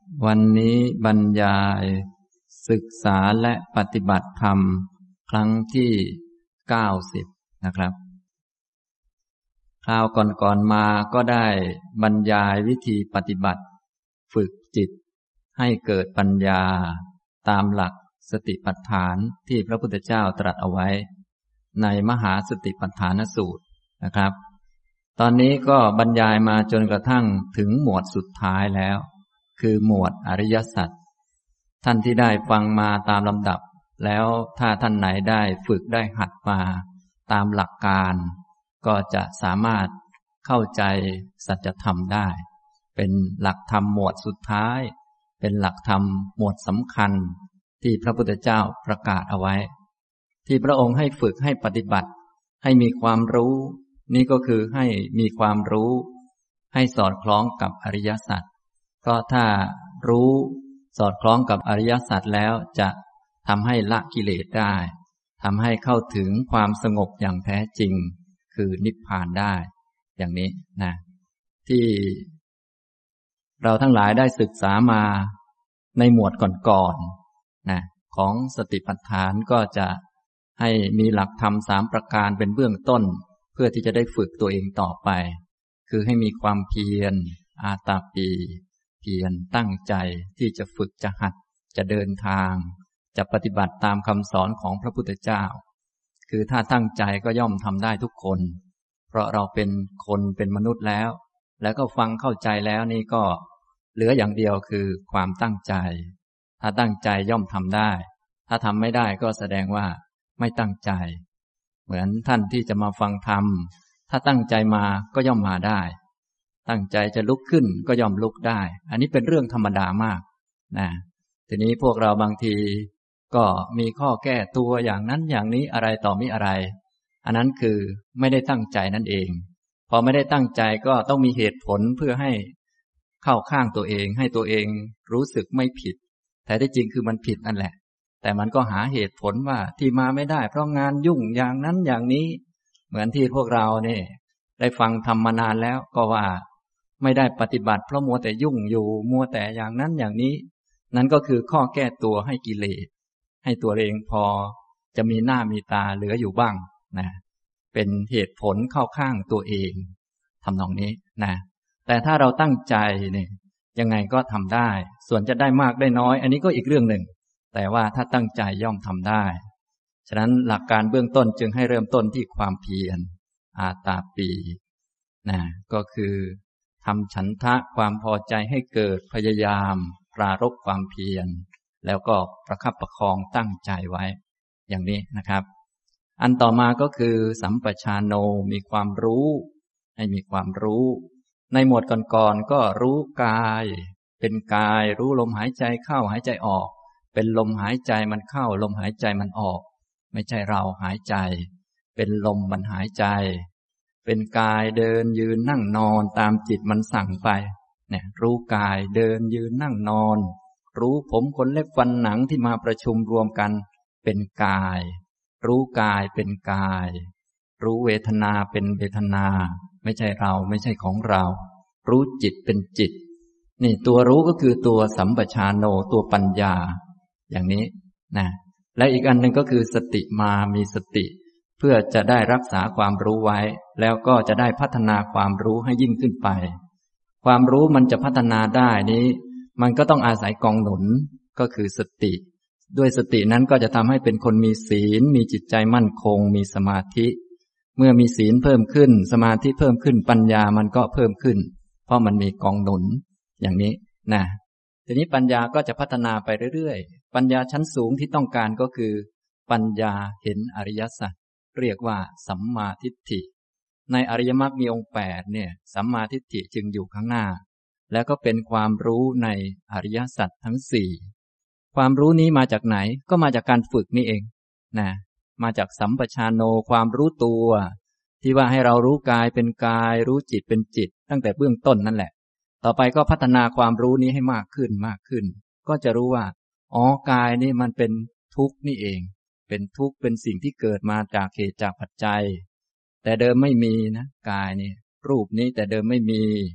วันนี้บรรยายศึกษาและปฏิบัติธรรมครั้งที่90นะครับคราวก่อนมาก็ได้บรรยายวิธีปฏิบัติฝึกจิตให้เกิดปัญญาตามหลักสติปัฏฐานที่พระพุทธเจ้าตรัสเอาไว้ในมหาสติปัฏฐานสูตรนะครับตอนนี้ก็บรรยายมาจนกระทั่งถึงหมวดสุดท้ายแล้วคือหมวดอริยสัจท่านที่ได้ฟังมาตามลำดับแล้วถ้าท่านไหนได้ฝึกได้หัดมาตามหลักการก็จะสามารถเข้าใจสัจธรรมได้เป็นหลักธรรมหมวดสุดท้ายเป็นหลักธรรมหมวดสำคัญที่พระพุทธเจ้าประกาศเอาไว้ที่พระองค์ให้ฝึกให้ปฏิบัติให้มีความรู้นี่ก็คือให้มีความรู้ให้สอดคล้องกับอริยสัจเพราะถ้ารู้สอดคล้องกับอริยสัจแล้วจะทำให้ละกิเลสได้ทำให้เข้าถึงความสงบอย่างแท้จริงคือนิพพานได้อย่างนี้นะที่เราทั้งหลายได้ศึกษามาในหมวดก่อนๆนะของสติปัฏฐานก็จะให้มีหลักธรรม3ประการเป็นเบื้องต้นเพื่อที่จะได้ฝึกตัวเองต่อไปคือให้มีความเพียรอาตาปีเพียรตั้งใจที่จะฝึกจะหัดจะเดินทางจะปฏิบัติตามคำสอนของพระพุทธเจ้าคือถ้าตั้งใจก็ย่อมทำได้ทุกคนเพราะเราเป็นคนเป็นมนุษย์แล้วก็ฟังเข้าใจแล้วนี่ก็เหลืออย่างเดียวคือความตั้งใจถ้าตั้งใจย่อมทำได้ถ้าทำไม่ได้ก็แสดงว่าไม่ตั้งใจเหมือนท่านที่จะมาฟังธรรมถ้าตั้งใจมาก็ย่อมมาได้ตั้งใจจะลุกขึ้นก็ย่อมลุกได้อันนี้เป็นเรื่องธรรมดามากนะทีนี้พวกเราบางทีก็มีข้อแก้ตัวอย่างนั้นอย่างนี้อะไรต่อมิอะไรอันนั้นคือไม่ได้ตั้งใจนั่นเองพอไม่ได้ตั้งใจก็ต้องมีเหตุผลเพื่อให้เข้าข้างตัวเองให้ตัวเองรู้สึกไม่ผิดแต่ที่จริงคือมันผิดนั่นแหละแต่มันก็หาเหตุผลว่าที่มาไม่ได้เพราะงานยุ่งอย่างนั้นอย่างนี้เหมือนที่พวกเราเนี่ยได้ฟังธรรมมานานแล้วก็ว่าไม่ได้ปฏิบัติเพราะมัวแต่ยุ่งอยู่มัวแต่อย่างนั้นอย่างนี้นั่นก็คือข้อแก้ตัวให้กิเลสให้ตัวเองพอจะมีหน้ามีตาเหลืออยู่บ้างนะเป็นเหตุผลเข้าข้างตัวเองทำนองนี้นะแต่ถ้าเราตั้งใจเนี่ยยังไงก็ทำได้ส่วนจะได้มากได้น้อยอันนี้ก็อีกเรื่องหนึ่งแต่ว่าถ้าตั้งใจย่อมทำได้ฉะนั้นหลักการเบื้องต้นจึงให้เริ่มต้นที่ความเพียรอาตาปีนะก็คือทำฉันทะความพอใจให้เกิดพยายามปรารภความเพียรแล้วก็ประคับประคองตั้งใจไว้อย่างนี้นะครับอันต่อมาก็คือสัมปชานโนมีความรู้ให้มีความรู้ในหมวดก่อนๆก็รู้กายเป็นกายรู้ลมหายใจเข้าหายใจออกเป็นลมหายใจมันเข้าลมหายใจมันออกไม่ใช่เราหายใจเป็นลมมันหายใจเป็นกายเดินยืนนั่งนอนตามจิตมันสั่งไปเนี่ยรู้กายเดินยืนนั่งนอนรู้ผมขนเล็บฟันหนังที่มาประชุมรวมกันเป็นกายรู้กายเป็นกายรู้เวทนาเป็นเวทนาไม่ใช่เราไม่ใช่ของเรารู้จิตเป็นจิตนี่ตัวรู้ก็คือตัวสัมปชานโนตัวปัญญาอย่างนี้นะและอีกอันหนึ่งก็คือสติมามีสติเพื่อจะได้รักษาความรู้ไว้แล้วก็จะได้พัฒนาความรู้ให้ยิ่งขึ้นไปความรู้มันจะพัฒนาได้นี้มันก็ต้องอาศัยกองหนุนก็คือสติด้วยสตินั้นก็จะทำให้เป็นคนมีศีลมีจิตใจมั่นคงมีสมาธิเมื่อมีศีลเพิ่มขึ้นสมาธิเพิ่มขึ้นปัญญามันก็เพิ่มขึ้นเพราะมันมีกองหนุนอย่างนี้นะทีนี้ปัญญาก็จะพัฒนาไปเรื่อยๆปัญญาชั้นสูงที่ต้องการก็คือปัญญาเห็นอริยสัจเรียกว่าสัมมาทิฏฐิในอริยมรรคมีองค์8เนี่ยสัมมาทิฏฐิจึงอยู่ข้างหน้าแล้วก็เป็นความรู้ในอริยสัจทั้ง4ความรู้นี้มาจากไหนก็มาจากการฝึกนี่เองนะมาจากสัมปชานโนความรู้ตัวที่ว่าให้เรารู้กายเป็นกายรู้จิตเป็นจิตตั้งแต่เบื้องต้นนั่นแหละต่อไปก็พัฒนาความรู้นี้ให้มากขึ้นมากขึ้นก็จะรู้ว่าอ๋อกายนี่มันเป็นทุกข์นี่เองเป็นทุกข์เป็นสิ่งที่เกิดมาจากเหตุจากปัจจัยแต่เดิมไม่มีนะกายนี่รูปนี้แต่เดิมไม่มี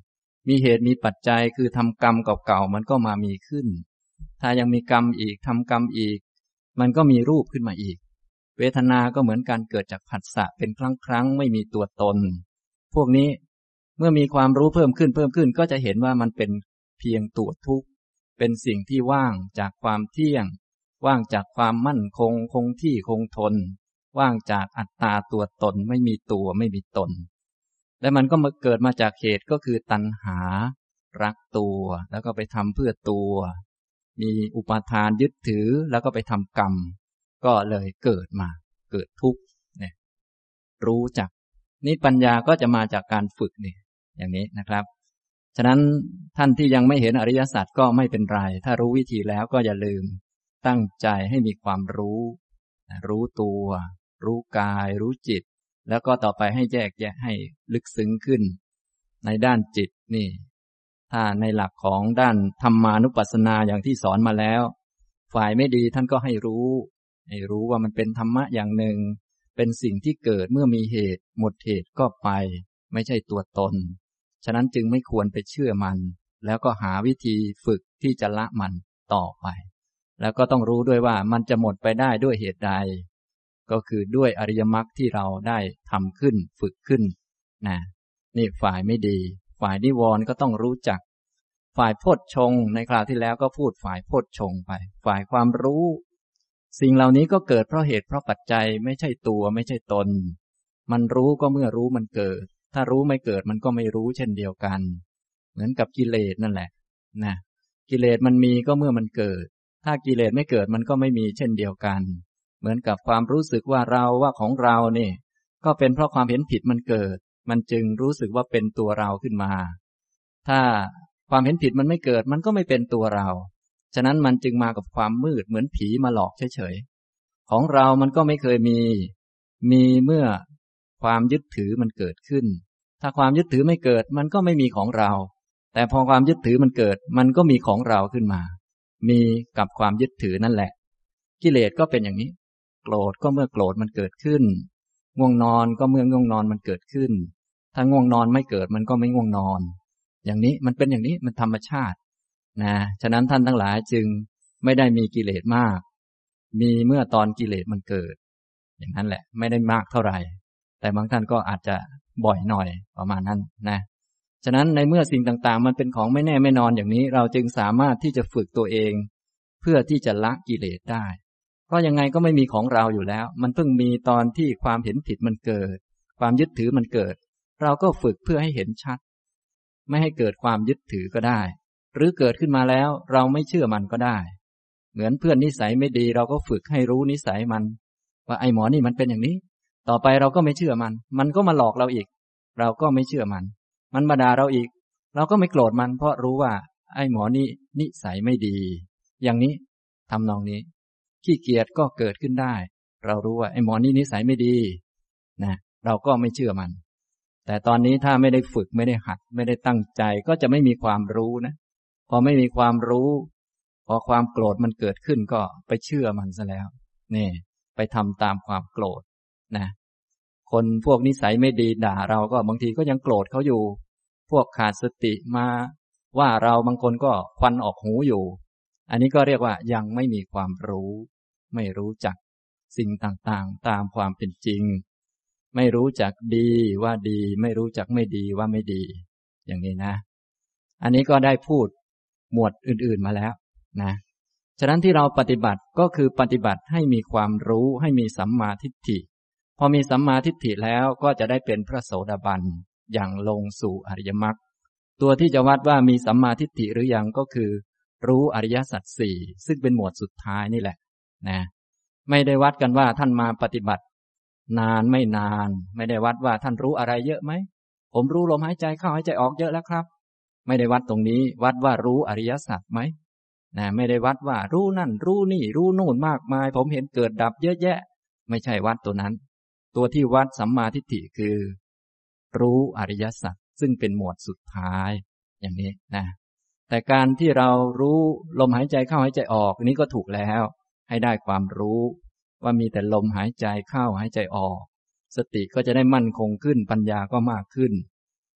มีเหตุมีปัจจัยคือทำกรรมเก่าๆมันก็มามีขึ้นถ้ายังมีกรรมอีกทำกรรมอีกมันก็มีรูปขึ้นมาอีกเวทนาก็เหมือนการเกิดจากผัสสะเป็นครั้งๆไม่มีตัวตนพวกนี้เมื่อมีความรู้เพิ่มขึ้นก็จะเห็นว่ามันเป็นเพียงตัวทุกข์เป็นสิ่งที่ว่างจากความเที่ยงว่างจากความมั่นคงคงที่คงทนว่างจากอัตตาตัวตนไม่มีตัวไม่มีตนและมันก็มาเกิดมาจากเหตุก็คือตัณหารักตัวแล้วก็ไปทำเพื่อตัวมีอุปาทานยึดถือแล้วก็ไปทำกรรมก็เลยเกิดมาเกิดทุกข์เนี่ยรู้จักนี่ปัญญาก็จะมาจากการฝึกนี่อย่างนี้นะครับฉะนั้นท่านที่ยังไม่เห็นอริยสัจก็ไม่เป็นไรถ้ารู้วิธีแล้วก็อย่าลืมตั้งใจให้มีความรู้รู้ตัวรู้กายรู้จิตแล้วก็ต่อไปให้แยกแยะให้ลึกซึ้งขึ้นในด้านจิตนี่ถ้าในหลักของด้านธรรมานุปัสสนาอย่างที่สอนมาแล้วฝ่ายไม่ดีท่านก็ให้รู้ว่ามันเป็นธรรมะอย่างหนึ่งเป็นสิ่งที่เกิดเมื่อมีเหตุหมดเหตุก็ไปไม่ใช่ตัวตนฉะนั้นจึงไม่ควรไปเชื่อมันแล้วก็หาวิธีฝึกที่จะละมันต่อไปแล้วก็ต้องรู้ด้วยว่ามันจะหมดไปได้ด้วยเหตุใดก็คือด้วยอริยมรรคที่เราได้ทำขึ้นฝึกขึ้นนะนี่ฝ่ายไม่ดีฝ่ายนิวรณ์ก็ต้องรู้จักฝ่ายโพชฌงค์ในคราวที่แล้วก็พูดฝ่ายโพชฌงค์ไปฝ่ายความรู้สิ่งเหล่านี้ก็เกิดเพราะเหตุเพราะปัจจัยไม่ใช่ตัวไม่ใช่ตนมันรู้ก็เมื่อรู้มันเกิดถ้ารู้ไม่เกิดมันก็ไม่รู้เช่นเดียวกันเหมือนกับกิเลสนั่นแหละนะกิเลสมันมีก็เมื่อมันเกิดถ้ากิเลสไม่เกิดมันก็ไม่มีเช่นเดียวกันเหมือนกับความรู้สึกว่าเราว่าของเรานี่ก็เป็นเพราะความเห็นผิดมันเกิดมันจึงรู้สึกว่าเป็นตัวเราขึ้นมาถ้าความเห็นผิดมันไม่เกิดมันก็ไม่เป็นตัวเราฉะนั้นมันจึงมากับความมืดเหมือนผีมาหลอกเฉยๆของเรามันก็ไม่เคยมีเมื่อความยึดถือมันเกิดขึ้นถ้าความยึดถือไม่เกิดมันก็ไม่มีของเราแต่พอความยึดถือมันเกิดมันก็มีของเราขึ้นมามีกับความยึดถือนั่นแหละกิเลสก็เป็นอย่างนี้โกรธก็เมื่อโกรธมันเกิดขึ้นง่วงนอนก็เมื่อง่วงนอนมันเกิดขึ้นถ้าง่วงนอนไม่เกิดมันก็ไม่ง่วงนอนอย่างนี้มันเป็นอย่างนี้มันธรรมชาตินะฉะนั้นท่านทั้งหลายจึงไม่ได้มีกิเลสมากมีเมื่อตอนกิเลสมันเกิดอย่างนั้นแหละไม่ได้มากเท่าไหร่แต่บางท่านก็อาจจะบ่อยหน่อยประมาณนั้นนะฉะนั้นในเมื่อสิ่งต่างๆมันเป็นของไม่แน่ไม่นอนอย่างนี้เราจึงสามารถที่จะฝึกตัวเองเพื่อที่จะละกิเลสได้เพราะยังไงก็ไม่มีของเราอยู่แล้วมันเพิ่งมีตอนที่ความเห็นผิดมันเกิดความยึดถือมันเกิดเราก็ฝึกเพื่อให้เห็นชัดไม่ให้เกิดความยึดถือก็ได้หรือเกิดขึ้นมาแล้วเราไม่เชื่อมันก็ได้เหมือนเพื่อนนิสัยไม่ดีเราก็ฝึกให้รู้นิสัยมันว่าไอ้หมอนี่มันเป็นอย่างนี้ต่อไปเราก็ไม่เชื่อมันก็มาหลอกเราอีกเราก็ไม่เชื่อมันมาด่าเราอีกเราก็ไม่โกรธมันเพราะรู้ว่าไอ้หมอนี่นิสัยไม่ดีอย่างนี้ทำนองนี้ขี้เกียจก็เกิดขึ้นได้เรารู้ว่าไอ้หมอนี่นิสัยไม่ดีนะเราก็ไม่เชื่อมันแต่ตอนนี้ถ้าไม่ได้ฝึกไม่ได้หัดไม่ได้ตั้งใจก็จะไม่มีความรู้นะพอไม่มีความรู้พอความโกรธมันเกิดขึ้นก็ไปเชื่อมันซะแล้วนี่ไปทำตามความโกรธนะคนพวกนิสัยไม่ดีด่าเราก็บางทีก็ยังโกรธเขาอยู่พวกขาดสติมาว่าเราบางคนก็ควันออกหูอยู่อันนี้ก็เรียกว่ายังไม่มีความรู้ไม่รู้จักสิ่งต่างๆตามความเป็นจริงไม่รู้จักดีว่าดีไม่รู้จักไม่ดีว่าไม่ดีอย่างนี้นะอันนี้ก็ได้พูดหมวดอื่นๆมาแล้วนะฉะนั้นที่เราปฏิบัติก็คือปฏิบัติให้มีความรู้ให้มีสัมมาทิฏฐิพอมีสัมมาทิฏฐิแล้วก็จะได้เป็นพระโสดาบันอย่างลงสู่อริยมรรคตัวที่จะวัดว่ามีสัมมาทิฏฐิหรือยังก็คือรู้อริยสัจสี่ซึ่งเป็นหมวดสุดท้ายนี่แหละนะไม่ได้วัดกันว่าท่านมาปฏิบัตินานไม่นานไม่ได้วัดว่าท่านรู้อะไรเยอะไหมผมรู้ลมหายใจเข้าหายใจออกเยอะแล้วครับไม่ได้วัดตรงนี้วัดว่ารู้อริยสัจไหมนะไม่ได้วัดว่ารู้นั่นรู้นี่รู้นู่นมากมายผมเห็นเกิดดับเยอะแยะไม่ใช่วัดตัวนั้นตัวที่วัดสัมมาทิฏฐิคือรู้อริยสัจซึ่งเป็นหมวดสุดท้ายอย่างนี้นะแต่การที่เรารู้ลมหายใจเข้าหายใจออกนี้ก็ถูกแล้วให้ได้ความรู้ว่ามีแต่ลมหายใจเข้าหายใจออกสติก็จะได้มั่นคงขึ้นปัญญาก็มากขึ้น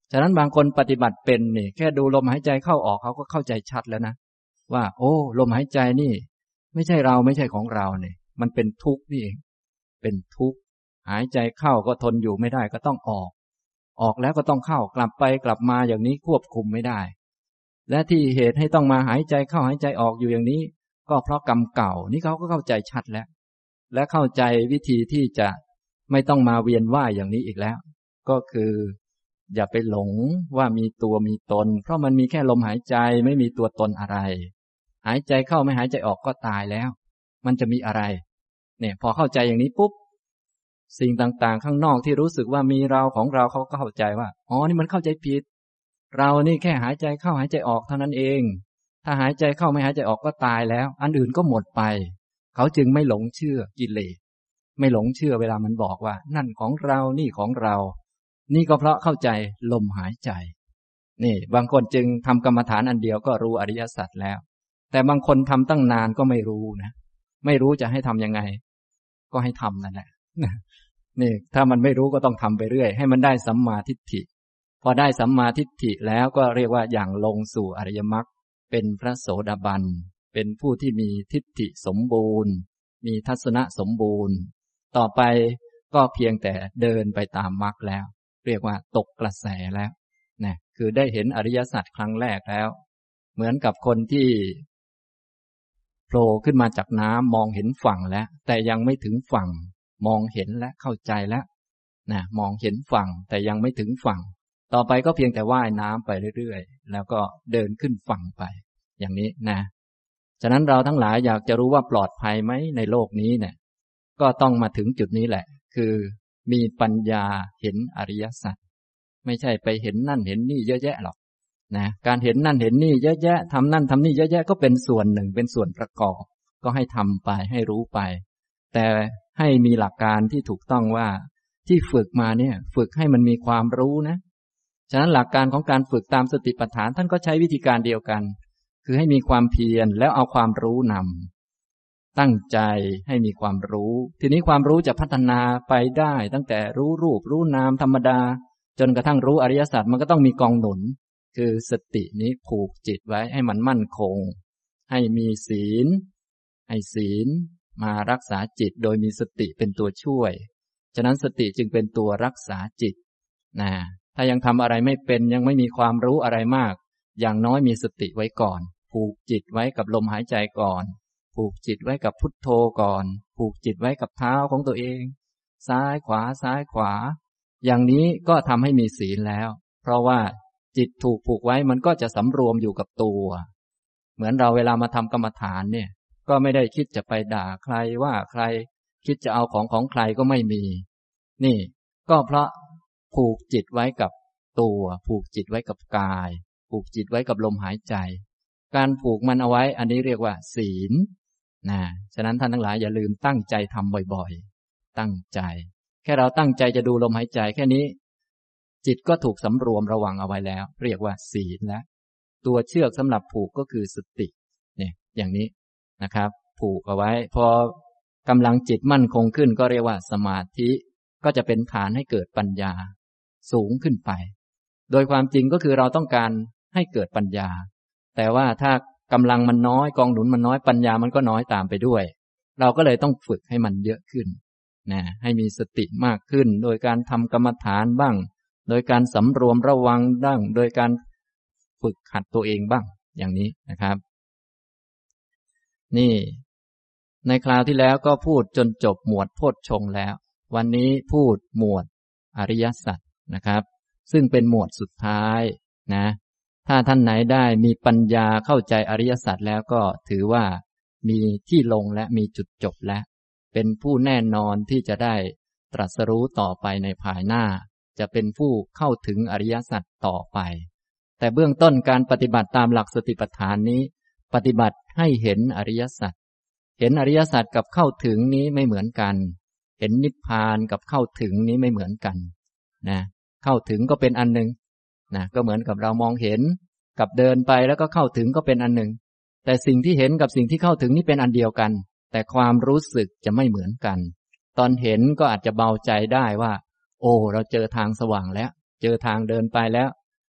ฉะนั้นบางคนปฏิบัติเป็นนี่แค่ดูลมหายใจเข้าออกเขาก็เข้าใจชัดแล้วนะว่าโอ้ลมหายใจนี่ไม่ใช่เราไม่ใช่ของเราเนี่ยมันเป็นทุกข์นี่เองเป็นทุกข์หายใจเข้าก็ทนอยู่ไม่ได้ก็ต้องออกแล้วก็ต้องเข้ากลับไปกลับมาอย่างนี้ควบคุมไม่ได้และที่เหตุให้ต้องมาหายใจเข้าหายใจออกอยู่อย่างนี้ก็เพราะกรรมเก่านี่เขาก็เข้าใจชัดแล้วและเข้าใจวิธีที่จะไม่ต้องมาเวียนว่ายอย่างนี้อีกแล้วก็คืออย่าไปหลงว่ามีตัวมีตนเพราะมันมีแค่ลมหายใจไม่มีตัวตนอะไรหายใจเข้าไม่หายใจออกก็ตายแล้วมันจะมีอะไรเนี่ยพอเข้าใจอย่างนี้ปุ๊บสิ่งต่างๆข้างนอกที่รู้สึกว่ามีเราของเราเขาก็เข้าใจว่าอ๋อนี่มันเข้าใจผิดเรานี่แค่หายใจเข้าหายใจออกเท่านั้นเองถ้าหายใจเข้าไม่หายใจออกก็ตายแล้วอันอื่นก็หมดไปเขาจึงไม่หลงเชื่อกิเลสไม่หลงเชื่อเวลามันบอกว่านั่นของเรานี่ของเรานี่ก็เพราะเข้าใจลมหายใจนี่บางคนจึงทำกรรมฐานอันเดียวก็รู้อริยสัจแล้วแต่บางคนทำตั้งนานก็ไม่รู้นะไม่รู้จะให้ทำยังไงก็ให้ทำนั่นแหละนี่ถ้ามันไม่รู้ก็ต้องทำไปเรื่อยให้มันได้สัมมาทิฏฐิพอได้สัมมาทิฏฐิแล้วก็เรียกว่าอย่างลงสู่อริยมรรคเป็นพระโสดาบันเป็นผู้ที่มีทิฏฐิสมบูรณ์มีทัศนะสมบูรณ์ต่อไปก็เพียงแต่เดินไปตามมรรคแล้วเรียกว่าตกกระแสแล้วนะคือได้เห็นอริยสัจครั้งแรกแล้วเหมือนกับคนที่โผล่ขึ้นมาจากน้ำมองเห็นฝั่งแล้วแต่ยังไม่ถึงฝั่งมองเห็นและเข้าใจแล้วนะมองเห็นฝั่งแต่ยังไม่ถึงฝั่งต่อไปก็เพียงแต่ว่ายน้ำไปเรื่อยๆแล้วก็เดินขึ้นฝั่งไปอย่างนี้นะฉะนั้นเราทั้งหลายอยากจะรู้ว่าปลอดภัยไหมในโลกนี้เนี่ยก็ต้องมาถึงจุดนี้แหละคือมีปัญญาเห็นอริยสัจไม่ใช่ไปเห็นนั่นเห็นนี่เยอะแยะหรอกนะการเห็นนั่นเห็นนี่เยอะแยะทำนั่นทำนี่เยอะแยะก็เป็นส่วนหนึ่งเป็นส่วนประกอบก็ให้ทำไปให้รู้ไปแต่ให้มีหลักการที่ถูกต้องว่าที่ฝึกมาเนี่ยฝึกให้มันมีความรู้นะฉะนั้นหลักการของการฝึกตามสติปัฏฐานท่านก็ใช้วิธีการเดียวกันคือให้มีความเพียรแล้วเอาความรู้นำตั้งใจให้มีความรู้ทีนี้ความรู้จะพัฒนาไปได้ตั้งแต่รู้รูปรู้นามธรรมดาจนกระทั่งรู้อริยสัจมันก็ต้องมีกองหนุนคือสตินี้ผูกจิตไว้ให้มันมั่นคงให้มีศีลให้ศีลมารักษาจิตโดยมีสติเป็นตัวช่วยฉะนั้นสติจึงเป็นตัวรักษาจิตนะถ้ายังทำอะไรไม่เป็นยังไม่มีความรู้อะไรมากอย่างน้อยมีสติไว้ก่อนผูกจิตไว้กับลมหายใจก่อนผูกจิตไว้กับพุทโธก่อนผูกจิตไว้กับเท้าของตัวเองซ้ายขวาซ้ายขวาอย่างนี้ก็ทำให้มีศีลแล้วเพราะว่าจิตถูกผูกไว้มันก็จะสำรวมอยู่กับตัวเหมือนเราเวลามาทำกรรมฐานเนี่ยก็ไม่ได้คิดจะไปด่าใครว่าใครคิดจะเอาของใครก็ไม่มีนี่ก็เพราะผูกจิตไว้กับตัวผูกจิตไว้กับกายผูกจิตไว้กับลมหายใจการผูกมันเอาไว้อันนี้เรียกว่าศีลนะฉะนั้นท่านทั้งหลายอย่าลืมตั้งใจทำบ่อยๆตั้งใจแค่เราตั้งใจจะดูลมหายใจแค่นี้จิตก็ถูกสำรวมระวังเอาไว้แล้วเรียกว่าศีลแล้วตัวเชือกสำหรับผูกก็คือสติเนี่ยอย่างนี้นะครับผูกเอาไว้พอกำลังจิตมั่นคงขึ้นก็เรียกว่าสมาธิก็จะเป็นฐานให้เกิดปัญญาสูงขึ้นไปโดยความจริงก็คือเราต้องการให้เกิดปัญญาแต่ว่าถ้ากำลังมันน้อยกองหนุนมันน้อยปัญญามันก็น้อยตามไปด้วยเราก็เลยต้องฝึกให้มันเยอะขึ้นนะให้มีสติมากขึ้นโดยการทำกรรมฐานบ้างโดยการสำรวมระวังบ้างโดยการฝึกหัดตัวเองบ้างอย่างนี้นะครับนี่ในคราวที่แล้วก็พูดจนจบหมวดโพชฌงค์แล้ววันนี้พูดหมวดอริยสัจนะครับซึ่งเป็นหมวดสุดท้ายนะถ้าท่านไหนได้มีปัญญาเข้าใจอริยสัจแล้วก็ถือว่ามีที่ลงและมีจุดจบแล้วเป็นผู้แน่นอนที่จะได้ตรัสรู้ต่อไปในภายหน้าจะเป็นผู้เข้าถึงอริยสัจต่อไปแต่เบื้องต้นการปฏิบัติตามหลักสติปัฏฐานนี้ปฏิบัติให้เห็นอริยสัจเห็นอริยสัจกับเข้าถึงนี้ไม่เหมือนกันเห็นนิพพานกับเข้าถึงนี้ไม่เหมือนกันนะเข้าถึงก็เป็นอันหนึ่งนะก็เหมือนกับเรามองเห็นกับเดินไปแล้วก็เข้าถึงก็เป็นอันหนึ่งแต่สิ่งที่เห็นกับสิ่งที่เข้าถึงนี่เป็นอันเดียวกันแต่ความรู้สึกจะไม่เหมือนกันตอนเห็นก็อาจจะเบาใจได้ว่าโอ้เราเจอทางสว่างแล้วเจอทางเดินไปแล้ว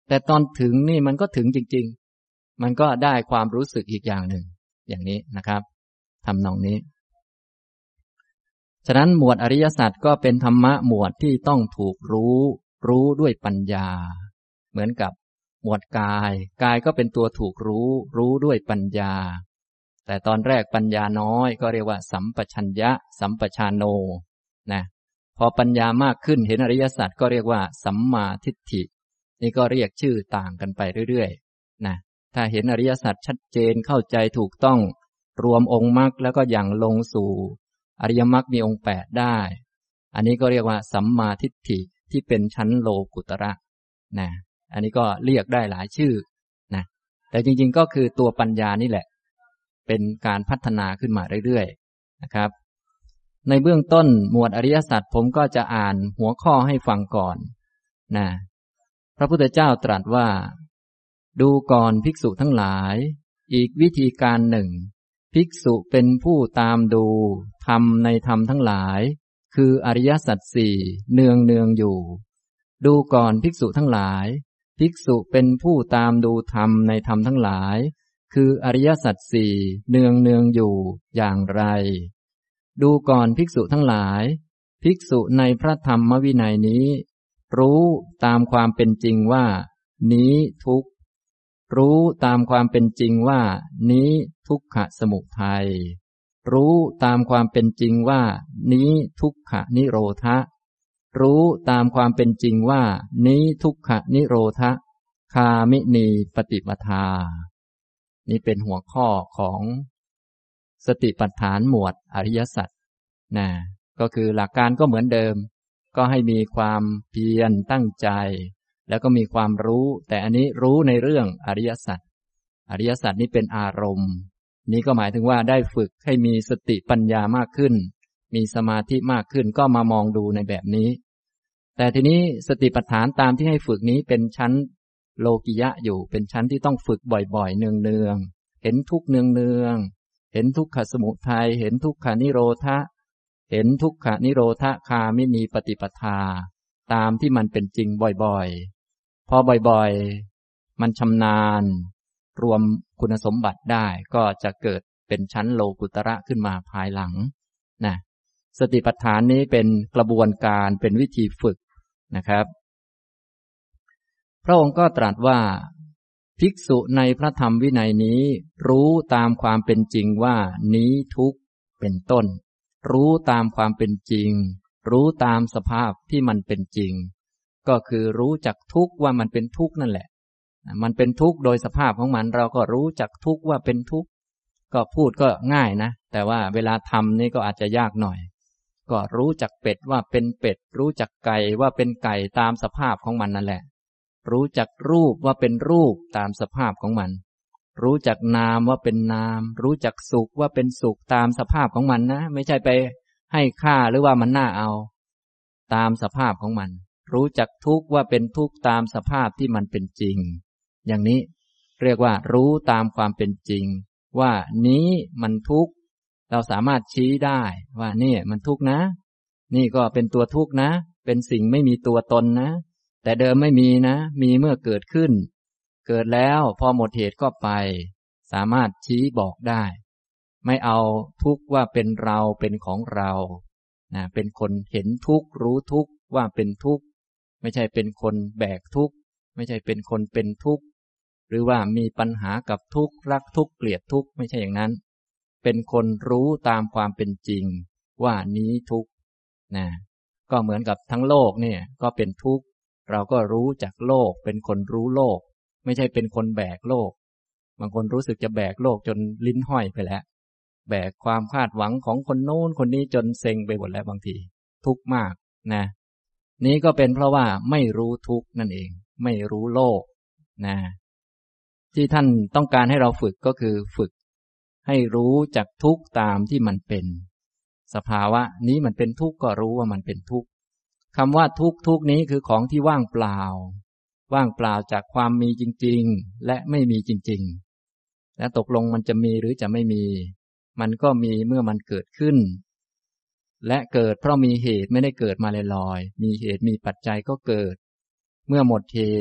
แต่ตอนถึงนี่มันก็ถึงจริงๆมันก็ได้ความรู้สึกอีกอย่างหนึ่งอย่างนี้นะครับทำนองนี้ฉะนั้นหมวดอริยสัจก็เป็นธรรมะหมวดที่ต้องถูกรู้ด้วยปัญญาเหมือนกับหมวดกายก็เป็นตัวถูกรู้ด้วยปัญญาแต่ตอนแรกปัญญาน้อยก็เรียกว่าสัมปชัญญะสัมปชานโนนะพอปัญญามากขึ้นเห็นอริยสัจก็เรียกว่าสัมมาทิฏฐินี่ก็เรียกชื่อต่างกันไปเรื่อยๆนะถ้าเห็นอริยสัจชัดเจนเข้าใจถูกต้องรวมองค์มรรคแล้วก็อย่างลงสู่อริยมรรคมีองค์8ได้อันนี้ก็เรียกว่าสัมมาทิฏฐิที่เป็นชั้นโลกุตระนะอันนี้ก็เรียกได้หลายชื่อนะแต่จริงๆก็คือตัวปัญญานี่แหละเป็นการพัฒนาขึ้นมาเรื่อยๆนะครับในเบื้องต้นหมวดอริยสัจผมก็จะอ่านหัวข้อให้ฟังก่อนนะพระพุทธเจ้าตรัสว่าดูก่อนภิกษุทั้งหลายอีกวิธีการหนึ่งภิกษุเป็นผู้ตามดูธรรมในธรรมทั้งหลายคืออริยสัจสี่เนืองอยู่ดูก่อนภิกษุทั้งหลายภิกษุเป็นผู้ตามดูธรรมในธรรมทั้งหลายคืออริยสัจสี่เนืองอยู่อย่างไรดูก่อนภิกษุทั้งหลายภิกษุในพระธรรมวินัยนี้รู้ตามความเป็นจริงว่านี้ทุกข์รู้ตามความเป็นจริงว่านี้ทุกขสมุทัยรู้ตามความเป็นจริงว่านี้ทุกขนิโรธะรู้ตามความเป็นจริงว่านี้ทุกขนิโรธะคามินีปฏิปทานี่เป็นหัวข้อของสติปัฏฐานหมวดอริยสัจนะก็คือหลักการก็เหมือนเดิมก็ให้มีความเพียรตั้งใจแล้วก็มีความรู้แต่อันนี้รู้ในเรื่องอริยสัจอริยสัจนี้เป็นอารมณ์นี้ก็หมายถึงว่าได้ฝึกให้มีสติปัญญามากขึ้นมีสมาธิมากขึ้นก็มามองดูในแบบนี้แต่ทีนี้สติปัฏฐานตามที่ให้ฝึกนี้เป็นชั้นโลกิยะอยู่เป็นชั้นที่ต้องฝึกบ่อยๆเนืองๆเห็นทุกข์เนืองๆเห็นทุกขสมุทัยเห็นทุกขนิโรธะเห็นทุกขนิโรธคามินีปฏิปทาตามที่มันเป็นจริงบ่อยๆพอบ่อยๆมันชำนาญรวมคุณสมบัติได้ก็จะเกิดเป็นชั้นโลกุตระขึ้นมาภายหลังนะสติปัฏฐานนี้เป็นกระบวนการเป็นวิธีฝึกนะครับพระองค์ก็ตรัสว่าภิกษุในพระธรรมวินัยนี้รู้ตามความเป็นจริงว่านี้ทุกข์เป็นต้นรู้ตามความเป็นจริงรู้ตามสภาพที่มันเป็นจริงก็คือรู้จักทุกข์ว่ามันเป็นทุกข์นั่นแหละมันเป็นทุกข์โดยสภาพของมันเราก็รู้จักทุกข์ว่าเป็นทุกข์ก็พูดก็ง่ายนะแต่ว่าเวลาทำนี่ก็อาจจะยากหน่อยก็รู้จักเป็ดว่าเป็นเป็ดรู้จักไก่ว่าเป็นไก่ตามสภาพของมันนั่นแหละรู้จักรูปว่าเป็นรูปตามสภาพของมันรู้จักนามว่าเป็นนามรู้จักสุขว่าเป็นสุขตามสภาพของมันนะไม่ใช่ไปให้ค่าหรือว่ามันน่าเอาตามสภาพของมันรู้จักทุกข์ว่าเป็นทุกข์ตามสภาพที่มันเป็นจริงอย่างนี้เรียกว่ารู้ตามความเป็นจริงว่านี้มันทุกข์เราสามารถชี้ได้ว่านี่มันทุกข์นะนี่ก็เป็นตัวทุกข์นะเป็นสิ่งไม่มีตัวตนนะแต่เดิมไม่มีนะมีเมื่อเกิดขึ้นเกิดแล้วพอหมดเหตุก็ไปสามารถชี้บอกได้ไม่เอาทุกข์ว่าเป็นเราเป็นของเรานะเป็นคนเห็นทุกข์รู้ทุกข์ว่าเป็นทุกข์ไม่ใช่เป็นคนแบกทุกข์ไม่ใช่เป็นคนเป็นทุกข์หรือว่ามีปัญหากับทุกข์รักทุกข์เกลียดทุกข์ไม่ใช่อย่างนั้นเป็นคนรู้ตามความเป็นจริงว่านี้ทุกข์นะก็เหมือนกับทั้งโลกเนี่ยก็เป็นทุกข์เราก็รู้จักโลกเป็นคนรู้โลกไม่ใช่เป็นคนแบกโลกบางคนรู้สึกจะแบกโลกจนลิ้นห้อยไปแล้วแบกความคาดหวังของคนโน้นคนนี้จนเซ็งไปหมดแล้วบางทีทุกข์มากนะนี้ก็เป็นเพราะว่าไม่รู้ทุกข์นั่นเองไม่รู้โลกนะที่ท่านต้องการให้เราฝึกก็คือฝึกให้รู้จักทุกข์ตามที่มันเป็นสภาวะนี้มันเป็นทุกข์ก็รู้ว่ามันเป็นทุกข์คำว่าทุกข์ทุกข์นี้คือของที่ว่างเปล่าว่างเปล่าจากความมีจริงๆและไม่มีจริงๆและตกลงมันจะมีหรือจะไม่มีมันก็มีเมื่อมันเกิดขึ้นและเกิดเพราะมีเหตุไม่ได้เกิดมาลอยๆมีเหตุมีปัจจัยก็เกิดเมื่อหมดเหตุเมื่อ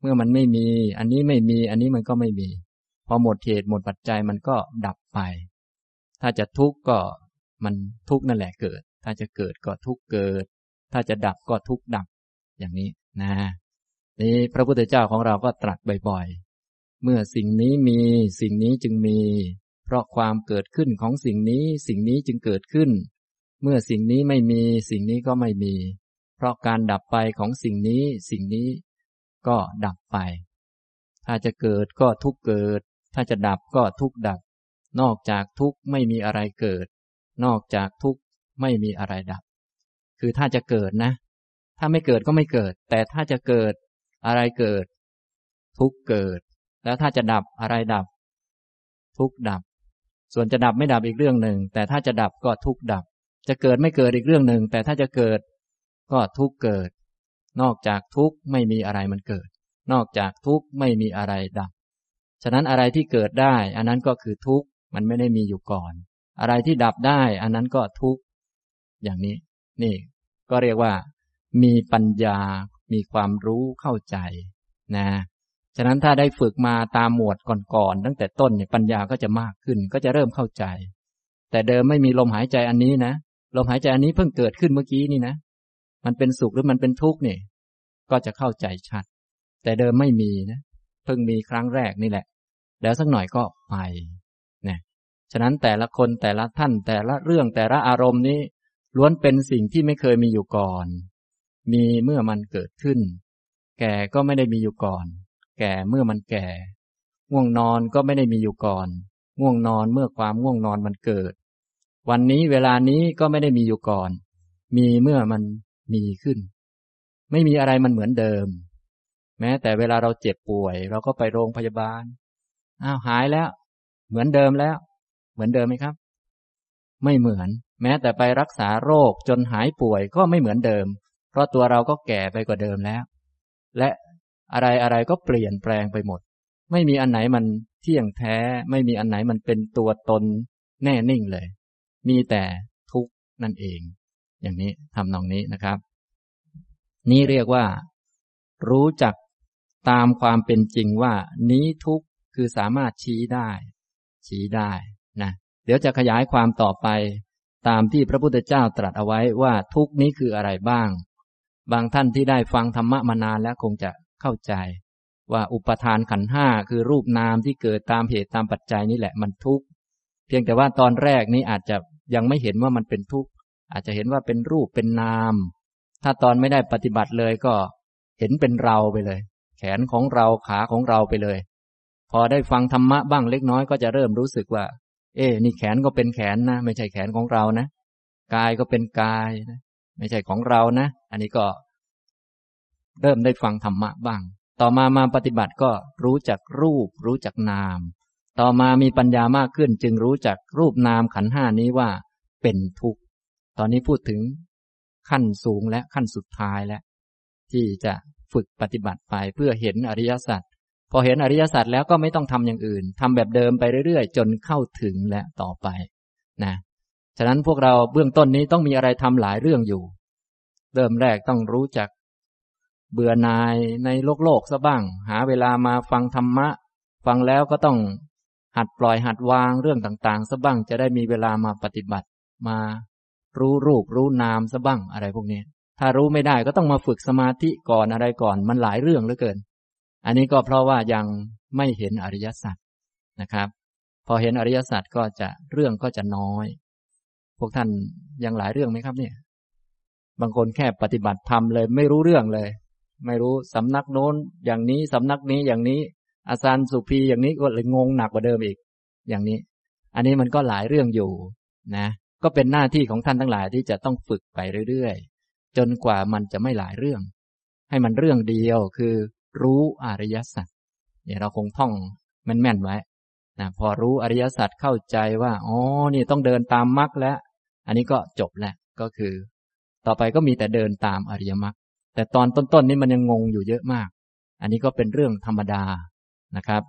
มื่อมันไม่มีอันนี้ไม่มีอันนี้มันก็ไม่มีพอหมดเหตุหมดปัจจัยมันก็ดับไปถ้าจะทุกข์ก็มันทุกข์นั่นแหละเกิดถ้าจะเกิดก็ทุกข์เกิดถ้าจะดับก็ทุกข์ดับอย่างนี้นะนี่พระพุทธเจ้าของเราก็ตรัสบ่อยๆเมื่อสิ่งนี้มีสิ่งนี้จึงมีเพราะความเกิดขึ้นของสิ่งนี้สิ่งนี้จึงเกิดขึ้นเมื่อสิ่งนี้ไม่มีสิ่งนี้ก็ไม่มีเพราะการดับไปของสิ่งนี้สิ่งนี้ก็ดับไปถ้าจะเกิดก็ทุกข์เกิดถ้าจะดับก็ทุกข์ดับนอกจากทุกข์ไม่มีอะไรเกิดนอกจากทุกข์ไม่มีอะไรดับคือถ้าจะเกิดนะถ้าไม่เกิดก็ไม่เกิดแต่ถ้าจะเกิดอะไรเกิดทุกข์เกิดแล้วถ้าจะดับอะไรดับทุกข์ดับส่วนจะดับไม่ดับอีกเรื่องหนึ่งแต่ถ้าจะดับก็ทุกข์ดับจะเกิดไม่เกิดอีกเรื่องหนึ่งแต่ถ้าจะเกิดก็ทุกข์เกิดนอกจากทุกข์ไม่มีอะไรมันเกิดนอกจากทุกข์ไม่มีอะไรดับฉะนั้นอะไรที่เกิดได้อันนั้นก็คือทุกข์มันไม่ได้มีอยู่ก่อนอะไรที่ดับได้อันนั้นก็ทุกข์อย่างนี้นี่ก็เรียกว่ามีปัญญามีความรู้เข้าใจนะฉะนั้นถ้าได้ฝึกมาตามหมวดก่อนๆตั้งแต่ต้นเนี่ยปัญญาก็จะมากขึ้นก็จะเริ่มเข้าใจแต่เดิมไม่มีลมหายใจอันนี้นะลมหายใจอันนี้เพิ่งเกิดขึ้นเมื่อกี้นี่นะมันเป็นสุขหรือมันเป็นทุกข์นี่ก็จะเข้าใจชัดแต่เดิมไม่มีนะเพิ่งมีครั้งแรกนี่แหละแล้วสักหน่อยก็ไปนะฉะนั้นแต่ละคนแต่ละท่านแต่ละเรื่องแต่ละอารมณ์นี้ล้วนเป็นสิ่งที่ไม่เคยมีอยู่ก่อนมีเมื่อมันเกิดขึ้นแก่ก็ไม่ได้มีอยู่ก่อนแก่เมื่อมันแก่ง่วงนอนก็ไม่ได้มีอยู่ก่อนง่วงนอนเมื่อความง่วงนอนมันเกิดวันนี้เวลานี้ก็ไม่ได้มีอยู่ก่อนมีเมื่อมันมีขึ้นไม่มีอะไรมันเหมือนเดิมแม้แต่เวลาเราเจ็บป่วยเราก็ไปโรงพยาบาลอ้าวหายแล้วเหมือนเดิมแล้วเหมือนเดิมไหมครับไม่เหมือนแม้แต่ไปรักษาโรคจนหายป่วยก็ไม่เหมือนเดิมเพราะตัวเราก็แก่ไปกว่าเดิมแล้วและอะไรก็เปลี่ยนแปลงไปหมดไม่มีอันไหนมันเที่ยงแท้ไม่มีอันไหนมันเป็นตัวตนแน่นิ่งเลยมีแต่ทุกข์นั่นเองอย่างนี้ทำนองนี้นะครับนี่เรียกว่ารู้จักตามความเป็นจริงว่านี้ทุกข์คือสามารถชี้ได้นะเดี๋ยวจะขยายความต่อไปตามที่พระพุทธเจ้าตรัสเอาไว้ว่าทุกข์นี้คืออะไรบ้างบางท่านที่ได้ฟังธรรมะมานานแล้วคงจะเข้าใจว่าอุปทานขันธ์ห้าคือรูปนามที่เกิดตามเหตุตามปัจจัยนี่แหละมันทุกข์เพียงแต่ว่าตอนแรกนี้อาจจะยังไม่เห็นว่ามันเป็นทุกข์อาจจะเห็นว่าเป็นรูปเป็นนามถ้าตอนไม่ได้ปฏิบัติเลยก็เห็นเป็นเราไปเลยแขนของเราขาของเราไปเลยพอได้ฟังธรรมะบ้างเล็กน้อยก็จะเริ่มรู้สึกว่านี่แขนก็เป็นแขนนะไม่ใช่แขนของเรานะกายก็เป็นกายนะไม่ใช่ของเรานะอันนี้ก็เริ่มได้ฟังธรรมะบ้างต่อมาปฏิบัติก็รู้จักรูปรู้จักนามต่อมามีปัญญามากขึ้นจึงรู้จักรูปนามขันธ์ห้านี้ว่าเป็นทุกข์ตอนนี้พูดถึงขั้นสูงและขั้นสุดท้ายแล้วที่จะฝึกปฏิบัติไปเพื่อเห็นอริยสัจพอเห็นอริยสัจแล้วก็ไม่ต้องทำอย่างอื่นทำแบบเดิมไปเรื่อยๆจนเข้าถึงและต่อไปนะฉะนั้นพวกเราเบื้องต้นนี้ต้องมีอะไรทำหลายเรื่องอยู่เริ่มแรกต้องรู้จักเบื่อหน่ายในโลกซะบ้างหาเวลามาฟังธรรมะฟังแล้วก็ต้องหัดปล่อยหัดวางเรื่องต่างๆซะบ้างจะได้มีเวลามาปฏิบัติมารู้รูปรู้นามซะบ้างอะไรพวกนี้ถ้ารู้ไม่ได้ก็ต้องมาฝึกสมาธิก่อนอะไรก่อนมันหลายเรื่องเหลือเกินอันนี้ก็เพราะว่ายังไม่เห็นอริยสัจนะครับพอเห็นอริยสัจก็จะเรื่องก็จะน้อยพวกท่านยังหลายเรื่องไหมครับเนี่ยบางคนแค่ปฏิบัติธรรมเลยไม่รู้เรื่องเลยไม่รู้สำนักโน้นอย่างนี้สำนักนี้อย่างนี้อาจารย์สุพีอย่างนี้ก็เลยงงหนักกว่าเดิมอีกอย่างนี้อันนี้มันก็หลายเรื่องอยู่นะก็เป็นหน้าที่ของท่านทั้งหลายที่จะต้องฝึกไปเรื่อยๆจนกว่ามันจะไม่หลายเรื่องให้มันเรื่องเดียวคือรู้อริยสัจเนี่ยเราคงท่องแม่นๆไว้นะพอรู้อริยสัจเข้าใจว่าอ๋อนี่ต้องเดินตามมรรคแล้วอันนี้ก็จบแล้วก็คือต่อไปก็มีแต่เดินตามอริยมรรคแต่ตอนต้นๆนี่มันยังงงอยู่เยอะมากอันนี้ก็เป็นเรื่องธรรมดานะครับ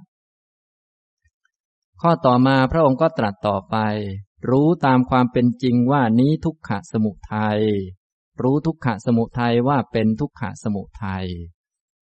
ข้อต่อมาพระองค์ก็ตรัสต่อไปรู้ตามความเป็นจริงว่านี้ทุกขสมุทัยรู้ทุกขสมุทัยว่าเป็นทุกขสมุทัย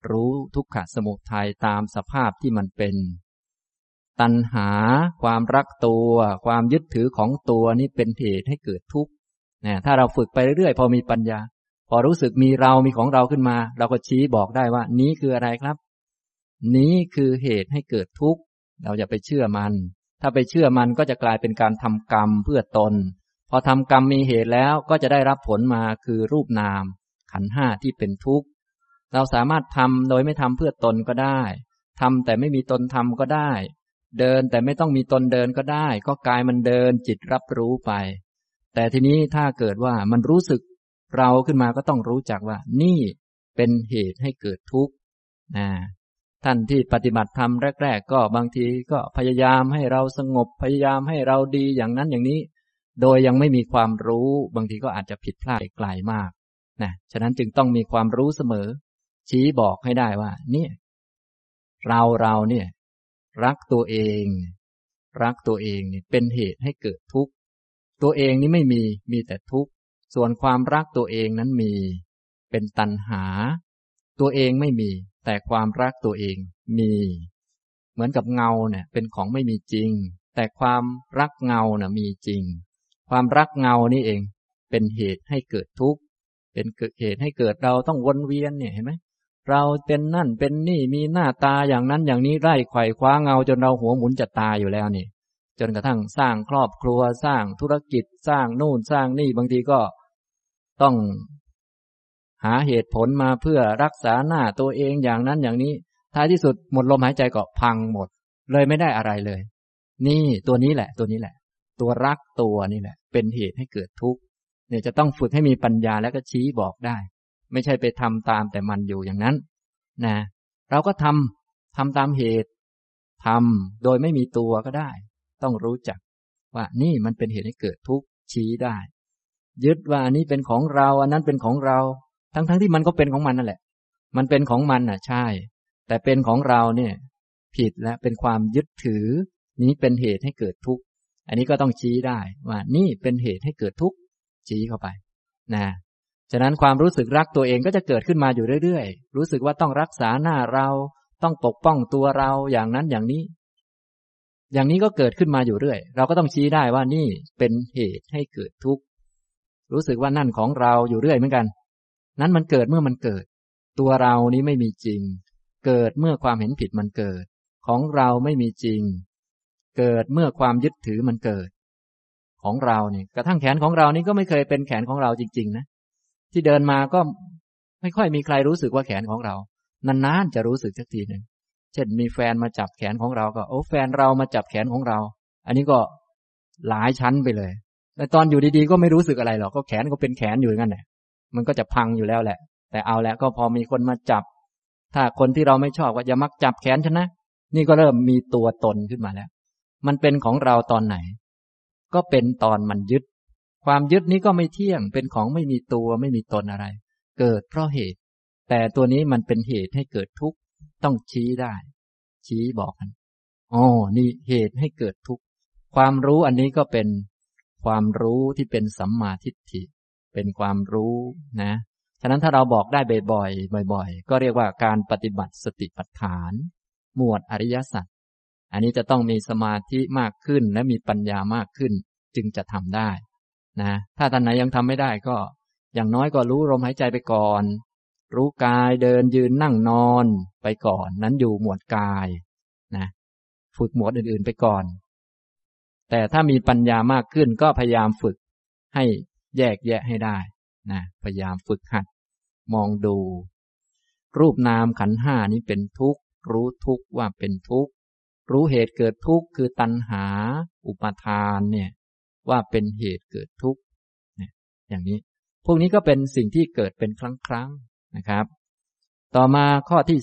รู้ทุกขสมุทัยตามสภาพที่มันเป็นตัณหาความรักตัวความยึดถือของตัวนี่เป็นเหตุให้เกิดทุกข์นะถ้าเราฝึกไปเรื่อยๆพอมีปัญญาพอรู้สึกมีเรามีของเราขึ้นมาเราก็ชี้บอกได้ว่านี้คืออะไรครับนี้คือเหตุให้เกิดทุกข์เราอย่าไปเชื่อมันถ้าไปเชื่อมันก็จะกลายเป็นการทำกรรมเพื่อตนพอทำกรรมมีเหตุแล้วก็จะได้รับผลมาคือรูปนามขันธ์ห้าที่เป็นทุกข์เราสามารถทำโดยไม่ทำเพื่อตนก็ได้ทำแต่ไม่มีตนทำก็ได้เดินแต่ไม่ต้องมีตนเดินก็ได้ก็กายมันเดินจิตรับรู้ไปแต่ทีนี้ถ้าเกิดว่ามันรู้สึกเราขึ้นมาก็ต้องรู้จักว่านี่เป็นเหตุให้เกิดทุกข์ท่านที่ปฏิบัติธรรมแรกๆก็บางทีก็พยายามให้เราสงบพยายามให้เราดีอย่างนั้นอย่างนี้โดยยังไม่มีความรู้บางทีก็อาจจะผิดพลาดไกลมากฉะนั้นจึงต้องมีความรู้เสมอชี้บอกให้ได้ว่าเนี่ยเราเนี่ยรักตัวเองนี่เป็นเหตุให้เกิดทุกข์ตัวเองนี่ไม่มีแต่ทุกข์ส่วนความรักตัวเองนั้นมีเป็นตัณหาตัวเองไม่มีแต่ความรักตัวเองมีเหมือนกับเงาเนี่ยเป็นของไม่มีจริงแต่ความรักเงาน่ะมีจริงความรักเงานี่เองเป็นเหตุให้เกิดทุกข์เป็นเหตุให้เกิดเราต้องวนเวียนเนี่ยเห็นไหมเราเป็นนั่นเป็นนี่มีหน้าตาอย่างนั้นอย่างนี้ไล่ไขว่คว้าเงาจนเราหัวหมุนจะตายอยู่แล้วนี่จนกระทั่งสร้างครอบครัวสร้างธุรกิจสร้างนู่นสร้างนี่บางทีก็ต้องหาเหตุผลมาเพื่อรักษาหน้าตัวเองอย่างนั้นอย่างนี้ท้ายที่สุดหมดลมหายใจก็พังหมดเลยไม่ได้อะไรเลยนี่ตัวนี้แหละตัวรักตัวนี่แหละเป็นเหตุให้เกิดทุกข์เนี่ยจะต้องฝึกให้มีปัญญาแล้วก็ชี้บอกได้ไม่ใช่ไปทำตามแต่มันอยู่อย่างนั้นเราก็ทำตามเหตุทำโดยไม่มีตัวก็ได้ต้องรู้จักว่านี่มันเป็นเหตุให้เกิดทุกข์ชี้ได้ยึดว่าอันนี้เป็นของเราอันนั้นเป็นของเราทั้งที่มันก็เป็นของมันนั่นแหละมันเป็นของมันใช่แต่เป็นของเราเนี่ยผิดและเป็นความยึดถือนี้เป็นเหตุให้เกิดทุกข์อันนี้ก็ต้องชี้ได้ว่านี่เป็นเหตุให้เกิดทุกข์ชี้เข้าไปฉะนั้นความรู้สึกรักตัวเองก็จะเกิดขึ้นมาอยู่เรื่อยๆรู้สึกว่าต้องรักษาหน้าเราต้องปกป้องตัวเราอย่างนั้นอย่างนี้ก็เกิดขึ้นมาอยู่เรื่อยเราก็ต้องชี้ได้ว่านี่เป็นเหตุให้เกิดทุกข์รู้สึกว่านั่นของเราอยู่เรื่อยเหมือนกันนั้นมันเกิดเมื่อมันเกิดตัวเรานี้ไม่มีจริงเกิดเมื่อความเห็นผิดมันเกิดของเราไม่มีจริงเกิดเมื่อความยึดถือมันเกิดของเราเนี่ยกระทั่งแขนของเรานี่ก็ไม่เคยเป็นแขนของเราจริงๆนะที่เดินมาก็ไม่ค่อยมีใครรู้สึกว่าแขนของเรานานๆจะรู้สึกสักทีหนึ่งเช่นมีแฟนมาจับแขนของเราก็โอ้แฟนเรามาจับแขนของเราอันนี้ก็หลายชั้นไปเลยแต่ตอนอยู่ดีๆก็ไม่รู้สึกอะไรหรอกก็แขนก็เป็นแขนอยู่อย่างนั้นแหละมันก็จะพังอยู่แล้วแหละแต่เอาแล้วก็พอมีคนมาจับถ้าคนที่เราไม่ชอบว่าอย่ามักจับแขนฉันนะนี่ก็เริ่มมีตัวตนขึ้นมาแล้วมันเป็นของเราตอนไหนก็เป็นตอนมันยึดความยึดนี้ก็ไม่เที่ยงเป็นของไม่มีตัวไม่มีตนอะไรเกิดเพราะเหตุแต่ตัวนี้มันเป็นเหตุให้เกิดทุกข์ต้องชี้ได้ชี้บอกกันนี่เหตุให้เกิดทุกข์ความรู้อันนี้ก็เป็นความรู้ที่เป็นสัมมาทิฏฐิเป็นความรู้นะฉะนั้นถ้าเราบอกได้บ่อยๆก็เรียกว่าการปฏิบัติสติปัฏฐานหมวดอริยสัจอันนี้จะต้องมีสมาธิมากขึ้นและมีปัญญามากขึ้นจึงจะทำได้ถ้าท่านไหนยังทำไม่ได้ก็อย่างน้อยก็รู้ลมหายใจไปก่อนรู้กายเดินยืนนั่งนอนไปก่อนนั้นอยู่หมวดกายฝึกหมวดอื่นๆไปก่อนแต่ถ้ามีปัญญามากขึ้นก็พยายามฝึกให้แยกแยะให้ได้พยายามฝึกหัดมองดูรูปนามขันธ์ห้านี้เป็นทุกข์รู้ทุกข์ว่าเป็นทุกข์รู้เหตุเกิดทุกข์คือตัณหาอุปาทานเนี่ยว่าเป็นเหตุเกิดทุกข์อย่างนี้พวกนี้ก็เป็นสิ่งที่เกิดเป็นครั้งๆนะครับต่อมาข้อที่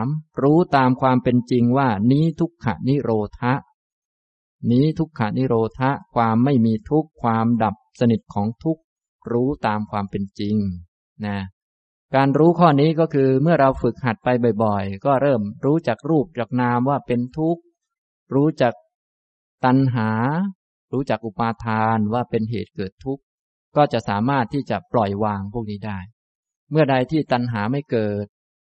3รู้ตามความเป็นจริงว่านี้ทุกขนิโรธะนี้ทุกขนิโรธะความไม่มีทุกข์ความดับสนิทของทุกข์รู้ตามความเป็นจริงการรู้ข้อนี้ก็คือเมื่อเราฝึกหัดไปบ่อยๆก็เริ่มรู้จักรูปจักนามว่าเป็นทุกข์รู้จักตัณหารู้จักอุปาทานว่าเป็นเหตุเกิดทุกข์ก็จะสามารถที่จะปล่อยวางพวกนี้ได้เมื่อใดที่ตัณหาไม่เกิดค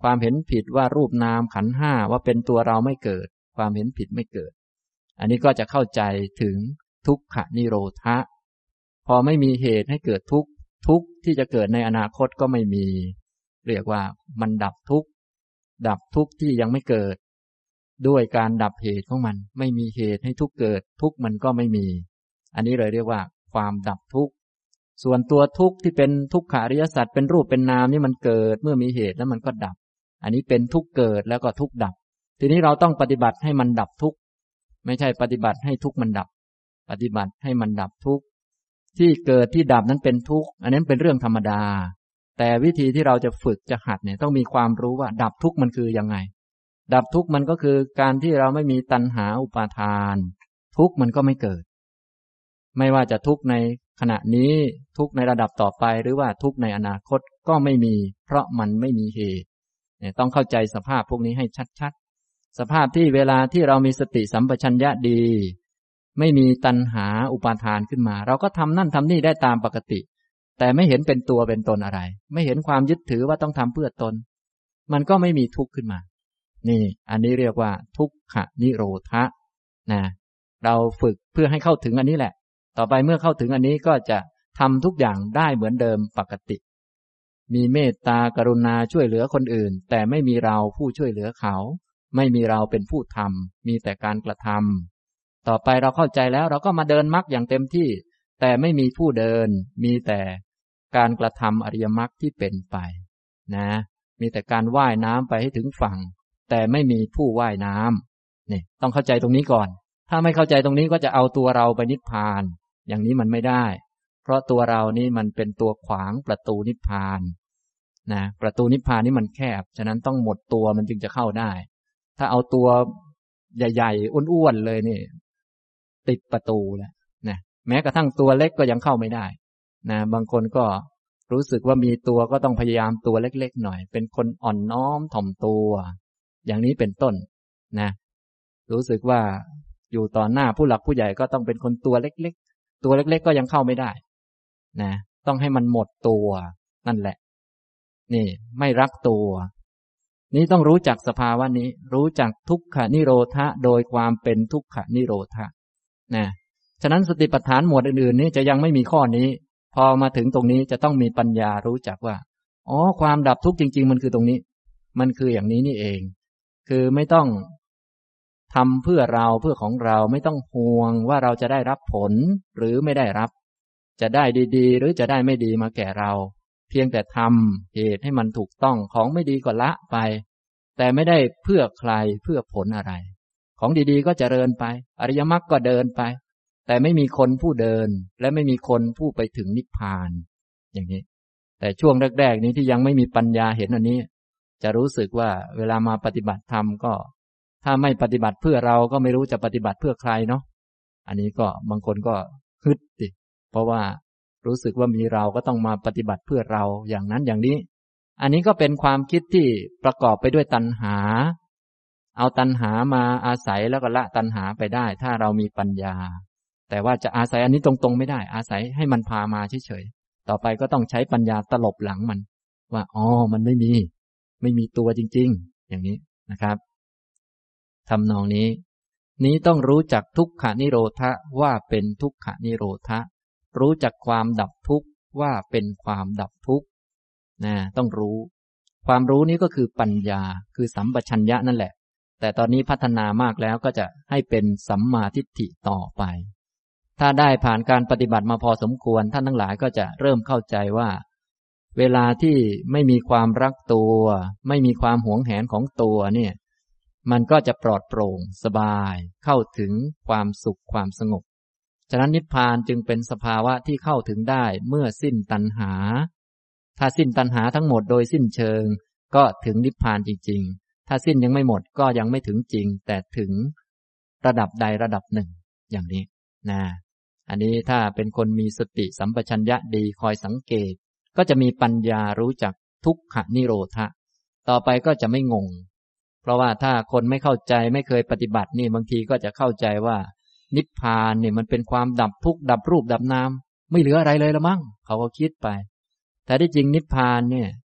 ความเห็นผิดว่ารูปนามขันธ์ห้าว่าเป็นตัวเราไม่เกิดความเห็นผิดไม่เกิดอันนี้ก็จะเข้าใจถึงทุกขนิโรธะพอไม่มีเหตุให้เกิดทุกข์ที่จะเกิดในอนาคตก็ไม่มีเรียกว่ามันดับทุกข์ที่ยังไม่เกิดด้วยการดับเหตุของมันไม่มีเหตุให้ทุกข์เกิดทุกข์มันก็ไม่มีอันนี้เลยเรียกว่าความดับทุกข์ส่วนตัวทุกข์ที่เป็นทุกขอริยสัจเป็นรูปเป็นนามนี่มันเกิดเมื่อมีเหตุแล้วมันก็ดับอันนี้เป็นทุกข์เกิดแล้วก็ทุกข์ดับทีนี้เราต้องปฏิบัติให้มันดับทุกข์ไม่ใช่ปฏิบัติให้ทุกข์มันดับปฏิบัติให้มันดับทุกข์ที่เกิดที่ดับนั้นเป็นทุกข์อันนั้นเป็นเรื่องธรรมดาแต่วิธีที่เราจะฝึกจะหัดเนี่ยต้องมีความรู้ว่าดับทุกข์มันคือยังไงดับทุกข์มันก็คือการที่เราไม่มีตัณหาอุปาทานทุกข์มันก็ไม่เกิดไม่ว่าจะทุกข์ในขณะนี้ทุกข์ในระดับต่อไปหรือว่าทุกข์ในอนาคตก็ไม่มีเพราะมันไม่มีเหตุเนี่ยต้องเข้าใจสภาพพวกนี้ให้ชัดๆสภาพที่เวลาที่เรามีสติสัมปชัญญะดีไม่มีตัณหาอุปาทานขึ้นมาเราก็ทำนั่นทำนี่ได้ตามปกติแต่ไม่เห็นเป็นตัวเป็นตนอะไรไม่เห็นความยึดถือว่าต้องทำเพื่อตนมันก็ไม่มีทุกข์ขึ้นมานี่อันนี้เรียกว่าทุกขนิโรธะนะเราฝึกเพื่อให้เข้าถึงอันนี้แหละต่อไปเมื่อเข้าถึงอันนี้ก็จะทำทุกอย่างได้เหมือนเดิมปกติมีเมตตากรุณาช่วยเหลือคนอื่นแต่ไม่มีเราผู้ช่วยเหลือเขาไม่มีเราเป็นผู้ทำมีแต่การกระทำต่อไปเราเข้าใจแล้วเราก็มาเดินมรรคอย่างเต็มที่แต่ไม่มีผู้เดินมีแต่การกระทำอริยมรรคที่เป็นไปนะมีแต่การว่ายน้ำไปให้ถึงฝั่งแต่ไม่มีผู้ว่ายน้ำนี่ต้องเข้าใจตรงนี้ก่อนถ้าไม่เข้าใจตรงนี้ก็จะเอาตัวเราไปนิพพานอย่างนี้มันไม่ได้เพราะตัวเรานี่มันเป็นตัวขวางประตูนิพพานนะประตูนิพพานนี่มันแคบฉะนั้นต้องหมดตัวมันจึงจะเข้าได้ถ้าเอาตัวใหญ่ๆอ้วนๆเลยนี่ติดประตูแล้วนะแม้กระทั่งตัวเล็กก็ยังเข้าไม่ได้นะบางคนก็รู้สึกว่ามีตัวก็ต้องพยายามตัวเล็กๆหน่อยเป็นคนอ่อนน้อมถ่อมตัวอย่างนี้เป็นต้นนะรู้สึกว่าอยู่ต่อหน้าผู้หลักผู้ใหญ่ก็ต้องเป็นคนตัวเล็กๆตัวเล็กๆก็ยังเข้าไม่ได้นะต้องให้มันหมดตัวนั่นแหละนี่ไม่รักตัวนี้ต้องรู้จักสภาวะนี้รู้จักทุกขนิโรธะโดยความเป็นทุกขนิโรธะนะฉะนั้นสติปัฏฐานหมวดอื่นๆนี้จะยังไม่มีข้อนี้พอมาถึงตรงนี้จะต้องมีปัญญารู้จักว่าอ๋อความดับทุกข์จริงๆมันคือตรงนี้มันคืออย่างนี้นี่เองคือไม่ต้องทำเพื่อเราเพื่อของเราไม่ต้องห่วงว่าเราจะได้รับผลหรือไม่ได้รับจะได้ดีๆหรือจะได้ไม่ดีมาแก่เราเพียงแต่ทำเหตุให้มันถูกต้องของไม่ดีก็ละไปแต่ไม่ได้เพื่อใครเพื่อผลอะไรของดีๆก็เจริญไปอริยมรรคก็เดินไปแต่ไม่มีคนผู้เดินและไม่มีคนผู้ไปถึงนิพพานอย่างนี้แต่ช่วงแรกๆนี้ที่ยังไม่มีปัญญาเห็นอันนี้จะรู้สึกว่าเวลามาปฏิบัติธรรมก็ถ้าไม่ปฏิบัติเพื่อเราก็ไม่รู้จะปฏิบัติเพื่อใครเนาะอันนี้ก็บางคนก็ฮึดสิเพราะว่ารู้สึกว่ามีเราก็ต้องมาปฏิบัติเพื่อเราอย่างนั้นอย่างนี้อันนี้ก็เป็นความคิดที่ประกอบไปด้วยตัณหาเอาตัณหามาอาศัยแล้วก็ละตัณหาไปได้ถ้าเรามีปัญญาแต่ว่าจะอาศัยอันนี้ตรงๆไม่ได้อาศัยให้มันพามาเฉยๆต่อไปก็ต้องใช้ปัญญาตลบหลังมันว่าอ๋อมันไม่มีตัวจริงๆอย่างนี้นะครับทำนองนี้ต้องรู้จักทุกขนิโรธะว่าเป็นทุกขนิโรธะรู้จักความดับทุกข์ว่าเป็นความดับทุกข์นะต้องรู้ความรู้นี้ก็คือปัญญาคือสัมปชัญญะนั่นแหละแต่ตอนนี้พัฒนามากแล้วก็จะให้เป็นสัมมาทิฏฐิต่อไปถ้าได้ผ่านการปฏิบัติมาพอสมควรท่านทั้งหลายก็จะเริ่มเข้าใจว่าเวลาที่ไม่มีความรักตัวไม่มีความหวงแหนของตัวเนี่ยมันก็จะปลอดโปร่งสบายเข้าถึงความสุขความสงบฉะนั้นนิพพานจึงเป็นสภาวะที่เข้าถึงได้เมื่อสิ้นตัณหาถ้าสิ้นตัณหาทั้งหมดโดยสิ้นเชิงก็ถึงนิพพานจริงๆถ้าสิ้นยังไม่หมดก็ยังไม่ถึงจริงแต่ถึงระดับใดระดับหนึ่งอย่างนี้นะอันนี้ถ้าเป็นคนมีสติสัมปชัญญะดีคอยสังเกตก็จะมีปัญญารู้จักทุกขนิโรธะต่อไปก็จะไม่งงเพราะว่าถ้าคนไม่เข้าใจไม่เคยปฏิบัตินี่บางทีก็จะเข้าใจว่านิพพานเนี่ยมันเป็นความดับทุกข์ดับรูปดับนามไม่เหลืออะไรเลยละมั้งเขาก็คิดไปแต่ที่จริงนิพพานเนี่ย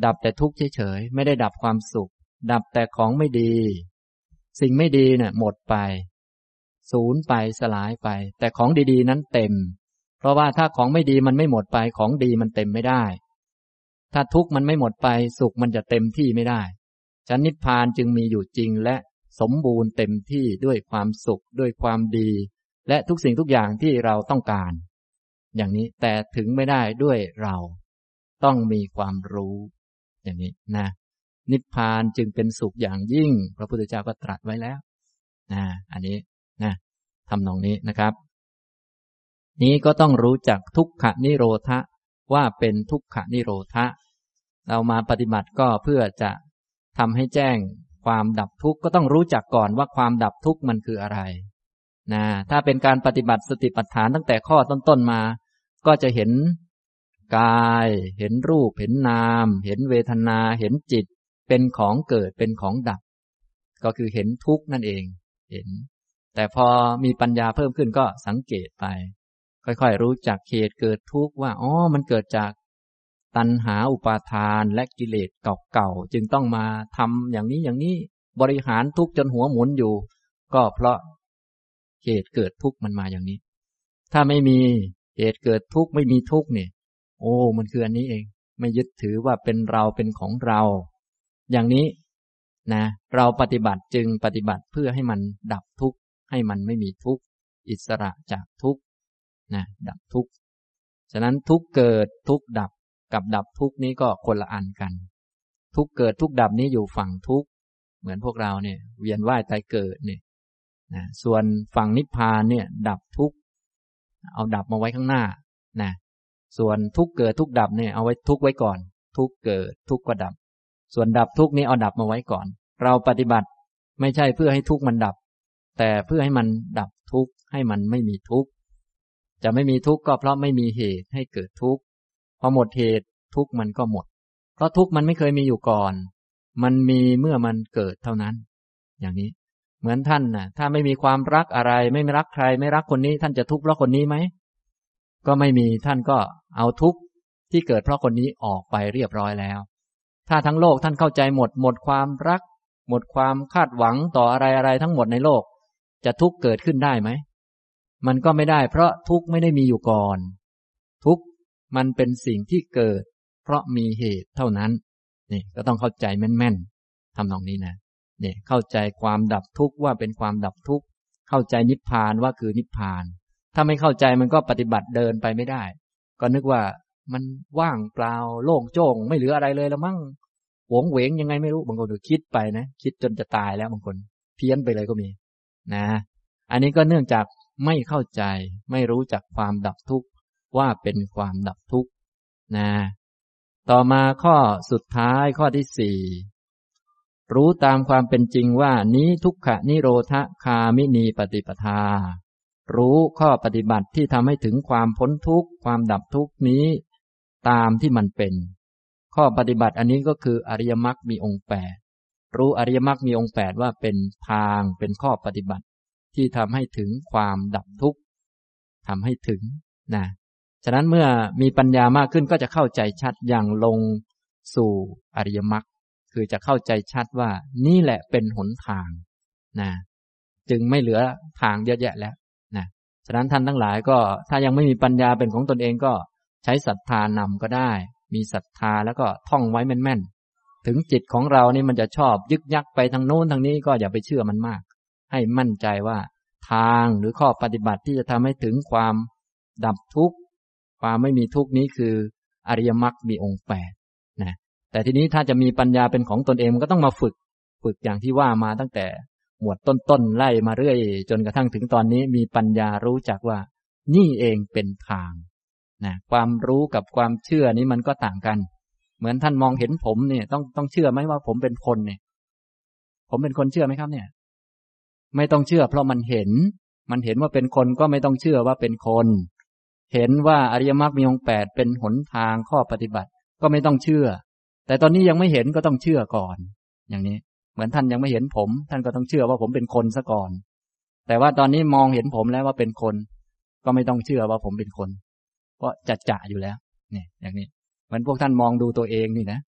ดับแต่ทุกข์เฉยๆไม่ได้ดับความสุขดับแต่ของไม่ดีสิ่งไม่ดีเนี่ยหมดไปสูญไปสลายไปแต่ของดีๆนั้นเต็มเพราะว่าถ้าของไม่ดีมันไม่หมดไปของดีมันเต็มไม่ได้ถ้าทุกข์มันไม่หมดไปสุขมันจะเต็มที่ไม่ได้ฉะนั้นนิพพานจึงมีอยู่จริงและสมบูรณ์เต็มที่ด้วยความสุขด้วยความดีและทุกสิ่งทุกอย่างที่เราต้องการอย่างนี้แต่ถึงไม่ได้ด้วยเราต้องมีความรู้อย่างนี้นะนิพพานจึงเป็นสุขอย่างยิ่งพระพุทธเจ้าก็ตรัสไว้แล้วอันนี้นะทำนองนี้นะครับนี้ก็ต้องรู้จักทุกขนิโรธะว่าเป็นทุกขนิโรธะเรามาปฏิบัติก็เพื่อจะทำให้แจ้งความดับทุกข์ก็ต้องรู้จักก่อนว่าความดับทุกข์มันคืออะไรนะถ้าเป็นการปฏิบัติสติปัฏฐานตั้งแต่ข้อต้นๆมาก็จะเห็นกายเห็นรูปเห็นนามเห็นเวทนาเห็นจิตเป็นของเกิดเป็นของดับก็คือเห็นทุกข์นั่นเองเห็นแต่พอมีปัญญาเพิ่มขึ้นก็สังเกตไปค่อยๆรู้จักเหตุเกิดทุกข์ว่าอ๋อมันเกิดจากตัณหาอุปาทานและกิเลสเก่าๆจึงต้องมาทำอย่างนี้อย่างนี้บริหารทุกข์จนหัวหมุนอยู่ก็เพราะเหตุเกิดทุกข์มันมาอย่างนี้ถ้าไม่มีเหตุเกิดทุกข์ไม่มีทุกข์เนี่ยโอ้มันคืออันนี้เองไม่ยึดถือว่าเป็นเราเป็นของเราอย่างนี้นะเราปฏิบัติจึงปฏิบัติเพื่อให้มันดับทุกข์ให้มันไม่มีทุกข์อิสระจากทุกข์นะดับทุกข์ฉะนั้นทุกข์เกิดทุกข์ดับกับดับทุกข์นี้ก็คนละอันกันทุกข์เกิดทุกข์ดับนี้อยู่ฝั่งทุกข์เหมือนพวกเราเนี่ยเวียนว่ายตายเกิดเนี่ยนะส่วนฝั่งนิพพานเนี่ยดับทุกข์เอาดับมาไว้ข้างหน้านะส่วนทุกข์เกิดทุกข์ดับเนี่ยเอาไว้ทุกข์ไว้ก่อนทุกข์เกิดทุกข์ก็ดับส่วนดับทุกข์นี้เอาดับมาไว้ก่อนเราปฏิบัติไม่ใช่เพื่อให้ทุกข์มันดับแต่เพื่อให้มันดับทุกข์ให้มันไม่มีทุกข์จะไม่มีทุกข์ก็เพราะไม่มีเหตุให้เกิดทุกข์พอหมดเหตุทุกข์มันก็หมดเพราะทุกข์มันไม่เคยมีอยู่ก่อนมันมีเมื่อมันเกิดเท่านั้นอย่างนี้เหมือนท่านน่ะถ้าไม่มีความรักอะไรไม่รักใครไม่รักคนนี้ท่านจะทุกข์เพราะคนนี้ไหมก็ไม่มีท่านก็เอาทุกข์ที่เกิดเพราะคนนี้ออกไปเรียบร้อยแล้วถ้าทั้งโลกท่านเข้าใจหมดความรักหมดความคาดหวังต่ออะไรทั้งหมดในโลกจะทุกข์เกิดขึ้นได้ไหมมันก็ไม่ได้เพราะทุกข์ไม่ได้มีอยู่ก่อนทุกข์มันเป็นสิ่งที่เกิดเพราะมีเหตุเท่านั้นนี่ก็ต้องเข้าใจแม่นๆทำนองนี้นะนี่เข้าใจความดับทุกข์ว่าเป็นความดับทุกข์เข้าใจนิพพานว่าคือนิพพานถ้าไม่เข้าใจมันก็ปฏิบัติเดินไปไม่ได้ก็นึกว่ามันว่างเปล่าโล่งโจ้งไม่เหลืออะไรเลยละมั้งหวงเหวงยังไงไม่รู้บางคนก็คิดไปนะคิดจนจะตายแล้วบางคนเพี้ยนไปเลยก็มีนะอันนี้ก็เนื่องจากไม่เข้าใจไม่รู้จักความดับทุกข์ว่าเป็นความดับทุกข์นะต่อมาข้อสุดท้ายข้อที่4รู้ตามความเป็นจริงว่านี้ทุกขนิโรธคามินีปฏิปทารู้ข้อปฏิบัติที่ทำให้ถึงความพ้นทุกข์ความดับทุกข์นี้ตามที่มันเป็นข้อปฏิบัติอันนี้ก็คืออริยมรรคมีองค์8รู้อริยมรรคมีองค์8ว่าเป็นทางเป็นข้อปฏิบัติที่ทำให้ถึงความดับทุกข์ทำให้ถึงนะฉะนั้นเมื่อมีปัญญามากขึ้นก็จะเข้าใจชัดอย่างลงสู่อริยมรรคคือจะเข้าใจชัดว่านี่แหละเป็นหนทางนะจึงไม่เหลือทางเยอะแยะแล้วนะฉะนั้นท่านทั้งหลายก็ถ้ายังไม่มีปัญญาเป็นของตนเองก็ใช้ศรัทธานำก็ได้มีศรัทธาแล้วก็ท่องไว้แม่นๆถึงจิตของเรานี่มันจะชอบยึกยักไปทางโน้นทางนี้ก็อย่าไปเชื่อมันมากให้มั่นใจว่าทางหรือข้อปฏิบัติที่จะทำให้ถึงความดับทุกข์ความไม่มีทุกข์นี้คืออริยมรรคมีองค์8นะแต่ทีนี้ถ้าจะมีปัญญาเป็นของตนเองมันก็ต้องมาฝึกอย่างที่ว่ามาตั้งแต่หมวดต้นๆไล่มาเรื่อยจนกระทั่งถึงตอนนี้มีปัญญารู้จักว่านี่เองเป็นทางนะความรู้กับความเชื่อนี้มันก็ต่างกันเหมือนท่านมองเห็นผมเนี่ยต้องเชื่อไหมว่าผมเป็นคนเนี่ยผมเป็นคนเชื่อไหมครับเนี่ยไม่ต้องเชื่อเพราะมันเห็นว่าเป็นคนก็ไม่ต้องเชื่อว่าเป็นคนเห็นว่าอริยมรรคมีองค์8เป็นหนทางข้อปฏิบัติก็ไม่ต้องเชื่อแต่ตอนนี้ยังไม่เห็นก็ต้องเชื่อก่อนอย่างนี้เหมือนท่านยังไม่เห็นผมท่านก็ต้องเชื่อว่าผมเป็นคนซะก่อนแต่ว่าตอนนี้มองเห็นผมแล้วว่าเป็นคนก็ไม่ต้องเชื่อว่าผมเป็นคนเพราะจัดจ่าอยู่แล้วเนี่ยอย่างนี้เหมือนพวกท่านมองดูตัวเองนี่นะ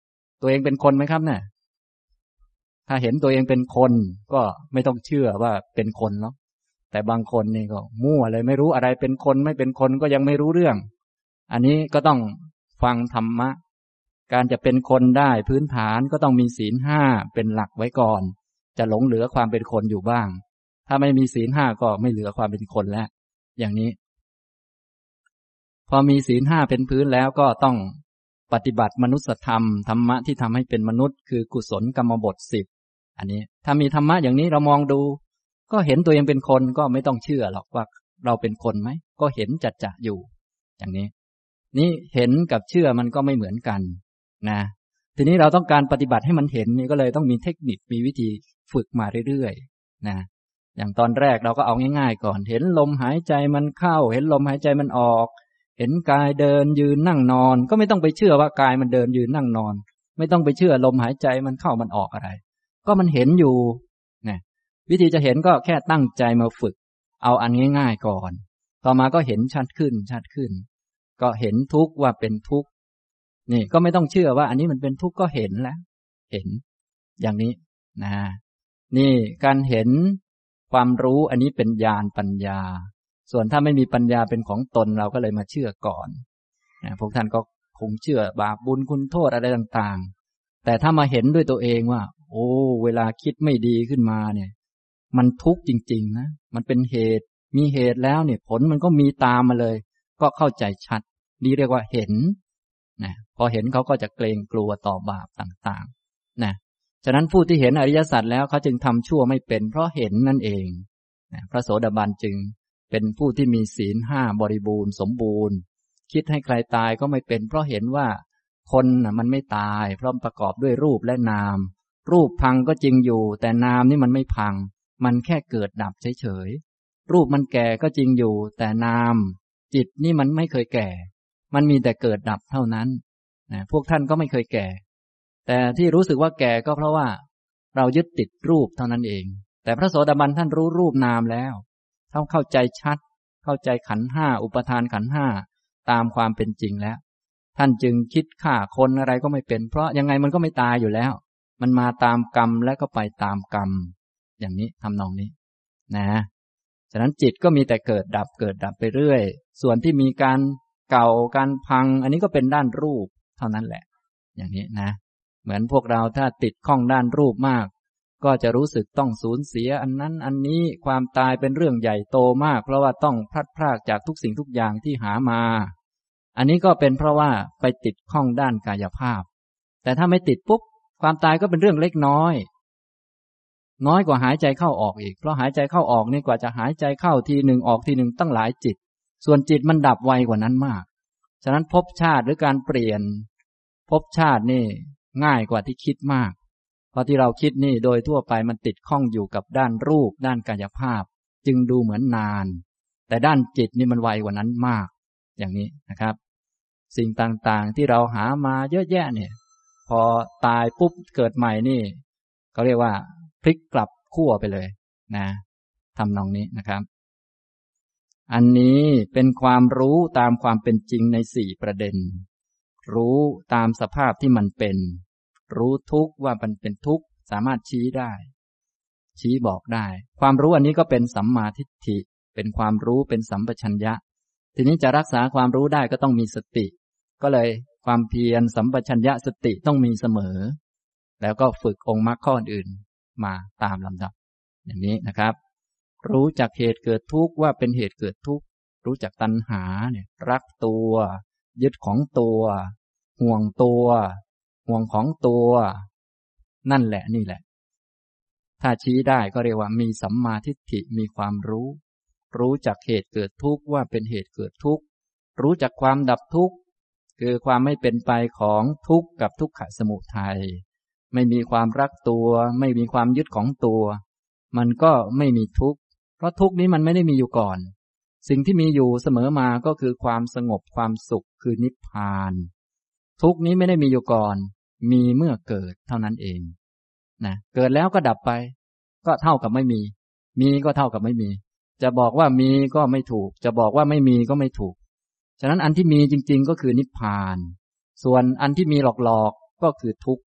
ตัวเองเป็นคนไหมครับเนี่ยถ้าเห็นตัวเองเป็นคนก็ไม่ต้องเชื่อว่าเป็นคนเนาะแต่บางคนนี่ก็มั่วเลยไม่รู้อะไรเป็นคนไม่เป็นคนก็ยังไม่รู้เรื่องอันนี้ก็ต้องฟังธรรมะการจะเป็นคนได้พื้นฐานก็ต้องมีศีลห้าเป็นหลักไว้ก่อนจะหลงเหลือความเป็นคนอยู่บ้างถ้าไม่มีศีลห้าก็ไม่เหลือความเป็นคนแล้วอย่างนี้พอมีศีลห้าเป็นพื้นแล้วก็ต้องปฏิบัติมนุสธรรมธรรมะที่ทำให้เป็นมนุษย์คือกุศลกรรมบท10อันนี้ถ้ามีธรรมะอย่างนี้เรามองดูก็เห็นตัวเองเป็นคนก็ไม่ต้องเชื่อหรอกว่าเราเป็นคนไหมก็เห็นจัดจะอยู่อย่างนี้นี่เห็นกับเชื่อมันก็ไม่เหมือนกันนะทีนี้เราต้องการปฏิบัติให้มันเห็นนี่ก็เลยต้องมีเทคนิคมีวิธีฝึกมาเรื่อยๆนะอย่างตอนแรกเราก็เอาง่ายๆก่อนเห็นลมหายใจมันเข้าเห็นลมหายใจมันออกเห็นกายเดินยืนนั่งนอนก็ไม่ต้องไปเชื่อว่ากายมันเดินยืนนั่งนอนไม่ต้องไปเชื่อลมหายใจมันเข้ามันออกอะไรก็มันเห็นอยู่นะวิธีจะเห็นก็แค่ตั้งใจมาฝึกเอาอันง่ายๆก่อนต่อมาก็เห็นชัดขึ้นชัดขึ้นก็เห็นทุกข์ว่าเป็นทุกข์นี่ก็ไม่ต้องเชื่อว่าอันนี้มันเป็นทุกข์ก็เห็นแล้วเห็นอย่างนี้นะนี่การเห็นความรู้อันนี้เป็นญาณปัญญาส่วนถ้าไม่มีปัญญาเป็นของตนเราก็เลยมาเชื่อก่อนพวกท่านก็คงเชื่อบาปบุญคุณโทษอะไรต่างๆแต่ถ้ามาเห็นด้วยตัวเองว่าโอ้เวลาคิดไม่ดีขึ้นมาเนี่ยมันทุกข์จริงๆนะมันเป็นเหตุมีเหตุแล้วเนี่ยผลมันก็มีตามมาเลยก็เข้าใจชัดนี่เรียกว่าเห็นนะพอเห็นเขาก็จะเกรงกลัวต่อบาปต่างๆนะฉะนั้นผู้ที่เห็นอริยสัจแล้วเขาจึงทำชั่วไม่เป็นเพราะเห็นนั่นเองนะพระโสดาบันจึงเป็นผู้ที่มีศีลห้าบริบูรณ์สมบูรณ์คิดให้ใครตายก็ไม่เป็นเพราะเห็นว่าคนมันไม่ตายเพราะประกอบด้วยรูปและนามรูปพังก็จริงอยู่แต่นามนี่มันไม่พังมันแค่เกิดดับเฉยๆรูปมันแก่ก็จริงอยู่แต่นามจิตนี่มันไม่เคยแก่มันมีแต่เกิดดับเท่านั้นนะพวกท่านก็ไม่เคยแก่แต่ที่รู้สึกว่าแก่ก็เพราะว่าเรายึดติดรูปเท่านั้นเองแต่พระโสดาบันท่านรู้รูปนามแล้วท่านเข้าใจชัดเข้าใจขันธ์ห้าอุปทานขันธ์ห้าตามความเป็นจริงแล้วท่านจึงคิดฆ่าคนอะไรก็ไม่เป็นเพราะยังไงมันก็ไม่ตายอยู่แล้วมันมาตามกรรมและก็ไปตามกรรมอย่างนี้ทำนองนี้นะฉะนั้นจิตก็มีแต่เกิดดับเกิดดับไปเรื่อยส่วนที่มีการเก่าการพังอันนี้ก็เป็นด้านรูปเท่านั้นแหละอย่างนี้นะเหมือนพวกเราถ้าติดข้องด้านรูปมากก็จะรู้สึกต้องสูญเสียอันนั้นอันนี้ความตายเป็นเรื่องใหญ่โตมากเพราะว่าต้องพลัดพรากจากทุกสิ่งทุกอย่างที่หามาอันนี้ก็เป็นเพราะว่าไปติดข้องด้านกายภาพแต่ถ้าไม่ติดปุ๊บความตายก็เป็นเรื่องเล็กน้อยน้อยกว่าหายใจเข้าออกอีกเพราะหายใจเข้าออกนี่กว่าจะหายใจเข้าทีหนึ่งออกทีหนึ่งตั้งหลายจิตส่วนจิตมันดับไวกว่านั้นมากฉะนั้นภพชาติหรือการเปลี่ยนภพชาตินี่ง่ายกว่าที่คิดมากเพราะที่เราคิดนี่โดยทั่วไปมันติดข้องอยู่กับด้านรูปด้านกายภาพจึงดูเหมือนนานแต่ด้านจิตนี่มันไวกว่านั้นมากอย่างนี้นะครับสิ่งต่างๆที่เราหามาเยอะแยะเนี่ยพอตายปุ๊บเกิดใหม่นี่เขาเรียกว่าพลิกกลับขั้วไปเลยนะทำนองนี้นะครับอันนี้เป็นความรู้ตามความเป็นจริงใน4ประเด็นรู้ตามสภาพที่มันเป็นรู้ทุกข์ว่ามันเป็นทุกข์สามารถชี้ได้ชี้บอกได้ความรู้อันนี้ก็เป็นสัมมาทิฏฐิเป็นความรู้เป็นสัมปชัญญะทีนี้จะรักษาความรู้ได้ก็ต้องมีสติก็เลยความเพียรสัมปชัญญะสติต้องมีเสมอแล้วก็ฝึกองค์มรรคข้ออื่นมาตามลำดับอย่างนี้นะครับรู้จักเหตุเกิดทุกข์ว่าเป็นเหตุเกิดทุกข์รู้จักตัณหาเนี่ยรักตัวยึดของตัวห่วงตัวห่วงของตัวนั่นแหละนี่แหละถ้าชี้ได้ก็เรียกว่ามีสัมมาทิฏฐิมีความรู้รู้จักเหตุเกิดทุกข์ว่าเป็นเหตุเกิดทุกข์รู้จักความดับทุกข์คือความไม่เป็นไปของทุกข์กับทุกขสมุทัยไม่มีความรักตัวไม่มีความยึดของตัวมันก็ไม่มีทุกข์เพราะทุกข์นี้มันไม่ได้มีอยู่ก่อนสิ่งที่มีอยู่เสมอมาก็คือความสงบความสุขคือนิพพานทุกข์นี้ไม่ได้มีอยู่ก่อนมีเมื่อเกิดเท่านั้นเองนะเกิดแล้วก็ดับไปก็เท่ากับไม่มีมีก็เท่ากับไม่มีจะบอกว่ามีก็ไม่ถูกจะบอกว่าไม่มีก็ไม่ถูกฉะนั้นอันที่มีจริงๆก็คือนิพพานส่วนอันที่มีหลอกๆก็คือทุกข์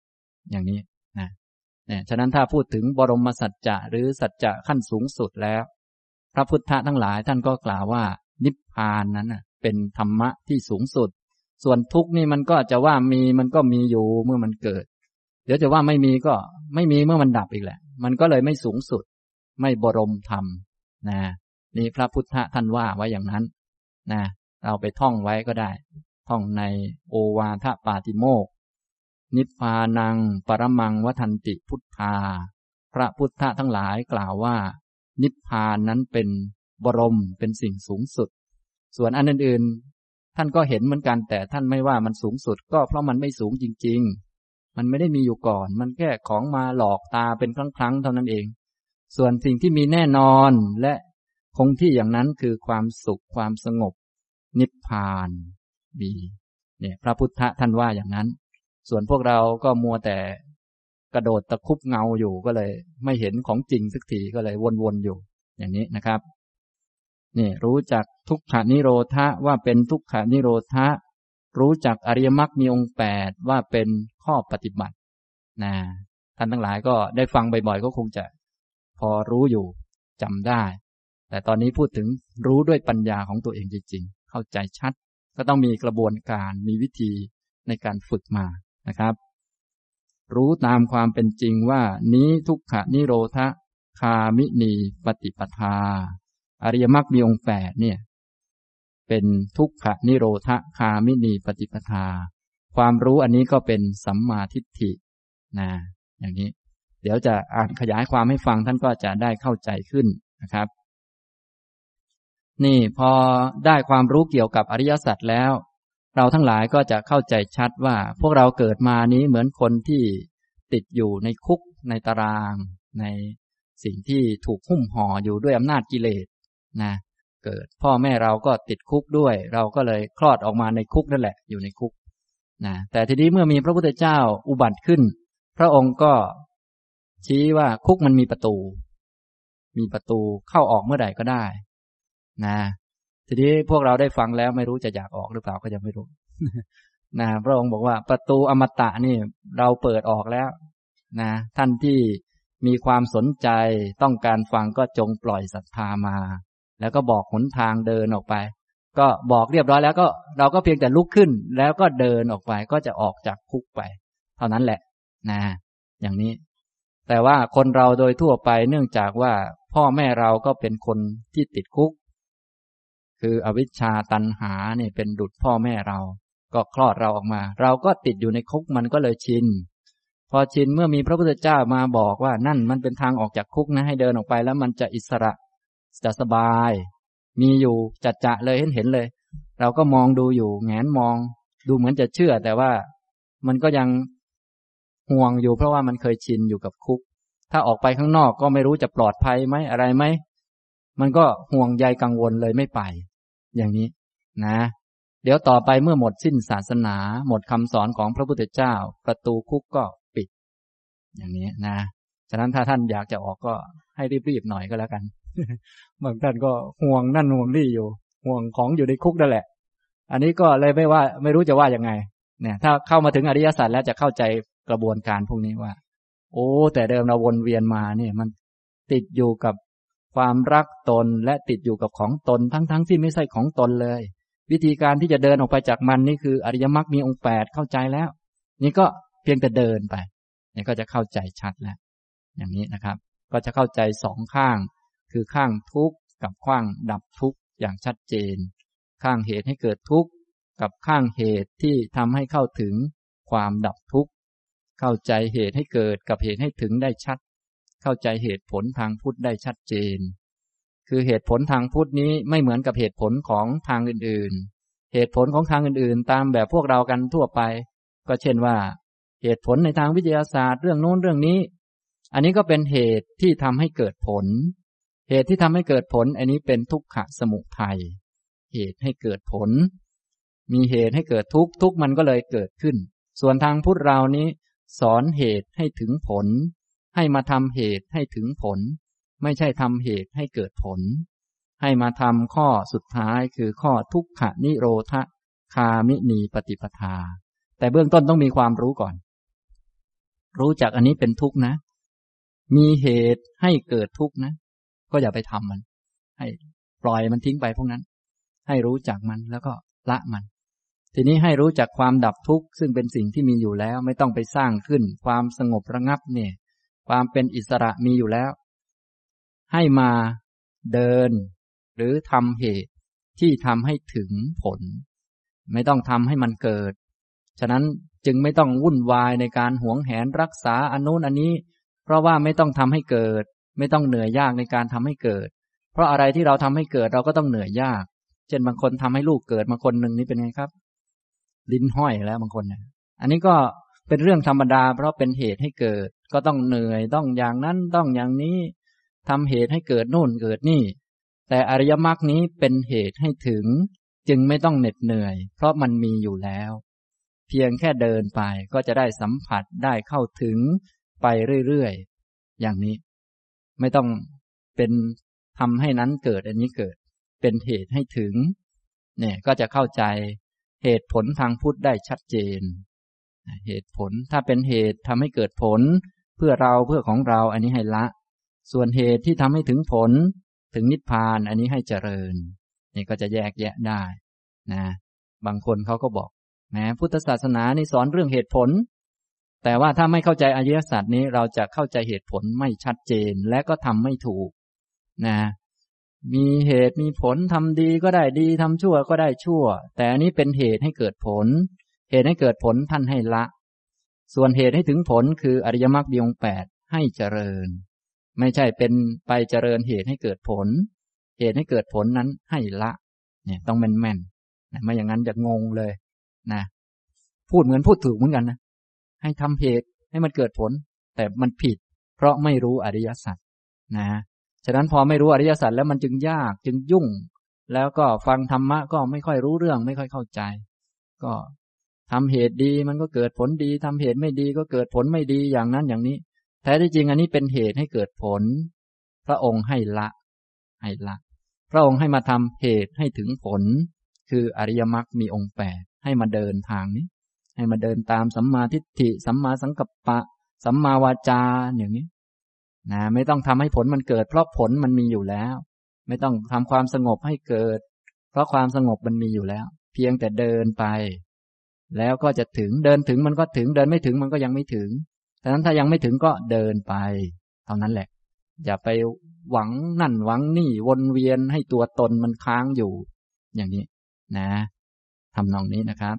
อย่างนี้นะเนี่ยฉะนั้นถ้าพูดถึงบรมสัจจะหรือสัจจะขั้นสูงสุดแล้วพระพุทธทั้งหลายท่านก็กล่าวว่านิพพานนั้นเป็นธรรมะที่สูงสุดส่วนทุกข์นี่มันก็จะว่ามีมันก็มีอยู่เมื่อมันเกิดเดี๋ยวจะว่าไม่มีก็ไม่มีเมื่อมันดับอีกแหละมันก็เลยไม่สูงสุดไม่บรมธรรมนะนี่พระพุทธท่านว่าไว้อย่างนั้นนะเราไปท่องไว้ก็ได้ท่องในโอวาทปาติโมกข์นิพพานังปรมังวทันติพุทธาพระพุทธทั้งหลายกล่าวว่านิพพานนั้นเป็นบรมเป็นสิ่งสูงสุดส่วนอันอื่นๆท่านก็เห็นเหมือนกันแต่ท่านไม่ว่ามันสูงสุดก็เพราะมันไม่สูงจริงๆมันไม่ได้มีอยู่ก่อนมันแค่ของมาหลอกตาเป็นครั้งๆเท่านั้นเองส่วนสิ่งที่มีแน่นอนและคงที่อย่างนั้นคือความสุขความสงบนิพพานมีเนี่ยพระพุทธท่านว่าอย่างนั้นส่วนพวกเราก็มัวแต่กระโดดตะคุบเงาอยู่ก็เลยไม่เห็นของจริงสักทีก็เลยวนๆอยู่อย่างนี้นะครับนี่รู้จักทุกขนิโรธะว่าเป็นทุกขนิโรธะรู้จักอริยมรรคมีองค์8ว่าเป็นข้อปฏิบัตินะท่านทั้งหลายก็ได้ฟังบ่อยๆก็คงจะพอรู้อยู่จำได้แต่ตอนนี้พูดถึงรู้ด้วยปัญญาของตัวเองจริงๆเข้าใจชัดก็ต้องมีกระบวนการมีวิธีในการฝึกมานะครับรู้ตามความเป็นจริงว่านี้ทุกขนิโรธคามินีปฏิปทาอริยมรรคมีองค์8เนี่ยเป็นทุกขนิโรธคามินีปฏิปทาความรู้อันนี้ก็เป็นสัมมาทิฏฐินะอย่างนี้เดี๋ยวจะอ่านขยายความให้ฟังท่านก็จะได้เข้าใจขึ้นนะครับนี่พอได้ความรู้เกี่ยวกับอริยสัจแล้วเราทั้งหลายก็จะเข้าใจชัดว่าพวกเราเกิดมานี้เหมือนคนที่ติดอยู่ในคุกในตารางในสิ่งที่ถูกหุ้มห่ออยู่ด้วยอำนาจกิเลสนะเกิดพ่อแม่เราก็ติดคุกด้วยเราก็เลยคลอดออกมาในคุกนั่นแหละอยู่ในคุกนะแต่ทีนี้เมื่อมีพระพุทธเจ้าอุบัติขึ้นพระองค์ก็ชี้ว่าคุกมันมีประตูเข้าออกเมื่อใดก็ได้นะทีนี้พวกเราได้ฟังแล้วไม่รู้จะอยากออกหรือเปล่าก็ยังไม่รู้ นะพระองค์บอกว่าประตูอมตะนี่เราเปิดออกแล้วนะท่านที่มีความสนใจต้องการฟังก็จงปล่อยศรัทธามาแล้วก็บอกหนทางเดินออกไปก็บอกเรียบร้อยแล้วก็เราก็เพียงแต่ลุกขึ้นแล้วก็เดินออกไปก็จะออกจากคุกไปเท่านั้นแหละนะอย่างนี้แต่ว่าคนเราโดยทั่วไปเนื่องจากว่าพ่อแม่เราก็เป็นคนที่ติดคุกคืออวิชชาตัณหาเนี่ยเป็นดุจพ่อแม่เราก็คลอดเราออกมาเราก็ติดอยู่ในคุกมันก็เลยชินพอชินเมื่อมีพระพุทธเจ้ามาบอกว่านั่นมันเป็นทางออกจากคุกนะให้เดินออกไปแล้วมันจะอิสระจะสบายมีอยู่จัดๆเลยเห็นเลยเราก็มองดูอยู่แงนมองดูเหมือนจะเชื่อแต่ว่ามันก็ยังห่วงอยู่เพราะว่ามันเคยชินอยู่กับคุกถ้าออกไปข้างนอกก็ไม่รู้จะปลอดภัยไหมอะไรไหมมันก็ห่วงใยกังวลเลยไม่ไปอย่างนี้นะเดี๋ยวต่อไปเมื่อหมดสิ้นศาสนาหมดคำสอนของพระพุทธเจ้าประตูคุกก็ปิดอย่างนี้นะฉะนั้นถ้าท่านอยากจะออกก็ให้รีบๆหน่อยก็แล้วกัน บางท่านก็ห่วงนั่นห่วงนี่อยู่ห่วงของอยู่ในคุกนั่นแหละอันนี้ก็เลยไม่รู้จะว่ายังไงเนี่ยถ้าเข้ามาถึงอริยสัจแล้วจะเข้าใจกระบวนการพวกนี้ว่าโอ้แต่เดิมเราวนเวียนมาเนี่ยมันติดอยู่กับความรักตนและติดอยู่กับของตนทั้งที่ไม่ใช่ของตนเลยวิธีการที่จะเดินออกไปจากมันนี่คืออริยมรรคมีองค์8เข้าใจแล้วนี่ก็เพียงแต่เดินไปนี่ก็จะเข้าใจชัดแล้วอย่างนี้นะครับก็จะเข้าใจ2ข้างคือข้างทุกข์กับข้างดับทุกข์อย่างชัดเจนข้างเหตุให้เกิดทุกข์กับข้างเหตุที่ทำให้เข้าถึงความดับทุกข์เข้าใจเหตุให้เกิดกับเหตุให้ถึงได้ชัดเข้าใจเหตุผลทางพุทธได้ชัดเจนคือเหตุผลทางพุทธนี้ไม่เหมือนกับเหตุผลของทางอื่นๆเหตุผลของทางอื่นๆตามแบบพวกเรากันทั่วไปก็เช่นว่าเหตุผลในทางวิทยาศาสตร์เรื่องโน้นเรื่องนี้อันนี้ก็เป็นเหตุที่ทำให้เกิดผลเหตุที่ทำให้เกิดผลอันนี้เป็นทุกขสมุทัยเหตุให้เกิดผลมีเหตุให้เกิดทุกข์ทุกข์มันก็เลยเกิดขึ้นส่วนทางพุทธเรานี้สอนเหตุให้ถึงผลให้มาทำเหตุให้ถึงผลไม่ใช่ทำเหตุให้เกิดผลให้มาทำข้อสุดท้ายคือข้อทุกขนิโรธคามินีปฏิปทาแต่เบื้องต้นต้องมีความรู้ก่อนรู้จักอันนี้เป็นทุกข์นะมีเหตุให้เกิดทุกข์นะก็อย่าไปทำมันให้ปล่อยมันทิ้งไปพวกนั้นให้รู้จักมันแล้วก็ละมันทีนี้ให้รู้จักความดับทุกข์ซึ่งเป็นสิ่งที่มีอยู่แล้วไม่ต้องไปสร้างขึ้นความสงบระงับเนี่ยความเป็นอิสระมีอยู่แล้วให้มาเดินหรือทำเหตุที่ทำให้ถึงผลไม่ต้องทำให้มันเกิดฉะนั้นจึงไม่ต้องวุ่นวายในการหวงแหนรักษาอันนู้นอันนี้เพราะว่าไม่ต้องทำให้เกิดไม่ต้องเหนื่อยยากในการทำให้เกิดเพราะอะไรที่เราทำให้เกิดเราก็ต้องเหนื่อยยากเช่นบางคนทำให้ลูกเกิดมาคนหนึ่งนี่เป็นไงครับลิ้นห้อยแล้วบางคนเนี่ยอันนี้ก็เป็นเรื่องธรรมดาเพราะเป็นเหตุให้เกิดก็ต้องเหนื่อยต้องอย่างนั้นต้องอย่างนี้ทำเหตุให้เกิดนู่นเกิดนี่แต่อริยมรรคนี้เป็นเหตุให้ถึงจึงไม่ต้องเหน็ดเหนื่อยเพราะมันมีอยู่แล้วเพียงแค่เดินไปก็จะได้สัมผัสได้เข้าถึงไปเรื่อยๆอย่างนี้ไม่ต้องเป็นทำให้นั้นเกิดอันนี้เกิดเป็นเหตุให้ถึงเนี่ยก็จะเข้าใจเหตุผลทางพุทธได้ชัดเจนเหตุผลถ้าเป็นเหตุทำให้เกิดผลเพื่อเราเพื่อของเราอันนี้ให้ละส่วนเหตุที่ทำให้ถึงผลถึงนิพพานอันนี้ให้เจริญนี่ก็จะแยกแยะได้นะบางคนเขาก็บอกแม้พุทธศาสนานี่สอนเรื่องเหตุผลแต่ว่าถ้าไม่เข้าใจอริยสัจนี้เราจะเข้าใจเหตุผลไม่ชัดเจนและก็ทำไม่ถูกนะมีเหตุมีผลทำดีก็ได้ดีทำชั่วก็ได้ชั่วแต่อันนี้เป็นเหตุให้เกิดผลเหตุให้เกิดผลท่านให้ละส่วนเหตุให้ถึงผลคืออริยมรรคมีองค์8ให้เจริญไม่ใช่เป็นไปเจริญเหตุให้เกิดผลเหตุให้เกิดผลนั้นให้ละเนี่ยต้องแม่นๆนะไม่อย่างนั้นจะงงเลยนะพูดเหมือนพูดถูกเหมือนกันนะให้ทำเหตุให้มันเกิดผลแต่มันผิดเพราะไม่รู้อริยสัจนะฉะนั้นพอไม่รู้อริยสัจแล้วมันจึงยากจึงยุ่งแล้วก็ฟังธรรมะก็ไม่ค่อยรู้เรื่องไม่ค่อยเข้าใจก็ทำเหตุดีมันก็เกิดผลดีทำเหตุไม่ดีก็เกิดผลไม่ดีอย่างนั้นอย่างนี้แท้ที่จริงอันนี้เป็นเหตุให้เกิดผลพระองค์ให้ละพระองค์ให้มาทำเหตุให้ถึงผลคืออริยมรรคมีองค์8ให้มาเดินทางนี้ให้มาเดินตามสัมมาทิฏฐิสัมมาสังกัปปะสัมมาวาจาอย่างนี้นะไม่ต้องทำให้ผลมันเกิดเพราะผลมันมีอยู่แล้วไม่ต้องทำความสงบให้เกิดเพราะความสงบมันมีอยู่แล้วเพียงแต่เดินไปแล้วก็จะถึงเดินถึงมันก็ถึงเดินไม่ถึงมันก็ยังไม่ถึงฉะนั้นถ้ายังไม่ถึงก็เดินไปเท่านั้นแหละอย่าไปหวังนั่นหวังนี่วนเวียนให้ตัวตนมันค้างอยู่อย่างนี้นะทำนองนี้นะครับ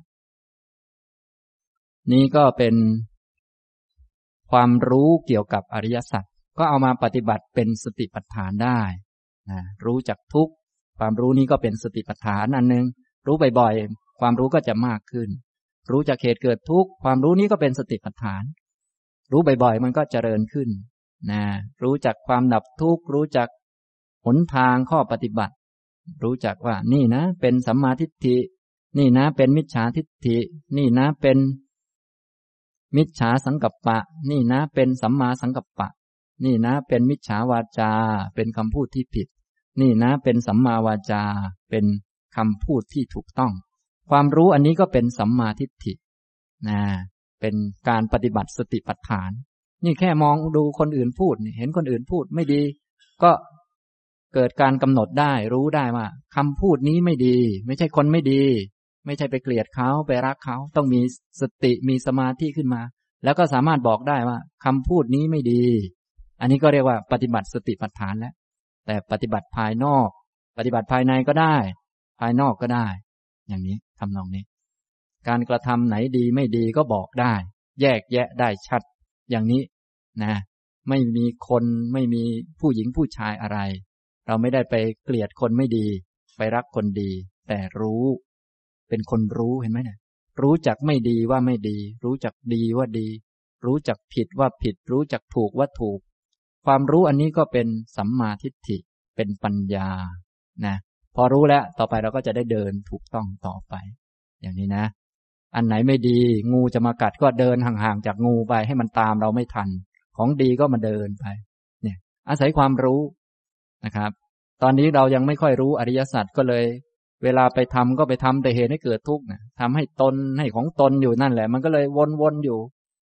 นี่ก็เป็นความรู้เกี่ยวกับอริยสัจก็เอามาปฏิบัติเป็นสติปัฏฐานได้นะรู้จักทุกข์ความรู้นี้ก็เป็นสติปัฏฐานอันนึงรู้บ่อยๆความรู้ก็จะมากขึ้นรู้จักเหตุเกิดทุกข์ความรู้นี้ก็เป็นสติปัฏฐานรู้บ่อยๆมันก็เจริญขึ้นนะรู้จักความดับทุกข์รู้จักหนทางข้อปฏิบัติรู้จักว่านี่นะเป็นสัมมาทิฏฐินี่นะเป็นมิจฉาทิฏฐินี่นะเป็นมิจฉาสังกัปปะนี่นะเป็นสัมมาสังกัปปะนี่นะเป็นมิจฉาวาจาเป็นคำพูดที่ผิดนี่นะเป็นสัมมาวาจาเป็นคำพูดที่ถูกต้องความรู้อันนี้ก็เป็นสัมมาทิฏฐินะเป็นการปฏิบัติสติปัฏฐานนี่แค่มองดูคนอื่นพูดเห็นคนอื่นพูดไม่ดีก็เกิดการกำหนดได้รู้ได้ว่าคำพูดนี้ไม่ดีไม่ใช่คนไม่ดีไม่ใช่ไปเกลียดเขาไปรักเขาต้องมีสติมีสมาธิขึ้นมาแล้วก็สามารถบอกได้ว่าคำพูดนี้ไม่ดีอันนี้ก็เรียกว่าปฏิบัติสติปัฏฐานแล้วแต่ปฏิบัติภายนอกปฏิบัติภายในก็ได้ภายนอกก็ได้อย่างนี้ทำนองนี้การกระทำไหนดีไม่ดีก็บอกได้แยกแยะได้ชัดอย่างนี้นะไม่มีคนไม่มีผู้หญิงผู้ชายอะไรเราไม่ได้ไปเกลียดคนไม่ดีไปรักคนดีแต่รู้เป็นคนรู้เห็นไหมเนี่ยรู้จักไม่ดีว่าไม่ดีรู้จักดีว่าดีรู้จักผิดว่าผิดรู้จักถูกว่าถูกความรู้อันนี้ก็เป็นสัมมาทิฏฐิเป็นปัญญานะพอรู้แล้วต่อไปเราก็จะได้เดินถูกต้องต่อไปอย่างนี้นะอันไหนไม่ดีงูจะมากัดก็เดินห่างๆจากงูไปให้มันตามเราไม่ทันของดีก็มาเดินไปเนี่ยอาศัยความรู้นะครับตอนนี้เรายังไม่ค่อยรู้อริยสัจก็เลยเวลาไปทำก็ไปทำแต่เหตุให้เกิดทุกข์นะทำให้ตนให้ของตนอยู่นั่นแหละมันก็เลยวนๆอยู่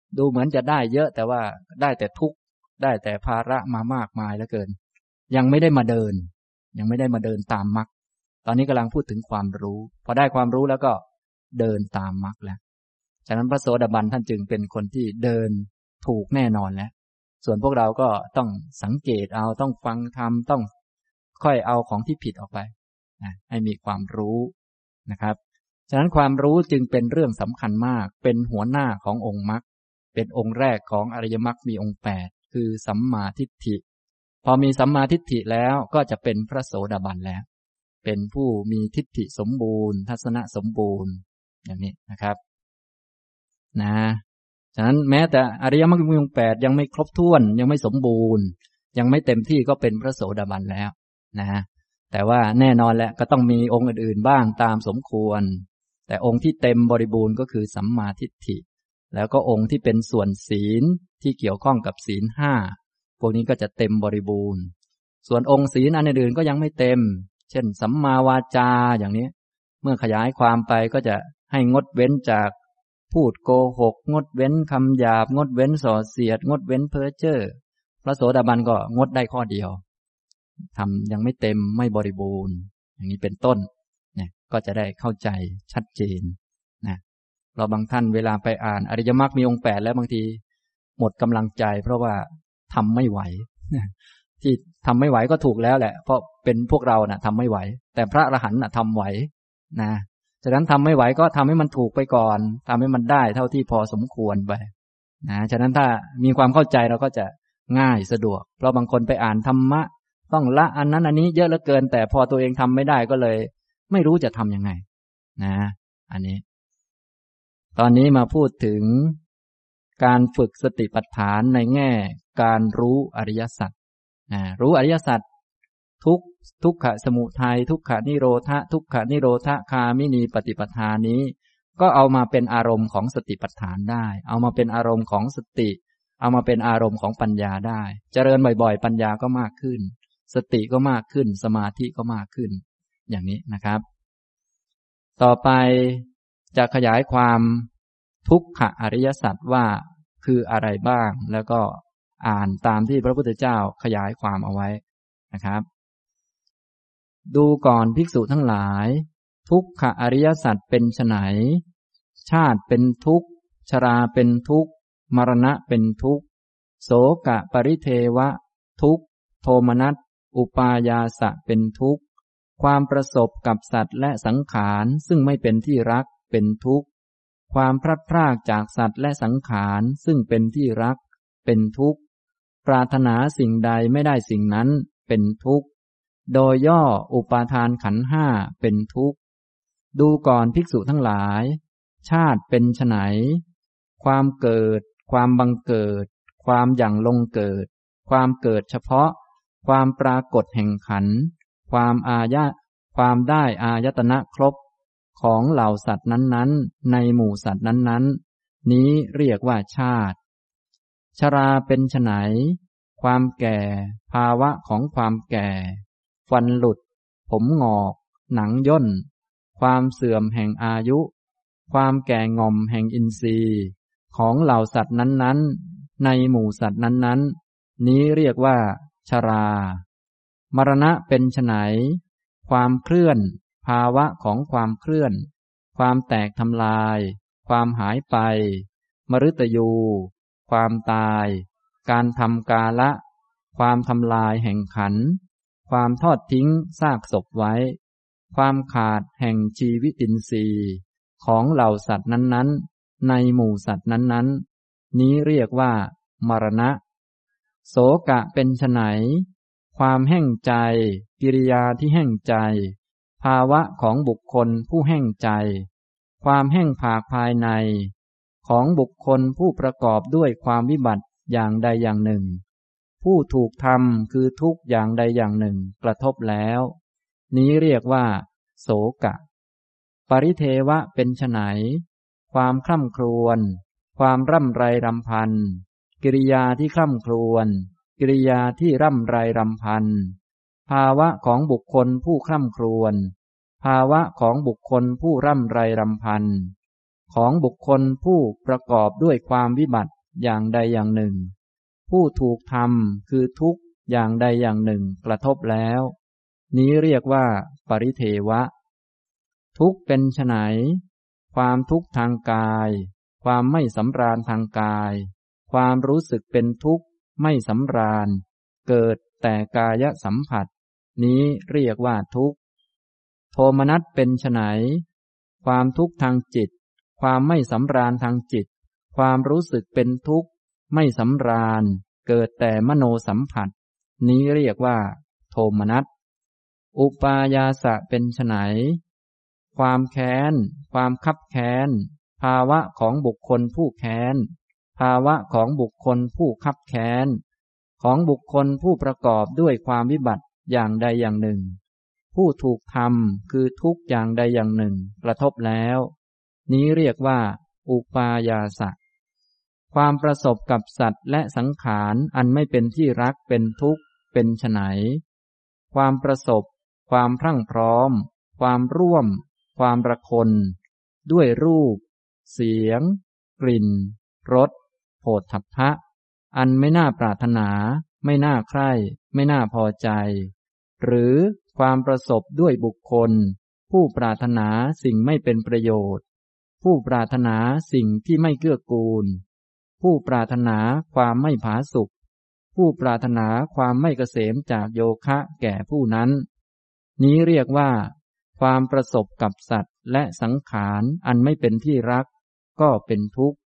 ดูเหมือนจะได้เยอะแต่ว่าได้แต่ทุกข์ได้แต่ภาระมามากมายเหลือเกินยังไม่ได้มาเดินตามมรรคตอนนี้กำลังพูดถึงความรู้พอได้ความรู้แล้วก็เดินตามมรรคแล้วฉะนั้นพระโสดาบันท่านจึงเป็นคนที่เดินถูกแน่นอนแล้วส่วนพวกเราก็ต้องสังเกตเอาต้องฟังธรรมต้องค่อยเอาของที่ผิดออกไปให้มีความรู้นะครับฉะนั้นความรู้จึงเป็นเรื่องสำคัญมากเป็นหัวหน้าขององค์มรรคเป็นองค์แรกของอริยมรรคมีองค์8คือสัมมาทิฏฐิพอมีสัมมาทิฏฐิแล้วก็จะเป็นพระโสดาบันแล้วเป็นผู้มีทิฏฐิสมบูรณ์ทัศนะสมบูรณ์อย่างนี้นะครับฉะนั้นแม้แต่อริยมรรคมีองค์8ยังไม่ครบถ้วนยังไม่สมบูรณ์ยังไม่เต็มที่ก็เป็นพระโสดาบันแล้วแต่ว่าแน่นอนแหละก็ต้องมีองค์อื่นๆบ้างตามสมควรแต่องค์ที่เต็มบริบูรณ์ก็คือสัมมาทิฏฐิแล้วก็องค์ที่เป็นส่วนศีลที่เกี่ยวข้องกับศีล5พวกนี้ก็จะเต็มบริบูรณ์ส่วนองค์ศีลอันอื่นๆก็ยังไม่เต็มเช่นสัมมาวาจาอย่างนี้เมื่อขยายความไปก็จะให้งดเว้นจากพูดโกหกงดเว้นคำหยาบงดเว้นส่อเสียดงดเว้นเพ้อเจ้อพระโสดาบันก็งดได้ข้อเดียวทำยังไม่เต็มไม่บริบูรณ์อย่างนี้เป็นต้นเนี่ยก็จะได้เข้าใจชัดเจนเราบางท่านเวลาไปอ่านอริยมรรคมีองค์8แล้วบางทีหมดกำลังใจเพราะว่าทำไม่ไหวที่ทำไม่ไหวก็ถูกแล้วแหละเพราะเป็นพวกเราทำไม่ไหวแต่พระอรหันต์ทำไหวฉะนั้นทำไม่ไหวก็ทำให้มันถูกไปก่อนทำให้มันได้เท่าที่พอสมควรไปฉะนั้นถ้ามีความเข้าใจเราก็จะง่ายสะดวกเพราะบางคนไปอ่านธรรมะต้องละอันนั้นอันนี้เยอะเหลือเกินแต่พอตัวเองทำไม่ได้ก็เลยไม่รู้จะทำยังไงอันนี้ตอนนี้มาพูดถึงการฝึกสติปัฏฐานในแง่การรู้อริยสัจรู้อริยสัจทุกขสมุทัยทุกขนิโรธทุกขนิโรธคามินีปฏิปทานี้ก็เอามาเป็นอารมณ์ของสติปัฏฐานได้เอามาเป็นอารมณ์ของสติเอามาเป็นอารมณ์ของปัญญาได้เจริญบ่อยๆปัญญาก็มากขึ้นสติก็มากขึ้นสมาธิก็มากขึ้นอย่างนี้นะครับต่อไปจะขยายความทุกขอริยสัจว่าคืออะไรบ้างแล้วก็อ่านตามที่พระพุทธเจ้าขยายความเอาไว้นะครับดูก่อนภิกษุทั้งหลายทุกขอริยสัจเป็นไฉนชาติเป็นทุกข์ชราเป็นทุกข์มรณะเป็นทุกข์โสกะปริเทวะทุกข์โทมนัสอุปายาสะเป็นทุกข์ความประสบกับสัตว์และสังขารซึ่งไม่เป็นที่รักเป็นทุกข์ความพลัดพรากจากสัตว์และสังขารซึ่งเป็นที่รักเป็นทุกข์ปรารถนาสิ่งใดไม่ได้สิ่งนั้นเป็นทุกข์โดยย่ออุปาทานขันธ์5เป็นทุกข์ดูก่อนภิกษุทั้งหลายชาติเป็นไฉนความเกิดความบังเกิดความหยั่งลงเกิดความเกิดเฉพาะความปรากฏแห่งขันธ์ความได้อายตนะครบของเหล่าสัตว์นั้นๆในหมู่สัตว์นั้นๆนี้เรียกว่าชาติชราเป็นไฉนความแก่ภาวะของความแก่ฟันหลุดผมงอกหนังย่นความเสื่อมแห่งอายุความแก่งอมแห่งอินทรีย์ของเหล่าสัตว์นั้นๆในหมู่สัตว์นั้นๆนี้เรียกว่าชรามรณะเป็นไฉนความเคลื่อนภาวะของความเคลื่อนความแตกทำลายความหายไปมฤตยูความตายการทำกาละความทำลายแห่งขันธ์ความทอดทิ้งซากศพไว้ความขาดแห่งชีวิตินทรีย์ของเหล่าสัตว์นั้นๆในหมู่สัตว์นั้นๆนี้เรียกว่ามรณะโสกะเป็นไฉนความแห้งใจกิริยาที่แห้งใจภาวะของบุคคลผู้แห้งใจความแห้งผากภายในของบุคคลผู้ประกอบด้วยความวิบัติอย่างใดอย่างหนึ่งผู้ถูกทำคือทุกข์อย่างใดอย่างหนึ่งกระทบแล้วนี้เรียกว่าโสกะปริเทวะเป็นไฉนความคร่ำครวญความร่ำไรรำพันกิริยาที่คร่ำครวญกิริยาที่ร่ำไรรำพันภาวะของบุคคลผู้คร่ำครวญภาวะของบุคคลผู้ร่ำไรรำพันของบุคคลผู้ประกอบด้วยความวิบัติอย่างใดอย่างหนึ่งผู้ถูกทำคือทุกข์อย่างใดอย่างหนึ่งกระทบแล้วนี้เรียกว่าปริเทวะทุกข์เป็นไฉนความทุกข์ทางกายความไม่สำราญทางกายความรู้สึกเป็นทุกข์ไม่สำราญเกิดแต่กายสัมผัสนี้เรียกว่าทุกข์โทมนัสเป็นไฉนความทุกข์ทางจิตความไม่สำราญทางจิตความรู้สึกเป็นทุกข์ไม่สำราญเกิดแต่มโนสัมผัสนี้เรียกว่าโทมนัสอุปายาสะเป็นไฉนความแค้นความคับแค้นภาวะของบุคคลผู้แค้นภาวะของบุคคลผู้คับแค้นของบุคคลผู้ประกอบด้วยความวิบัติอย่างใดอย่างหนึ่งผู้ถูกทำคือทุกข์อย่างใดอย่างหนึ่งกระทบแล้วนี้เรียกว่าอุปายาสะความประสบกับสัตว์และสังขารอันไม่เป็นที่รักเป็นทุกข์เป็นไฉนความประสบความพรั่งพร้อมความร่วมความระคนด้วยรูปเสียงกลิ่นรสโผฏฐัพพะอันไม่น่าปรารถนาไม่น่าใคร่ไม่น่าพอใจหรือความประสบด้วยบุคคลผู้ปรารถนาสิ่งไม่เป็นประโยชน์ผู้ปรารถนาสิ่งที่ไม่เกื้อกูลผู้ปรารถนาความไม่ผาสุกผู้ปรารถนาความไม่เกษมจากโยคะแก่ผู้นั้นนี้เรียกว่าความประสบกับสัตว์และสังขารอันไม่เป็นที่รักก็เป็นทุกข์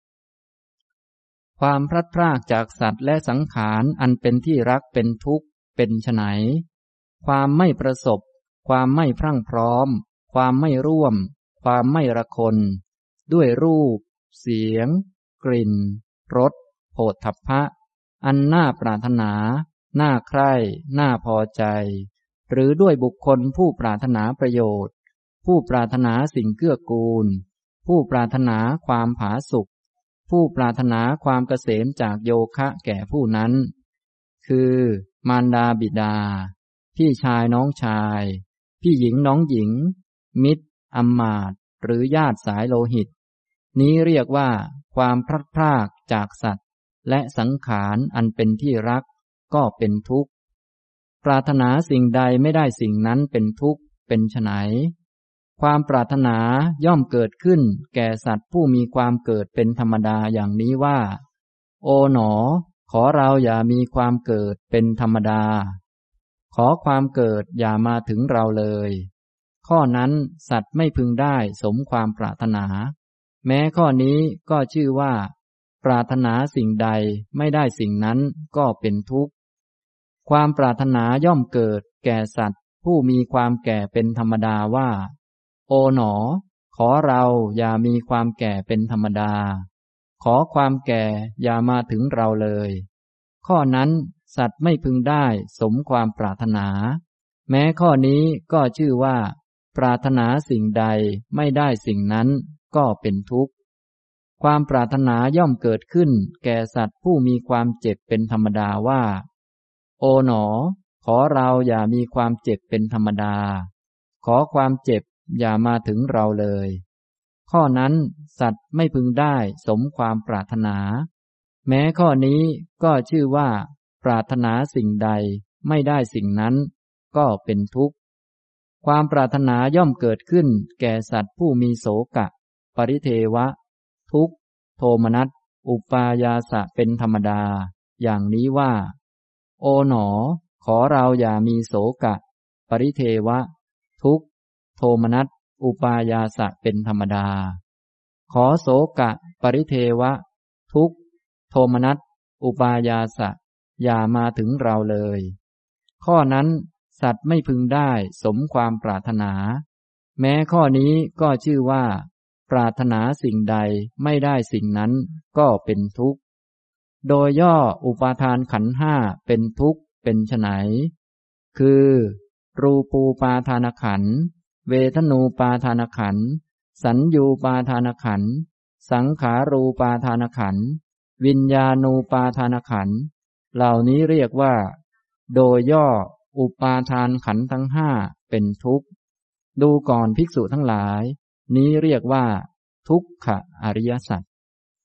ความพลัดพรากจากสัตว์และสังขารอันเป็นที่รักเป็นทุกข์เป็นไฉนความไม่ประสบความไม่พรั่งพร้อมความไม่ร่วมความไม่ระคนด้วยรูปเสียงกลิ่นรสโผฏฐัพพะอันน่าปรารถนาน่าใคร่น่าพอใจหรือด้วยบุคคลผู้ปรารถนาประโยชน์ผู้ปรารถนาสิ่งเกื้อกูลผู้ปรารถนาความผาสุกผู้ปรารถนาความเกษมจากโยคะแก่ผู้นั้นคือมารดาบิดาพี่ชายน้องชายพี่หญิงน้องหญิงมิตรอำมาตย์หรือญาติสายโลหิตนี้เรียกว่าความพลัดพรากจากสัตว์และสังขารอันเป็นที่รักก็เป็นทุกข์ปรารถนาสิ่งใดไม่ได้สิ่งนั้นเป็นทุกข์เป็นไฉนความปรารถนาย่อมเกิดขึ้นแก่สัตว์ผู้มีความเกิดเป็นธรรมดาอย่างนี้ว่าโอ๋หนอขอเราอย่ามีความเกิดเป็นธรรมดาขอความเกิดอย่ามาถึงเราเลยข้อนั้นสัตว์ไม่พึงได้สมความปรารถนาแม้ข้อนี้ก็ชื่อว่าปรารถนาสิ่งใดไม่ได้สิ่งนั้นก็เป็นทุกข์ความปรารถนาย่อมเกิดแก่สัตว์ผู้มีความแก่เป็นธรรมดาว่าโอ๋หนอขอเราอย่ามีความแก่เป็นธรรมดาขอความแก่อย่ามาถึงเราเลยข้อนั้นสัตว์ไม่พึงได้สมความปรารถนาแม้ข้อนี้ก็ชื่อว่าปรารถนาสิ่งใดไม่ได้สิ่งนั้นก็เป็นทุกข์ความปรารถนาย่อมเกิดขึ้นแก่สัตว์ผู้มีความเจ็บเป็นธรรมดาว่าโอ๋หนอขอเราอย่ามีความเจ็บเป็นธรรมดาขอความเจ็บอย่ามาถึงเราเลยข้อนั้นสัตว์ไม่พึงได้สมความปรารถนาแม้ข้อนี้ก็ชื่อว่าปรารถนาสิ่งใดไม่ได้สิ่งนั้นก็เป็นทุกข์ความปรารถนาย่อมเกิดขึ้นแก่สัตว์ผู้มีโศกะปริเทวะทุกข์โทมนัสอุปายาสะเป็นธรรมดาอย่างนี้ว่าโอ๋หนอขอเราอย่ามีโศกะปริเทวะทุกข์โทมนัสอุปายาสะเป็นธรรมดาขอโศกะปริเทวะทุกข์โทมนัสอุปายาสะอย่ามาถึงเราเลยข้อนั้นสัตว์ไม่พึงได้สมความปรารถนาแม้ข้อนี้ก็ชื่อว่าปรารถนาสิ่งใดไม่ได้สิ่งนั้นก็เป็นทุกข์โดยย่ออุปาทานขันธ์ห้าเป็นทุกข์เป็นไฉนคือรูปูปาทานขันธ์เวทนูปาทานขันธ์สัญญูปาทานขันธ์สังขารูปาทานขันธ์วิญญาณูปาทานขันธ์เหล่านี้เรียกว่าโดยย่ออุปาทานขันธ์ทั้งห้าเป็นทุกข์ดูก่อนภิกษุทั้งหลายนี้เรียกว่าทุกขอริยสัจ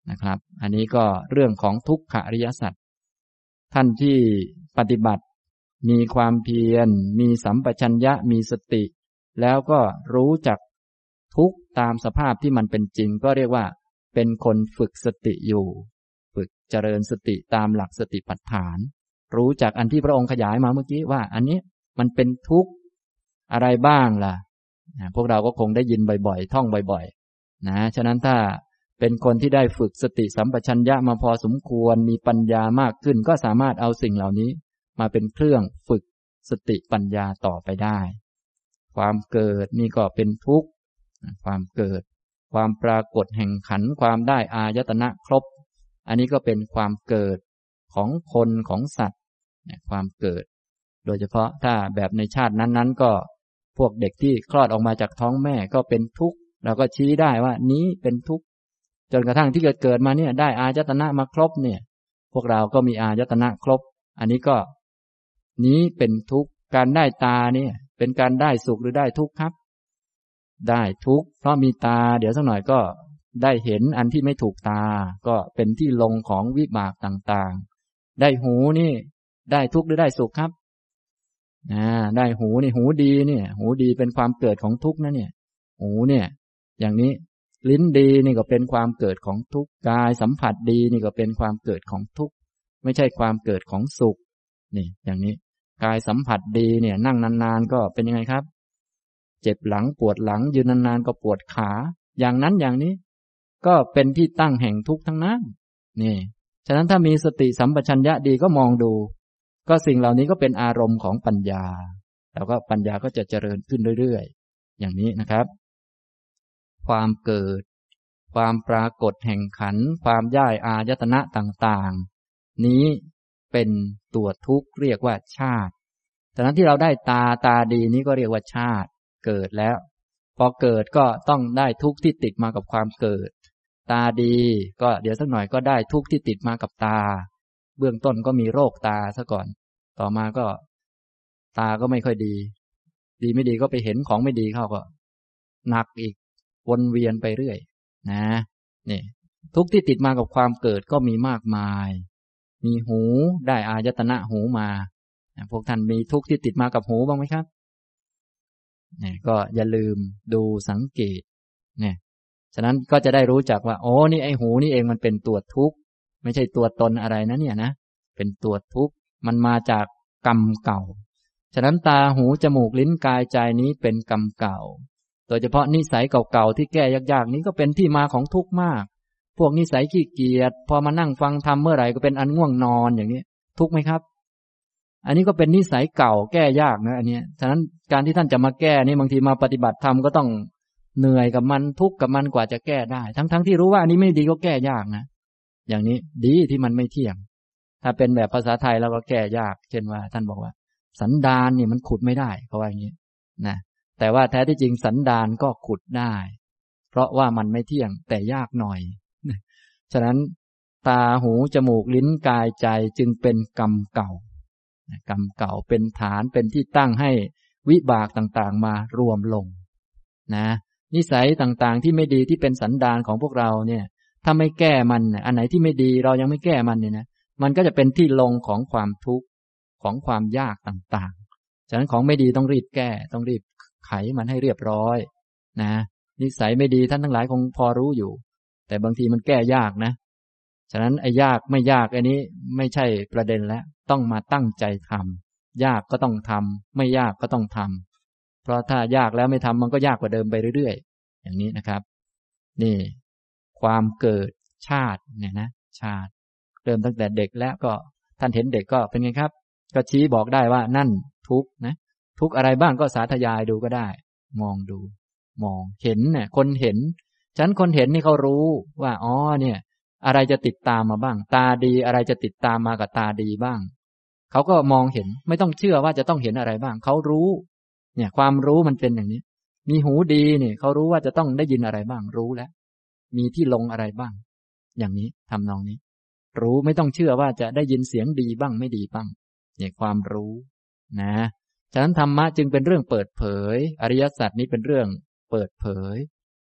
นะครับอันนี้ก็เรื่องของทุกขอริยสัจท่านที่ปฏิบัติมีความเพียรมีสัมปชัญญะมีสติแล้วก็รู้จักทุกข์ตามสภาพที่มันเป็นจริงก็เรียกว่าเป็นคนฝึกสติอยู่ฝึกเจริญสติตามหลักสติปัฏฐานรู้จักอันที่พระองค์ขยายมาเมื่อกี้ว่าอันนี้มันเป็นทุกข์อะไรบ้างล่ะพวกเราก็คงได้ยินบ่อยๆท่องบ่อยๆนะฉะนั้นถ้าเป็นคนที่ได้ฝึกสติสัมปชัญญะมาพอสมควรมีปัญญามากขึ้นก็สามารถเอาสิ่งเหล่านี้มาเป็นเครื่องฝึกสติปัญญาต่อไปได้ความเกิดนี่ก็เป็นทุกข์ความเกิดความปรากฏแห่งขันธ์ความได้อายตนะครบอันนี้ก็เป็นความเกิดของคนของสัตว์ความเกิดโดยเฉพาะถ้าแบบในชาตินั้นๆก็พวกเด็กที่คลอดออกมาจากท้องแม่ก็เป็นทุกข์เราก็ชี้ได้ว่านี้เป็นทุกข์จนกระทั่งที่เกิดมาเนี่ยได้อายตนะมาครบเนี่ยพวกเราก็มีอายตนะครบอันนี้ก็นี้เป็นทุกข์การได้ตาเนี่ยเป็นการได้สุขหรือได้ทุกข์ครับได้ทุกข์เพราะมีตาเดี๋ยวสักหน่อยก็ได้เห็นอันที่ไม่ถูกตาก็เป็นที่ลงของวิบากต่างๆได้หูนี่ได้ทุกข์หรือได้สุขครับได้หูนี่หูดีเนี่ยหูดีเป็นความเกิดของทุกข์นะเนี่ยหูเนี่ยอย่างนี้ลิ้นดีนี่ก็เป็นความเกิดของทุกข์กายสัมผัสดีนี่ก็เป็นความเกิดของทุกข์ไม่ใช่ความเกิดของสุขนี่อย่างนี้กายสัมผัสดีเนี่ยนั่งนานๆก็เป็นยังไงครับเจ็บหลังปวดหลังยืนนานๆก็ปวดขาอย่างนั้นอย่างนี้ก็เป็นที่ตั้งแห่งทุกข์ทั้งนั้นนี่ฉะนั้นถ้ามีสติสัมปชัญญะดีก็มองดูก็สิ่งเหล่านี้ก็เป็นอารมณ์ของปัญญาแล้วก็ปัญญาก็จะเจริญขึ้นเรื่อยๆอย่างนี้นะครับความเกิดความปรากฏแห่งขันธ์ความย่ายอายตนะต่างๆนี้เป็นตัวทุกข์เรียกว่าชาติฉะนั้นที่เราได้ตาดีนี้ก็เรียกว่าชาติเกิดแล้วพอเกิดก็ต้องได้ทุกข์ที่ติดมากับความเกิดตาดีก็เดี๋ยวสักหน่อยก็ได้ทุกข์ที่ติดมากับตาเบื้องต้นก็มีโรคตาซะก่อนต่อมาก็ตาก็ไม่ค่อยดีไม่ดีก็ไปเห็นของไม่ดีเข้าก็หนักอีกวนเวียนไปเรื่อยนะนี่ทุกข์ที่ติดมากับความเกิดก็มีมากมายมีหูได้อายตนะหูมาพวกท่านมีทุกข์ที่ติดมากับหูบ้างไหมครับเนี่ยก็อย่าลืมดูสังเกตเนี่ยฉะนั้นก็จะได้รู้จักว่าโอ้นี่ไอ้หูนี่เองมันเป็นตัวทุกข์ไม่ใช่ตัวตนอะไรนะเนี่ยนะเป็นตัวทุกข์มันมาจากกรรมเก่าฉะนั้นตาหูจมูกลิ้นกายใจนี้เป็นกรรมเก่าโดยเฉพาะนิสัยเก่าๆที่แก้ยากๆนี้ก็เป็นที่มาของทุกข์มากพวกนิสัยขี้เกียจพอมานั่งฟังธรรมเมื่อไหร่ก็เป็นอันง่วงนอนอย่างนี้ทุกข์ไหมครับอันนี้ก็เป็นนิสัยเก่าแก้ยากนะอันนี้ฉะนั้นการที่ท่านจะมาแก้นี่บางทีมาปฏิบัติธรรมก็ต้องเหนื่อยกับมันทุกข์กับมันกว่าจะแก้ได้ทั้งที่รู้ว่าอันนี้ไม่ดีก็แก้ยากนะอย่างนี้ดีที่มันไม่เที่ยงถ้าเป็นแบบภาษาไทยเราก็แก้ยากเช่นว่าท่านบอกว่าสันดานนี่มันขุดไม่ได้เขาว่าอย่างนี้นะแต่ว่าแท้ที่จริงสันดานก็ขุดได้เพราะว่ามันไม่เที่ยงแต่ยากหน่อยฉะนั้นตาหูจมูกลิ้นกายใจจึงเป็นกรรมเก่ากรรมเก่าเป็นฐานเป็นที่ตั้งให้วิบากต่างๆมารวมลงนะนิสัยต่างๆที่ไม่ดีที่เป็นสันดานของพวกเราเนี่ยถ้าไม่แก้มันอันไหนที่ไม่ดีเรายังไม่แก้มันเนี่ยนะมันก็จะเป็นที่ลงของความทุกข์ของความยากต่างๆฉะนั้นของไม่ดีต้องรีบแก้ต้องรีบไขมันให้เรียบร้อยนะนิสัยไม่ดีท่านทั้งหลายคงพอรู้อยู่แต่บางทีมันแก้ยากนะฉะนั้นไอ้ยากไม่ยากอันนี้ไม่ใช่ประเด็นแล้วต้องมาตั้งใจทำยากก็ต้องทำไม่ยากก็ต้องทำเพราะถ้ายากแล้วไม่ทำมันก็ยากกว่าเดิมไปเรื่อยๆอย่างนี้นะครับนี่ความเกิดชาติเนี่ยนะชาติเริ่มตั้งแต่เด็กแล้วก็ท่านเห็นเด็กก็เป็นไงครับก็ชี้บอกได้ว่านั่นทุกข์นะทุกข์อะไรบ้างก็สาธยายดูก็ได้มองดูมองเห็นเนี่ยคนเห็นฉันคนเห็นนี่เขารู้ว่าอ๋อเนี่ยอะไรจะติดตามมาบ้างตาดีอะไรจะติดตามมากับตาดีบ้างเขาก็มองเห็นไม่ต้องเชื่อว่าจะต้องเห็นอะไรบ้างเขารู้เนี่ยความรู้มันเป็นอย่างนี้มีหูดีเนี่ยเขารู้ว่าจะต้องได้ยินอะไรบ้างรู้แล้วมีที่ลงอะไรบ้างอย่างนี้ทำนองนี้รู้ไม่ต้องเชื่อว่าจะได้ยินเสียงดีบ้างไม่ดีบ้างเนี่ยความรู้นะฉะนั้นธรรมะจึงเป็นเรื่องเปิดเผยอริยสัจนี้เป็นเรื่องเปิดเผย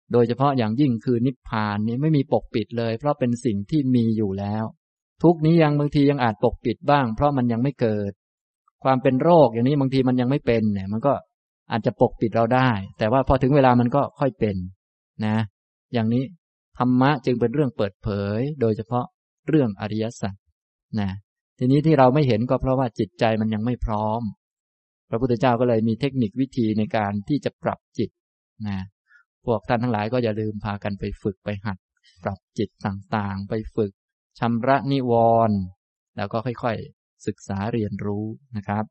โดยเฉพาะอย่างยิ่งคือนิพพานนี้ไม่มีปกปิดเลยเพราะเป็นสิ่งที่มีอยู่แล้วทุกนี้ยังบางทียังอาจปกปิดบ้างเพราะมันยังไม่เกิดความเป็นโรคอย่างนี้บางทีมันยังไม่เป็นเนี่ยมันก็อาจจะปกปิดเราได้แต่ว่าพอถึงเวลามันก็ค่อยเป็นนะอย่างนี้ธรรมะจึงเป็นเรื่องเปิดเผยโดยเฉพาะเรื่องอริยสัจนะทีนี้ที่เราไม่เห็นก็เพราะว่าจิตใจมันยังไม่พร้อมพระพุทธเจ้าก็เลยมีเทคนิควิธีในการที่จะปรับจิตนะพวกท่านทั้งหลายก็อย่าลืมพากันไปฝึกไปหัดปรับจิตต่างๆไปฝึกชำระนิวรณ์แล้วก็ค่อยๆศึกษาเรียนรู้นะครับ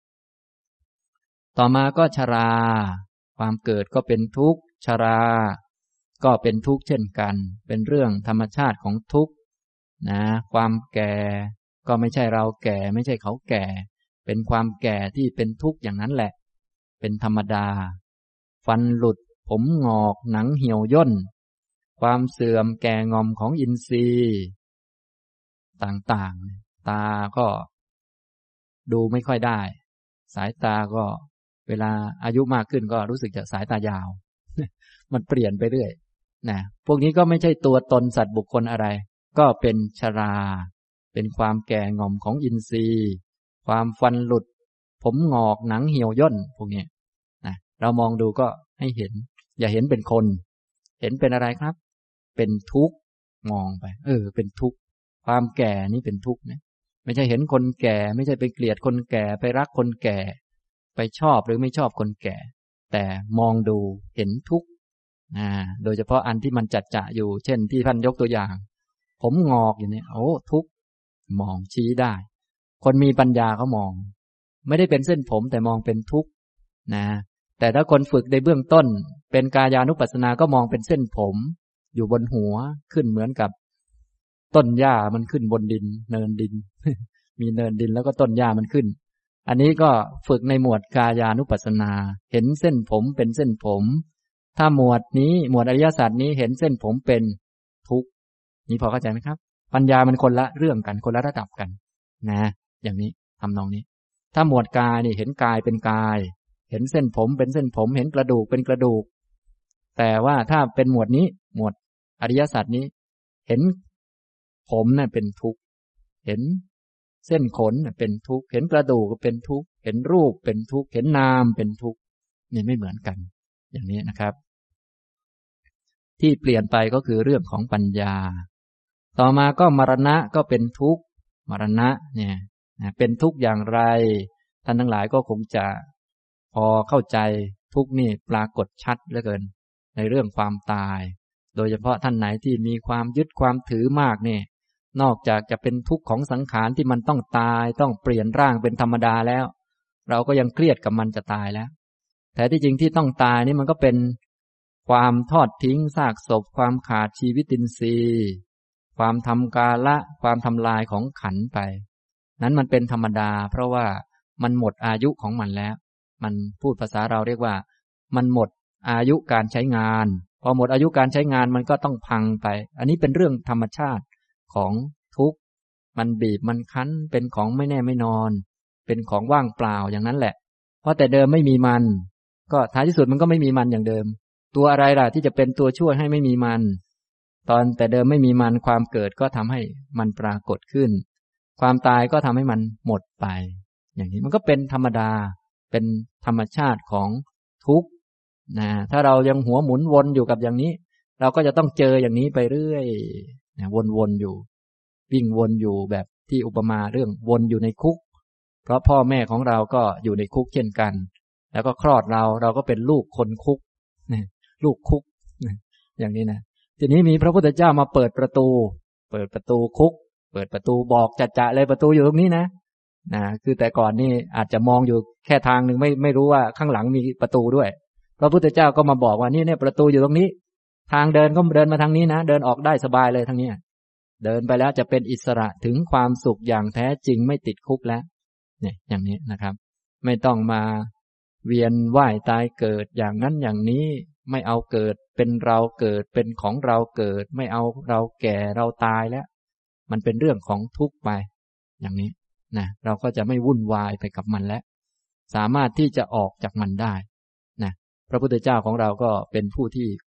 ต่อมาก็ชราความเกิดก็เป็นทุกข์ชราก็เป็นทุกข์เช่นกันเป็นเรื่องธรรมชาติของทุกข์นะความแก่ก็ไม่ใช่เราแก่ไม่ใช่เขาแก่เป็นความแก่ที่เป็นทุกข์อย่างนั้นแหละเป็นธรรมดาฟันหลุดผมงอกหนังเหี่ยวย่นความเสื่อมแก่งอมของอินทรีย์ต่างๆตาก็ดูไม่ค่อยได้สายตาก็เวลาอายุมากขึ้นก็รู้สึกจะสายตายาว มันเปลี่ยนไปเรื่อยนะพวกนี้ก็ไม่ใช่ตัวตนสัตว์บุคคลอะไรก็เป็นชราเป็นความแก่งอมของอินทรีย์ความฟันหลุดผมงอกหนังเหี่ยวย่นพวกนี้นะเรามองดูก็ให้เห็นอย่าเห็นเป็นคนเห็นเป็นอะไรครับเป็นทุกข์มองไปเป็นทุกข์ความแก่นี่เป็นทุกข์นะไม่ใช่เห็นคนแก่ไม่ใช่ไปเกลียดคนแก่ไปรักคนแก่ไปชอบหรือไม่ชอบคนแก่แต่มองดูเห็นทุกข์โดยเฉพาะอันที่มันจัดจะอยู่เช่นที่ท่านยกตัวอย่างผมงอกอย่างนี้ทุกข์มองชี้ได้คนมีปัญญาเขามองไม่ได้เป็นเส้นผมแต่มองเป็นทุกข์นะแต่ถ้าคนฝึกในเบื้องต้นเป็นกายานุปัสสนาก็มองเป็นเส้นผมอยู่บนหัวขึ้นเหมือนกับต้นหญ้ามันขึ้นบนดินเนินดิน มีเนินดินแล้วก็ต้นหญ้ามันขึ้นอันนี้ก็ฝึกในหมวดกายานุปัสสนาเห็นเส้นผมเป็นเส้นผมถ้าหมวดนี้หมวดอริยสัจนี้เห็นเส้นผมเป็นทุกข์นี่พอเข้าใจไหมครับปัญญามันคนละเรื่องกันคนละระดับกันนะอย่างนี้ทำนองนี้ถ้าหมวดกายนี่เห็นกายเป็นกายเห็นเส้นผมเป็นเส้นผมเห็นกระดูกเป็นกระดูกแต่ว่าถ้าเป็นหมวดนี้หมวดอริยสัจนี้เห็นผมน่ะเป็นทุกข์เห็นเส้นขนเป็นทุกข์เห็นกระดูกเป็นทุกข์เห็นรูปเป็นทุกข์เห็นนามเป็นทุกข์นี่ไม่เหมือนกันอย่างนี้นะครับที่เปลี่ยนไปก็คือเรื่องของปัญญาต่อมาก็มรณะก็เป็นทุกข์มรณะเนี่ยเป็นทุกข์อย่างไรท่านทั้งหลายก็คงจะพอเข้าใจทุกข์นี่ปรากฏชัดเหลือเกินในเรื่องความตายโดยเฉพาะท่านไหนที่มีความยึดความถือมากเนี่ยนอกจากจะเป็นทุกข์ของสังขารที่มันต้องตายต้องเปลี่ยนร่างเป็นธรรมดาแล้วเราก็ยังเครียดกับมันจะตายแล้วแต่ที่จริงที่ต้องตายนี่มันก็เป็นความทอดทิ้งซากศพความขาดชีวิตินทรีย์ความทำกาละความทำลายของขันธ์ไปนั้นมันเป็นธรรมดาเพราะว่ามันหมดอายุของมันแล้วมันพูดภาษาเราเรียกว่ามันหมดอายุการใช้งานพอหมดอายุการใช้งานมันก็ต้องพังไปอันนี้เป็นเรื่องธรรมชาติของทุกข์มันบีบมันคั้นเป็นของไม่แน่ไม่นอนเป็นของว่างเปล่าอย่างนั้นแหละเพราะแต่เดิมไม่มีมันก็ท้ายที่สุดมันก็ไม่มีมันอย่างเดิมตัวอะไรล่ะที่จะเป็นตัวช่วยให้ไม่มีมันตอนแต่เดิมไม่มีมันความเกิดก็ทำให้มันปรากฏขึ้นความตายก็ทำให้มันหมดไปอย่างนี้มันก็เป็นธรรมดาเป็นธรรมชาติของทุกข์นะถ้าเรายังหัวหมุนวนอยู่กับอย่างนี้เราก็จะต้องเจออย่างนี้ไปเรื่อยวนๆอยู่วิ่งวนอยู่แบบที่อุปมาเรื่องวนอยู่ในคุกเพราะพ่อแม่ของเราก็อยู่ในคุกเช่นกันแล้วก็คลอดเราก็เป็นลูกคนคุกลูกคุกอย่างนี้นะทีนี้มีพระพุทธเจ้ามาเปิดประตูคุกเปิดประตูบอกจะเลยประตูอยู่ตรงนี้นะคือแต่ก่อนนี่อาจจะมองอยู่แค่ทางหนึ่งไม่รู้ว่าข้างหลังมีประตูด้วยพระพุทธเจ้าก็มาบอกว่านี่เนี่ยประตูอยู่ตรงนี้ทางเดินก็เดินมาทางนี้นะเดินออกได้สบายเลยทางนี้เดินไปแล้วจะเป็นอิสระถึงความสุขอย่างแท้จริงไม่ติดคุกแล้วเนี่ยอย่างนี้นะครับไม่ต้องมาเวียนว่ายตายเกิดอย่างนั้นอย่างนี้ไม่เอาเกิดเป็นเราเกิดเป็นของเราเกิดไม่เอาเราแก่เราตายแล้วมันเป็นเรื่องของทุกข์ไปอย่างนี้นะเราก็จะไม่วุ่นวายไปกับมันแล้วสามารถที่จะออกจากมันได้นะพระพุทธเจ้าของเราก็เป็นผู้ที่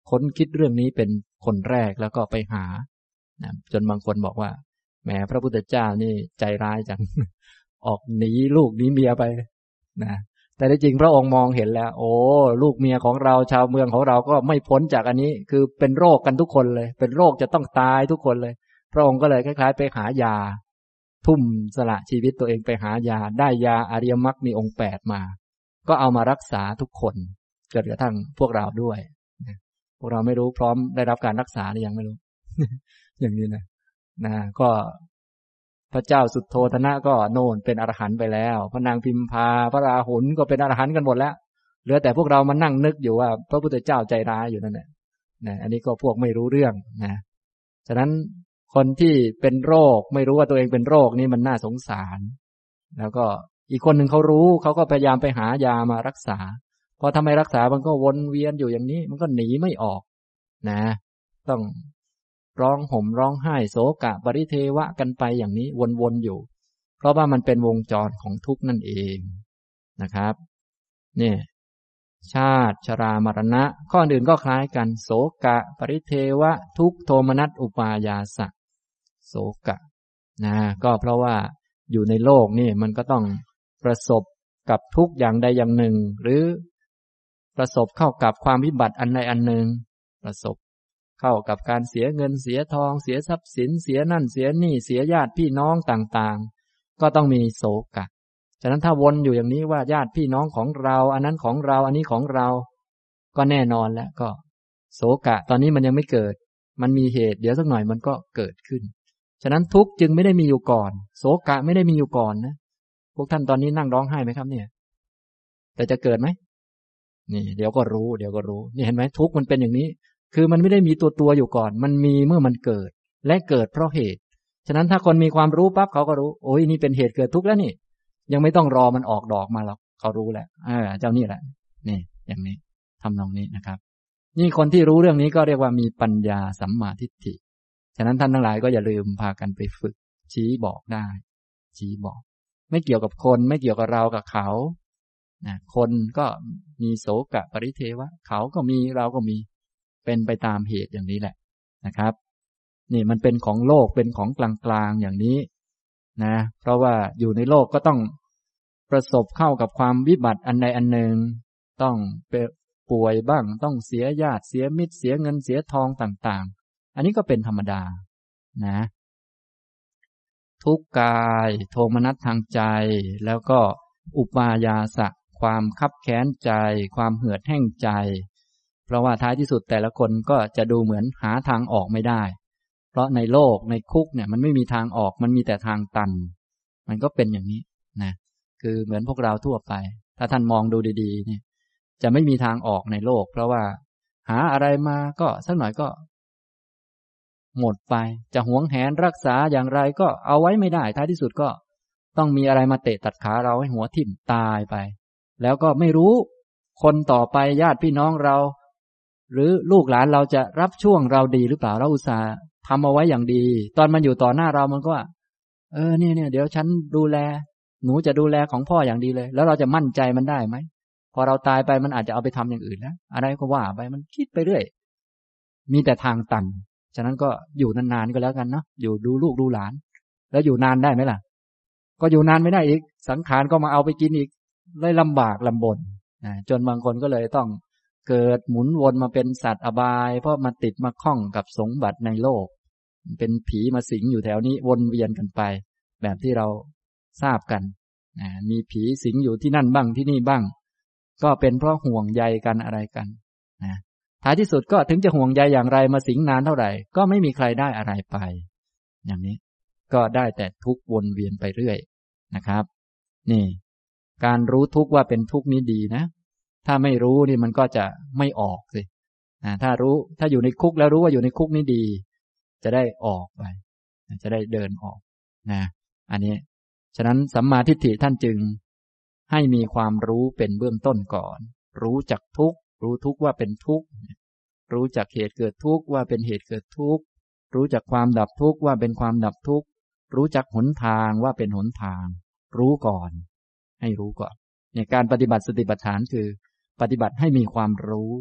ค้นคิดเรื่องนี้เป็นคนแรกแล้วก็ไปหานะจนบางคนบอกว่าแหมพระพุทธเจ้านี่ใจร้ายจัง ออกหนีลูกหนีเมียไปนะแต่ที่จริงพระองค์มองเห็นแล้วโอ้ลูกเมียของเราชาวเมืองของเราก็ไม่พ้นจากอันนี้คือเป็นโรคกันทุกคนเลยเป็นโรคจะต้องตายทุกคนเลยพระองค์ก็เลยคล้ายๆไปหายาทุ่มสละชีวิตตัวเองไปหายาได้ยาอริยมรรคมีองค์8มาก็เอามารักษาทุกคนจนกระทั่งพวกเราด้วยพวกเราไม่รู้พร้อมได้รับการรักษาหรือยังไม่รู้ อย่างนี้นะก็พระเจ้าสุโธทนะก็โน่นเป็นอรหันต์ไปแล้วพระนางพิมพาพระราหุลก็เป็นอรหันต์กันหมดแล้วเหลือแต่พวกเรามานั่งนึกอยู่ว่าพระพุทธเจ้าใจร้ายอยู่นั่นแหละนะอันนี้ก็พวกไม่รู้เรื่องนะฉะนั้นคนที่เป็นโรคไม่รู้ว่าตัวเองเป็นโรคนี่มันน่าสงสารแล้วก็อีกคนหนึ่งเขารู้เขาก็พยายามไปหายามารักษาพอทำไมรักษามันก็วนเวียนอยู่อย่างนี้มันก็หนีไม่ออกนะต้องร้องห่มร้องไห้โศกะปริเทวะกันไปอย่างนี้วนๆอยู่เพราะว่ามันเป็นวงจรของทุกข์นั่นเองนะครับเนี่ยชาติชรามรณะข้ออื่นก็คล้ายกันโศกะปริเทวะทุกขโทมนัสอุปายาสะโศกะนะก็เพราะว่าอยู่ในโลกนี่มันก็ต้องประสบกับทุกข์อย่างใดอย่างหนึ่งหรือประสบเข้ากับความวิบัติอันใดอันหนึ่งประสบเข้ากับการเสียเงินเสียทองเสียทรัพย์สินเสียนั่นเสียนี่เสียญาติพี่น้องต่างๆก็ต้องมีโศกะฉะนั้นถ้าวนอยู่อย่างนี้ว่าญาติพี่น้องของเราอันนั้นของเราอันนี้ของเราก็แน่นอนแล้วก็โศกะตอนนี้มันยังไม่เกิดมันมีเหตุเดี๋ยวสักหน่อยมันก็เกิดขึ้นฉะนั้นทุกข์จึงไม่ได้มีอยู่ก่อนโศกะไม่ได้มีอยู่ก่อนนะพวกท่านตอนนี้นั่งร้องไห้ไหมครับเนี่ยแต่จะเกิดไหมนี่เดี๋ยวก็รู้นี่เห็นไหมทุกข์มันเป็นอย่างนี้คือมันไม่ได้มีตัวอยู่ก่อนมันมีเมื่อมันเกิดและเกิดเพราะเหตุฉะนั้นถ้าคนมีความรู้ปั๊บเขาก็รู้โอ้ยนี่เป็นเหตุเกิดทุกข์แล้วนี่ยังไม่ต้องรอมันออกดอกมาหรอกเขารู้แล้วเจ้านี่แหละนี่อย่างนี้ทำนองนี้นะครับนี่คนที่รู้เรื่องนี้ก็เรียกว่ามีปัญญาสัมมาทิฏฐิฉะนั้นท่านทั้งหลายก็อย่าลืมพากันไปฝึกชี้บอกได้ชี้บอกไม่เกี่ยวกับคนไม่เกี่ยวกับเรากับเขาคนก็มีโศกะปริเทวะเขาก็มีเราก็มีเป็นไปตามเหตุอย่างนี้แหละนะครับนี่มันเป็นของโลกเป็นของกลางๆอย่างนี้นะเพราะว่าอยู่ในโลกก็ต้องประสบเข้ากับความวิบัติอันใดอันหนึ่งต้องป่วยบ้างต้องเสียญาติเสียมิตรเสียเงินเสียทองต่างๆอันนี้ก็เป็นธรรมดานะทุกข์กายโทมนัสทางใจแล้วก็อุปายาสะความคับแค้นใจความเหือดแห้งใจเพราะว่าท้ายที่สุดแต่ละคนก็จะดูเหมือนหาทางออกไม่ได้เพราะในโลกในคุกเนี่ยมันไม่มีทางออกมันมีแต่ทางตันมันก็เป็นอย่างนี้นะคือเหมือนพวกเราทั่วไปถ้าท่านมองดูดีๆเนี่ยจะไม่มีทางออกในโลกเพราะว่าหาอะไรมาก็สักหน่อยก็หมดไปจะหวงแหนรักษาอย่างไรก็เอาไว้ไม่ได้ท้ายที่สุดก็ต้องมีอะไรมาเตะตัดขาเราให้หัวทิ่มตายไปแล้วก็ไม่รู้คนต่อไปญาติพี่น้องเราหรือลูกหลานเราจะรับช่วงเราดีหรือเปล่าเราอุตส่าห์ทำเอาไว้อย่างดีตอนมันอยู่ต่อหน้าเรามันก็เนี่ยเดี๋ยวฉันดูแลหนูจะดูแลของพ่ออย่างดีเลยแล้วเราจะมั่นใจมันได้ไหมพอเราตายไปมันอาจจะเอาไปทำอย่างอื่นแล้วอะไรก็ว่าไปมันคิดไปเรื่อยมีแต่ทางตันฉะนั้นก็อยู่นานๆก็แล้วกันเนาะอยู่ดูลูกดูหลานแล้วอยู่นานได้ไหมล่ะก็อยู่นานไม่ได้อีกสังขารก็มาเอาไปกินอีกเลยลำบากลำบนจนบางคนก็เลยต้องเกิดหมุนวนมาเป็นสัตว์อบายเพราะมาติดมาคล้องกับสมบัติในโลกเป็นผีมาสิงอยู่แถวนี้วนเวียนกันไปแบบที่เราทราบกันมีผีสิงอยู่ที่นั่นบ้างที่นี่บ้างก็เป็นเพราะห่วงใยกันอะไรกันท้ายที่สุดก็ถึงจะห่วงใยอย่างไรมาสิงนานเท่าไหร่ก็ไม่มีใครได้อะไรไปอย่างนี้ก็ได้แต่ทุกข์วนเวียนไปเรื่อยนะครับนี่การรู้ทุกข์ว่าเป็นทุกข์นี้ดีนะถ้าไม่รู้นี่มันก็จะไม่ออกสิถ้าอยู่ในคุกแล้วรู้ว่าอยู่ในคุกนี้ดีจะได้ออกไปจะได้เดินออกนะอันนี้ฉะนั้นสัมมาทิฏฐิท่านจึงให้มีความรู้เป็นเบื้องต้นก่อนรู้จักทุกข์รู้ทุกข์ว่าเป็นทุกข์รู้จักเหตุเกิดทุกข์ว่าเป็นเหตุเกิดทุกข์รู้จักความดับทุกข์ว่าเป็นความดับทุกข์รู้จักหนทางว่าเป็นหนทางรู้ก่อนให้รู้ก่อนเนี่ยการปฏิบัติสติปัฏฐานคือปฏิบัติให้มีความรู้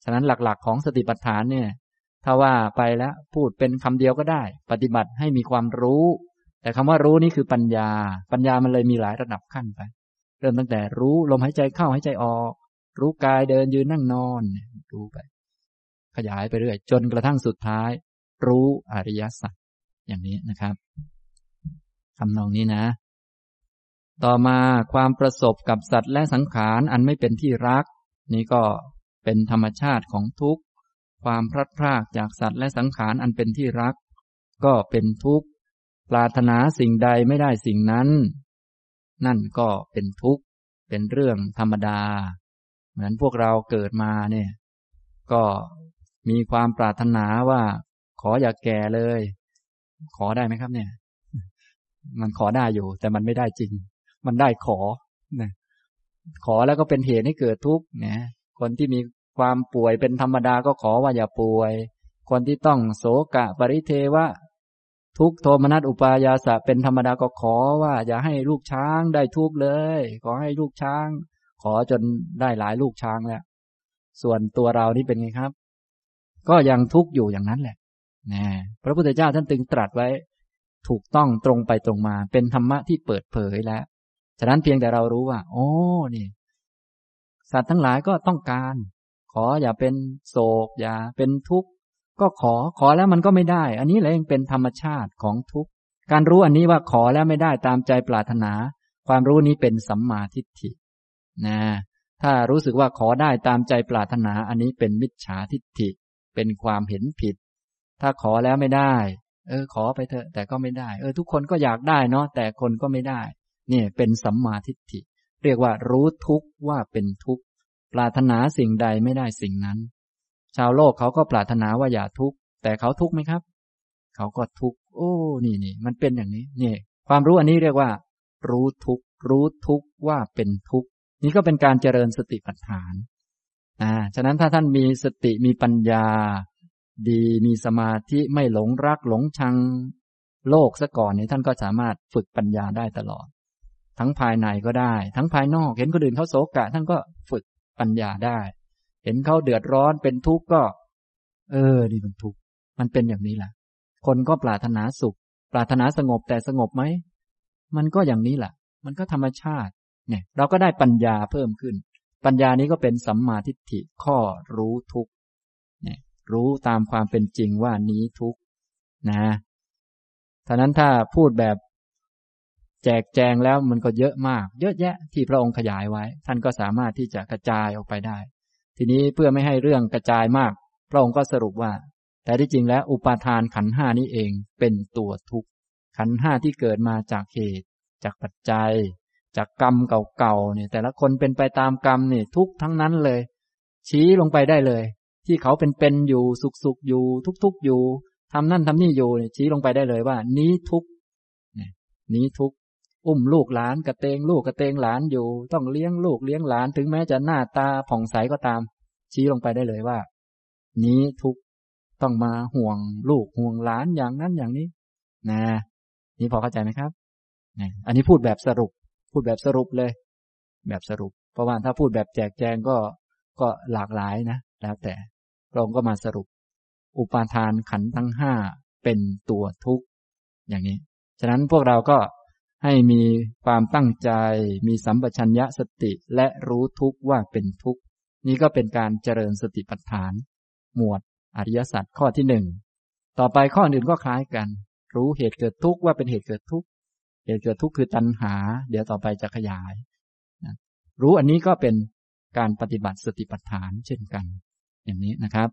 ฉะนั้นหลักๆของสติปัฏฐานเนี่ยถ้าว่าไปแล้วพูดเป็นคำเดียวก็ได้ปฏิบัติให้มีความรู้แต่คำว่ารู้นี่คือปัญญามันเลยมีหลายระดับขั้นไปเริ่มตั้งแต่รู้ลมหายใจเข้าหายใจออกรู้กายเดินยืนนั่งนอนรู้ไปขยายไปเรื่อยจนกระทั่งสุดท้ายรู้อริยสัจอย่างนี้นะครับคำนองนี้นะต่อมาความประสบกับสัตว์และสังขารอันไม่เป็นที่รักนี่ก็เป็นธรรมชาติของทุกข์ความพลัดพรากจากสัตว์และสังขารอันเป็นที่รักก็เป็นทุกข์ปรารถนาสิ่งใดไม่ได้สิ่งนั้นนั่นก็เป็นทุกข์เป็นเรื่องธรรมดาเหมือนพวกเราเกิดมาเนี่ยก็มีความปรารถนาว่าขออย่าแก่เลยขอได้ไหมครับเนี่ยมันขอได้อยู่แต่มันไม่ได้จริงมันได้ขอนะขอแล้วก็เป็นเหตุให้เกิดทุกข์นะคนที่มีความป่วยเป็นธรรมดาก็ขอว่าอย่าป่วยคนที่ต้องโศกะปริเทวะทุกข์โทมนัสอุปายาสะเป็นธรรมดาก็ขอว่าอย่าให้ลูกช้างได้ทุกข์เลยขอให้ลูกช้างขอจนได้หลายลูกช้างแล้วส่วนตัวเรานี่เป็นไงครับก็ยังทุกข์อยู่อย่างนั้นแหละนะพระพุทธเจ้าท่านตึงตรัสไว้ถูกต้องตรงไปตรงมาเป็นธรรมะที่เปิดเผยแล้วฉะนั้นเพียงแต่เรารู้ว่าโอ้นี่สัตว์ทั้งหลายก็ต้องการขออย่าเป็นโศกอย่าเป็นทุกข์ก็ขอแล้วมันก็ไม่ได้อันนี้แหละยังเป็นธรรมชาติของทุกข์การรู้อันนี้ว่าขอแล้วไม่ได้ตามใจปรารถนาความรู้นี้เป็นสัมมาทิฏฐินะถ้ารู้สึกว่าขอได้ตามใจปรารถนาอันนี้เป็นมิจฉาทิฏฐิเป็นความเห็นผิดถ้าขอแล้วไม่ได้ขอไปเถอะแต่ก็ไม่ได้ทุกคนก็อยากได้เนาะแต่คนก็ไม่ได้เนี่ยเป็นสัมมาทิฏฐิเรียกว่ารู้ทุกข์ว่าเป็นทุกข์ปรารถนาสิ่งใดไม่ได้สิ่งนั้นชาวโลกเขาก็ปรารถนาว่าอย่าทุกข์แต่เขาทุกข์ไหมครับเขาก็ทุกข์โอ้นี่มันเป็นอย่างนี้นี่ความรู้อันนี้เรียกว่ารู้ทุกข์ว่าเป็นทุกข์นี่ก็เป็นการเจริญสติปัฏฐานฉะนั้นถ้าท่านมีสติมีปัญญาดีมีสมาธิไม่หลงรักหลงชังโลกซะก่อนนี่ท่านก็สามารถฝึกปัญญาได้ตลอดทั้งภายในก็ได้ทั้งภายนอกเห็นคนอื่นเขาโศกะท่านก็ฝึกปัญญาได้เห็นเขาเดือดร้อนเป็นทุกข์ก็นี่มันทุกข์มันเป็นอย่างนี้แหละคนก็ปรารถนาสุขปรารถนาสงบแต่สงบไหมมันก็อย่างนี้แหละมันก็ธรรมชาติเนี่ยเราก็ได้ปัญญาเพิ่มขึ้นปัญญานี้ก็เป็นสัมมาทิฏฐิข้อรู้ทุกข์เนี่ยรู้ตามความเป็นจริงว่านี้ทุกข์นะฉะนั้นถ้าพูดแบบแจกแจงแล้วมันก็เยอะมากเยอะแยะที่พระองค์ขยายไว้ท่านก็สามารถที่จะกระจายออกไปได้ทีนี้เพื่อไม่ให้เรื่องกระจายมากพระองค์ก็สรุปว่าแต่ที่จริงแล้วอุปาทานขันธ์ห้านี้เองเป็นตัวทุกข์ขันธ์ห้าที่เกิดมาจากเหตุจากปัจจัยจากกรรมเก่าๆเนี่ยแต่ละคนเป็นไปตามกรรมนี่ทุกข์ทั้งนั้นเลยชี้ลงไปได้เลยที่เขาเป็นอยู่สุขอยู่ทุกข์อยู่ทำนั่นทำนี่อยู่เนี่ยชี้ลงไปได้เลยว่านี้ทุกข์นี้ทุกข์อุ้มลูกหลานกระเตงลูกกระเตงหลานอยู่ต้องเลี้ยงลูกเลี้ยงหลานถึงแม้จะหน้าตาผ่องใสก็ตามชี้ลงไปได้เลยว่านี้ทุกข์ต้องมาห่วงลูกห่วงหลานอย่างนั้นอย่างนี้นะนี่พอเข้าใจไหมครับอันนี้พูดแบบสรุปเลยแบบสรุปเพราะว่าถ้าพูดแบบแจกแจงก็หลากหลายนะแล้วแต่เราก็มาสรุปอุปาทานขันธ์ทั้งห้าเป็นตัวทุกข์อย่างนี้ฉะนั้นพวกเราก็ให้มีความตั้งใจมีสัมปชัญญะสติและรู้ทุกข์ว่าเป็นทุกข์นี่ก็เป็นการเจริญสติปัฏฐานหมวดอริยสัจข้อที่หนึ่งต่อไปข้ออื่นก็คล้ายกันรู้เหตุเกิดทุกข์ว่าเป็นเหตุเกิดทุกข์เหตุเกิดทุกข์คือตัณหาเดี๋ยวต่อไปจะขยายรู้อันนี้ก็เป็นการปฏิบัติสติปัฏฐานเช่นกันอย่างนี้นะครับ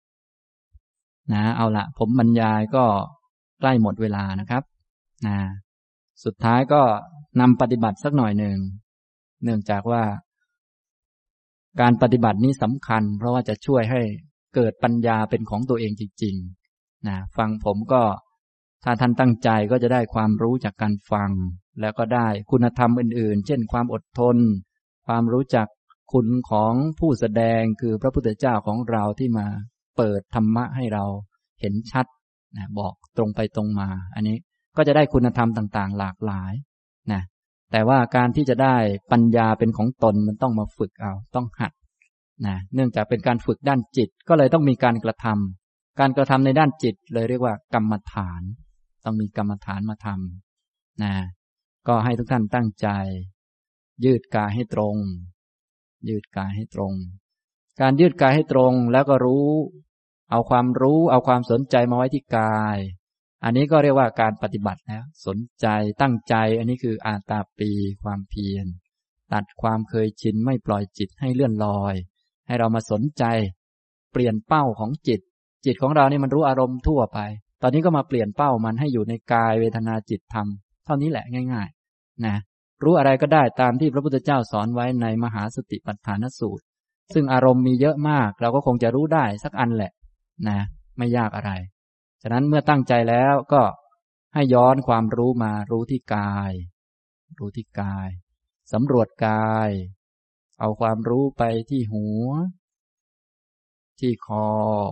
เอาละผมบรรยายก็ใกล้หมดเวลานะครับสุดท้ายก็นำปฏิบัติสักหน่อยหนึ่งเนื่องจากว่าการปฏิบัตินี้สำคัญเพราะว่าจะช่วยให้เกิดปัญญาเป็นของตัวเองจริงๆฟังผมก็ถ้าท่านตั้งใจก็จะได้ความรู้จากการฟังแล้วก็ได้คุณธรรมอื่นๆเช่นความอดทนความรู้จักคุณของผู้แสดงคือพระพุทธเจ้าของเราที่มาเปิดธรรมะให้เราเห็นชัดบอกตรงไปตรงมาอันนี้ก็จะได้คุณธรรมต่างๆหลากหลายแต่ว่าการที่จะได้ปัญญาเป็นของตนมันต้องมาฝึกเอาต้องหัดนะเนื่องจากเป็นการฝึกด้านจิตก็เลยต้องมีการกระทำการกระทำในด้านจิตเลยเรียกว่ากรรมฐานต้องมีกรรมฐานมาทำนะก็ให้ทุกท่านตั้งใจยืดกายให้ตรงยืดกายให้ตรงการยืดกายให้ตรงแล้วก็รู้เอาความสนใจมาไว้ที่กายอันนี้ก็เรียกว่าการปฏิบัติแล้วสนใจตั้งใจอันนี้คืออาตาปีความเพียรตัดความเคยชินไม่ปล่อยจิตให้เลื่อนลอยให้เรามาสนใจเปลี่ยนเป้าของจิตของเรานี่มันรู้อารมณ์ทั่วไปตอนนี้ก็มาเปลี่ยนเป้ามันให้อยู่ในกายเวทนาจิตธรรมเท่านี้แหละง่ายๆนะรู้อะไรก็ได้ตามที่พระพุทธเจ้าสอนไว้ในมหาสติปัฏฐานสูตรซึ่งอารมณ์มีเยอะมากเราก็คงจะรู้ได้สักอันแหละนะไม่ยากอะไรฉะนั้นเมื่อตั้งใจแล้วก็ให้ย้อนความรู้มารู้ที่กายรู้ที่กายสำรวจกายเอาความรู้ไปที่หัวที่คอ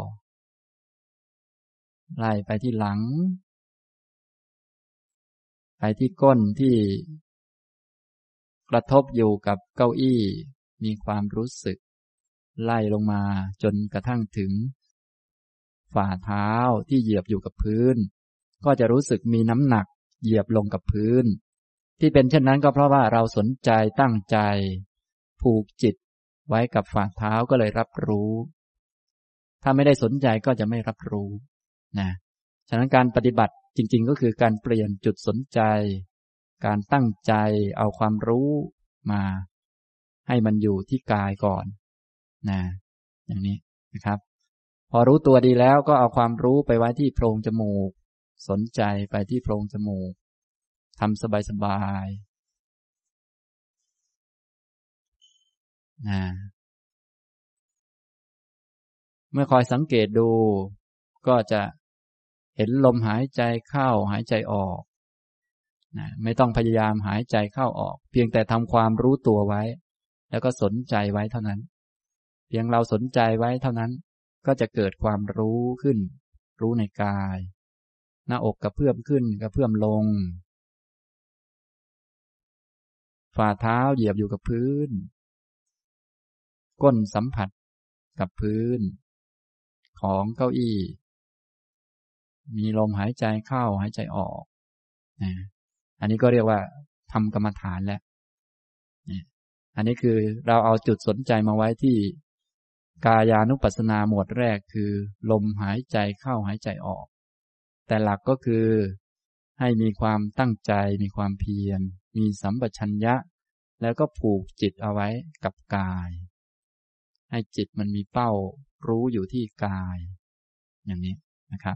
ไล่ไปที่หลังไปที่ก้นที่กระทบอยู่กับเก้าอี้มีความรู้สึกไล่ลงมาจนกระทั่งถึงฝ่าเท้าที่เหยียบอยู่กับพื้นก็จะรู้สึกมีน้ำหนักเหยียบลงกับพื้นที่เป็นเช่นนั้นก็เพราะว่าเราสนใจตั้งใจผูกจิตไว้กับฝ่าเท้าก็เลยรับรู้ถ้าไม่ได้สนใจก็จะไม่รับรู้นะฉะนั้นการปฏิบัติจริงๆก็คือการเปลี่ยนจุดสนใจการตั้งใจเอาความรู้มาให้มันอยู่ที่กายก่อนนะอย่างนี้นะครับพอรู้ตัวดีแล้วก็เอาความรู้ไปไว้ที่โพรงจมูกสนใจไปที่โพรงจมูกทำสบายๆนะเมื่อคอยสังเกตดูก็จะเห็นลมหายใจเข้าหายใจออกนะไม่ต้องพยายามหายใจเข้าออกเพียงแต่ทำความรู้ตัวไว้แล้วก็สนใจไว้เท่านั้นเพียงเราสนใจไว้เท่านั้นก็จะเกิดความรู้ขึ้นรู้ในกายหน้าอกกระเพื่อมขึ้นกระเพื่อมลงฝ่าเท้าเหยียบอยู่กับพื้นก้นสัมผัสกับพื้นของเก้าอี้มีลมหายใจเข้าหายใจออกอันนี้ก็เรียกว่าทำกรรมฐานแล้วอันนี้คือเราเอาจุดสนใจมาไว้ที่กายานุปัสสนาหมวดแรกคือลมหายใจเข้าหายใจออกแต่หลักก็คือให้มีความตั้งใจมีความเพียรมีสัมปชัญญะแล้วก็ผูกจิตเอาไว้กับกายให้จิตมันมีเป้ารู้อยู่ที่กายอย่างนี้นะครับ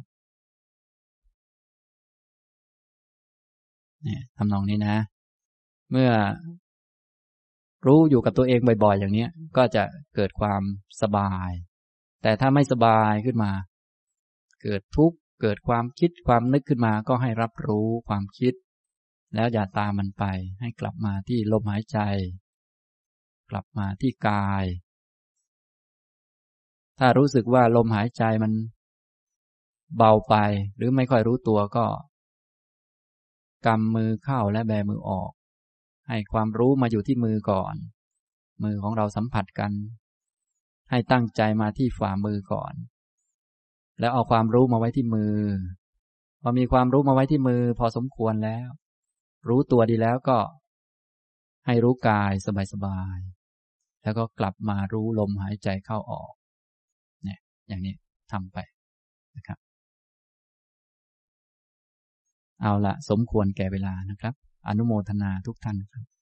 เนี่ยทำนองนี้นะเมื่อรู้อยู่กับตัวเองบ่อยๆอย่างนี้ก็จะเกิดความสบายแต่ถ้าไม่สบายขึ้นมาเกิดทุกข์เกิดความคิดความนึกขึ้นมาก็ให้รับรู้ความคิดแล้วอย่าตามมันไปให้กลับมาที่ลมหายใจกลับมาที่กายถ้ารู้สึกว่าลมหายใจมันเบาไปหรือไม่ค่อยรู้ตัวก็กำมือเข้าและแบมือออกให้ความรู้มาอยู่ที่มือก่อนมือของเราสัมผัสกันให้ตั้งใจมาที่ฝ่ามือก่อนแล้วเอาความรู้มาไว้ที่มือพอมีความรู้มาไว้ที่มือพอสมควรแล้วรู้ตัวดีแล้วก็ให้รู้กายสบายๆแล้วก็กลับมารู้ลมหายใจเข้าออกเนี่ยอย่างนี้ทำไปนะครับเอาละสมควรแก่เวลานะครับอนุโมทนาทุกท่านครับ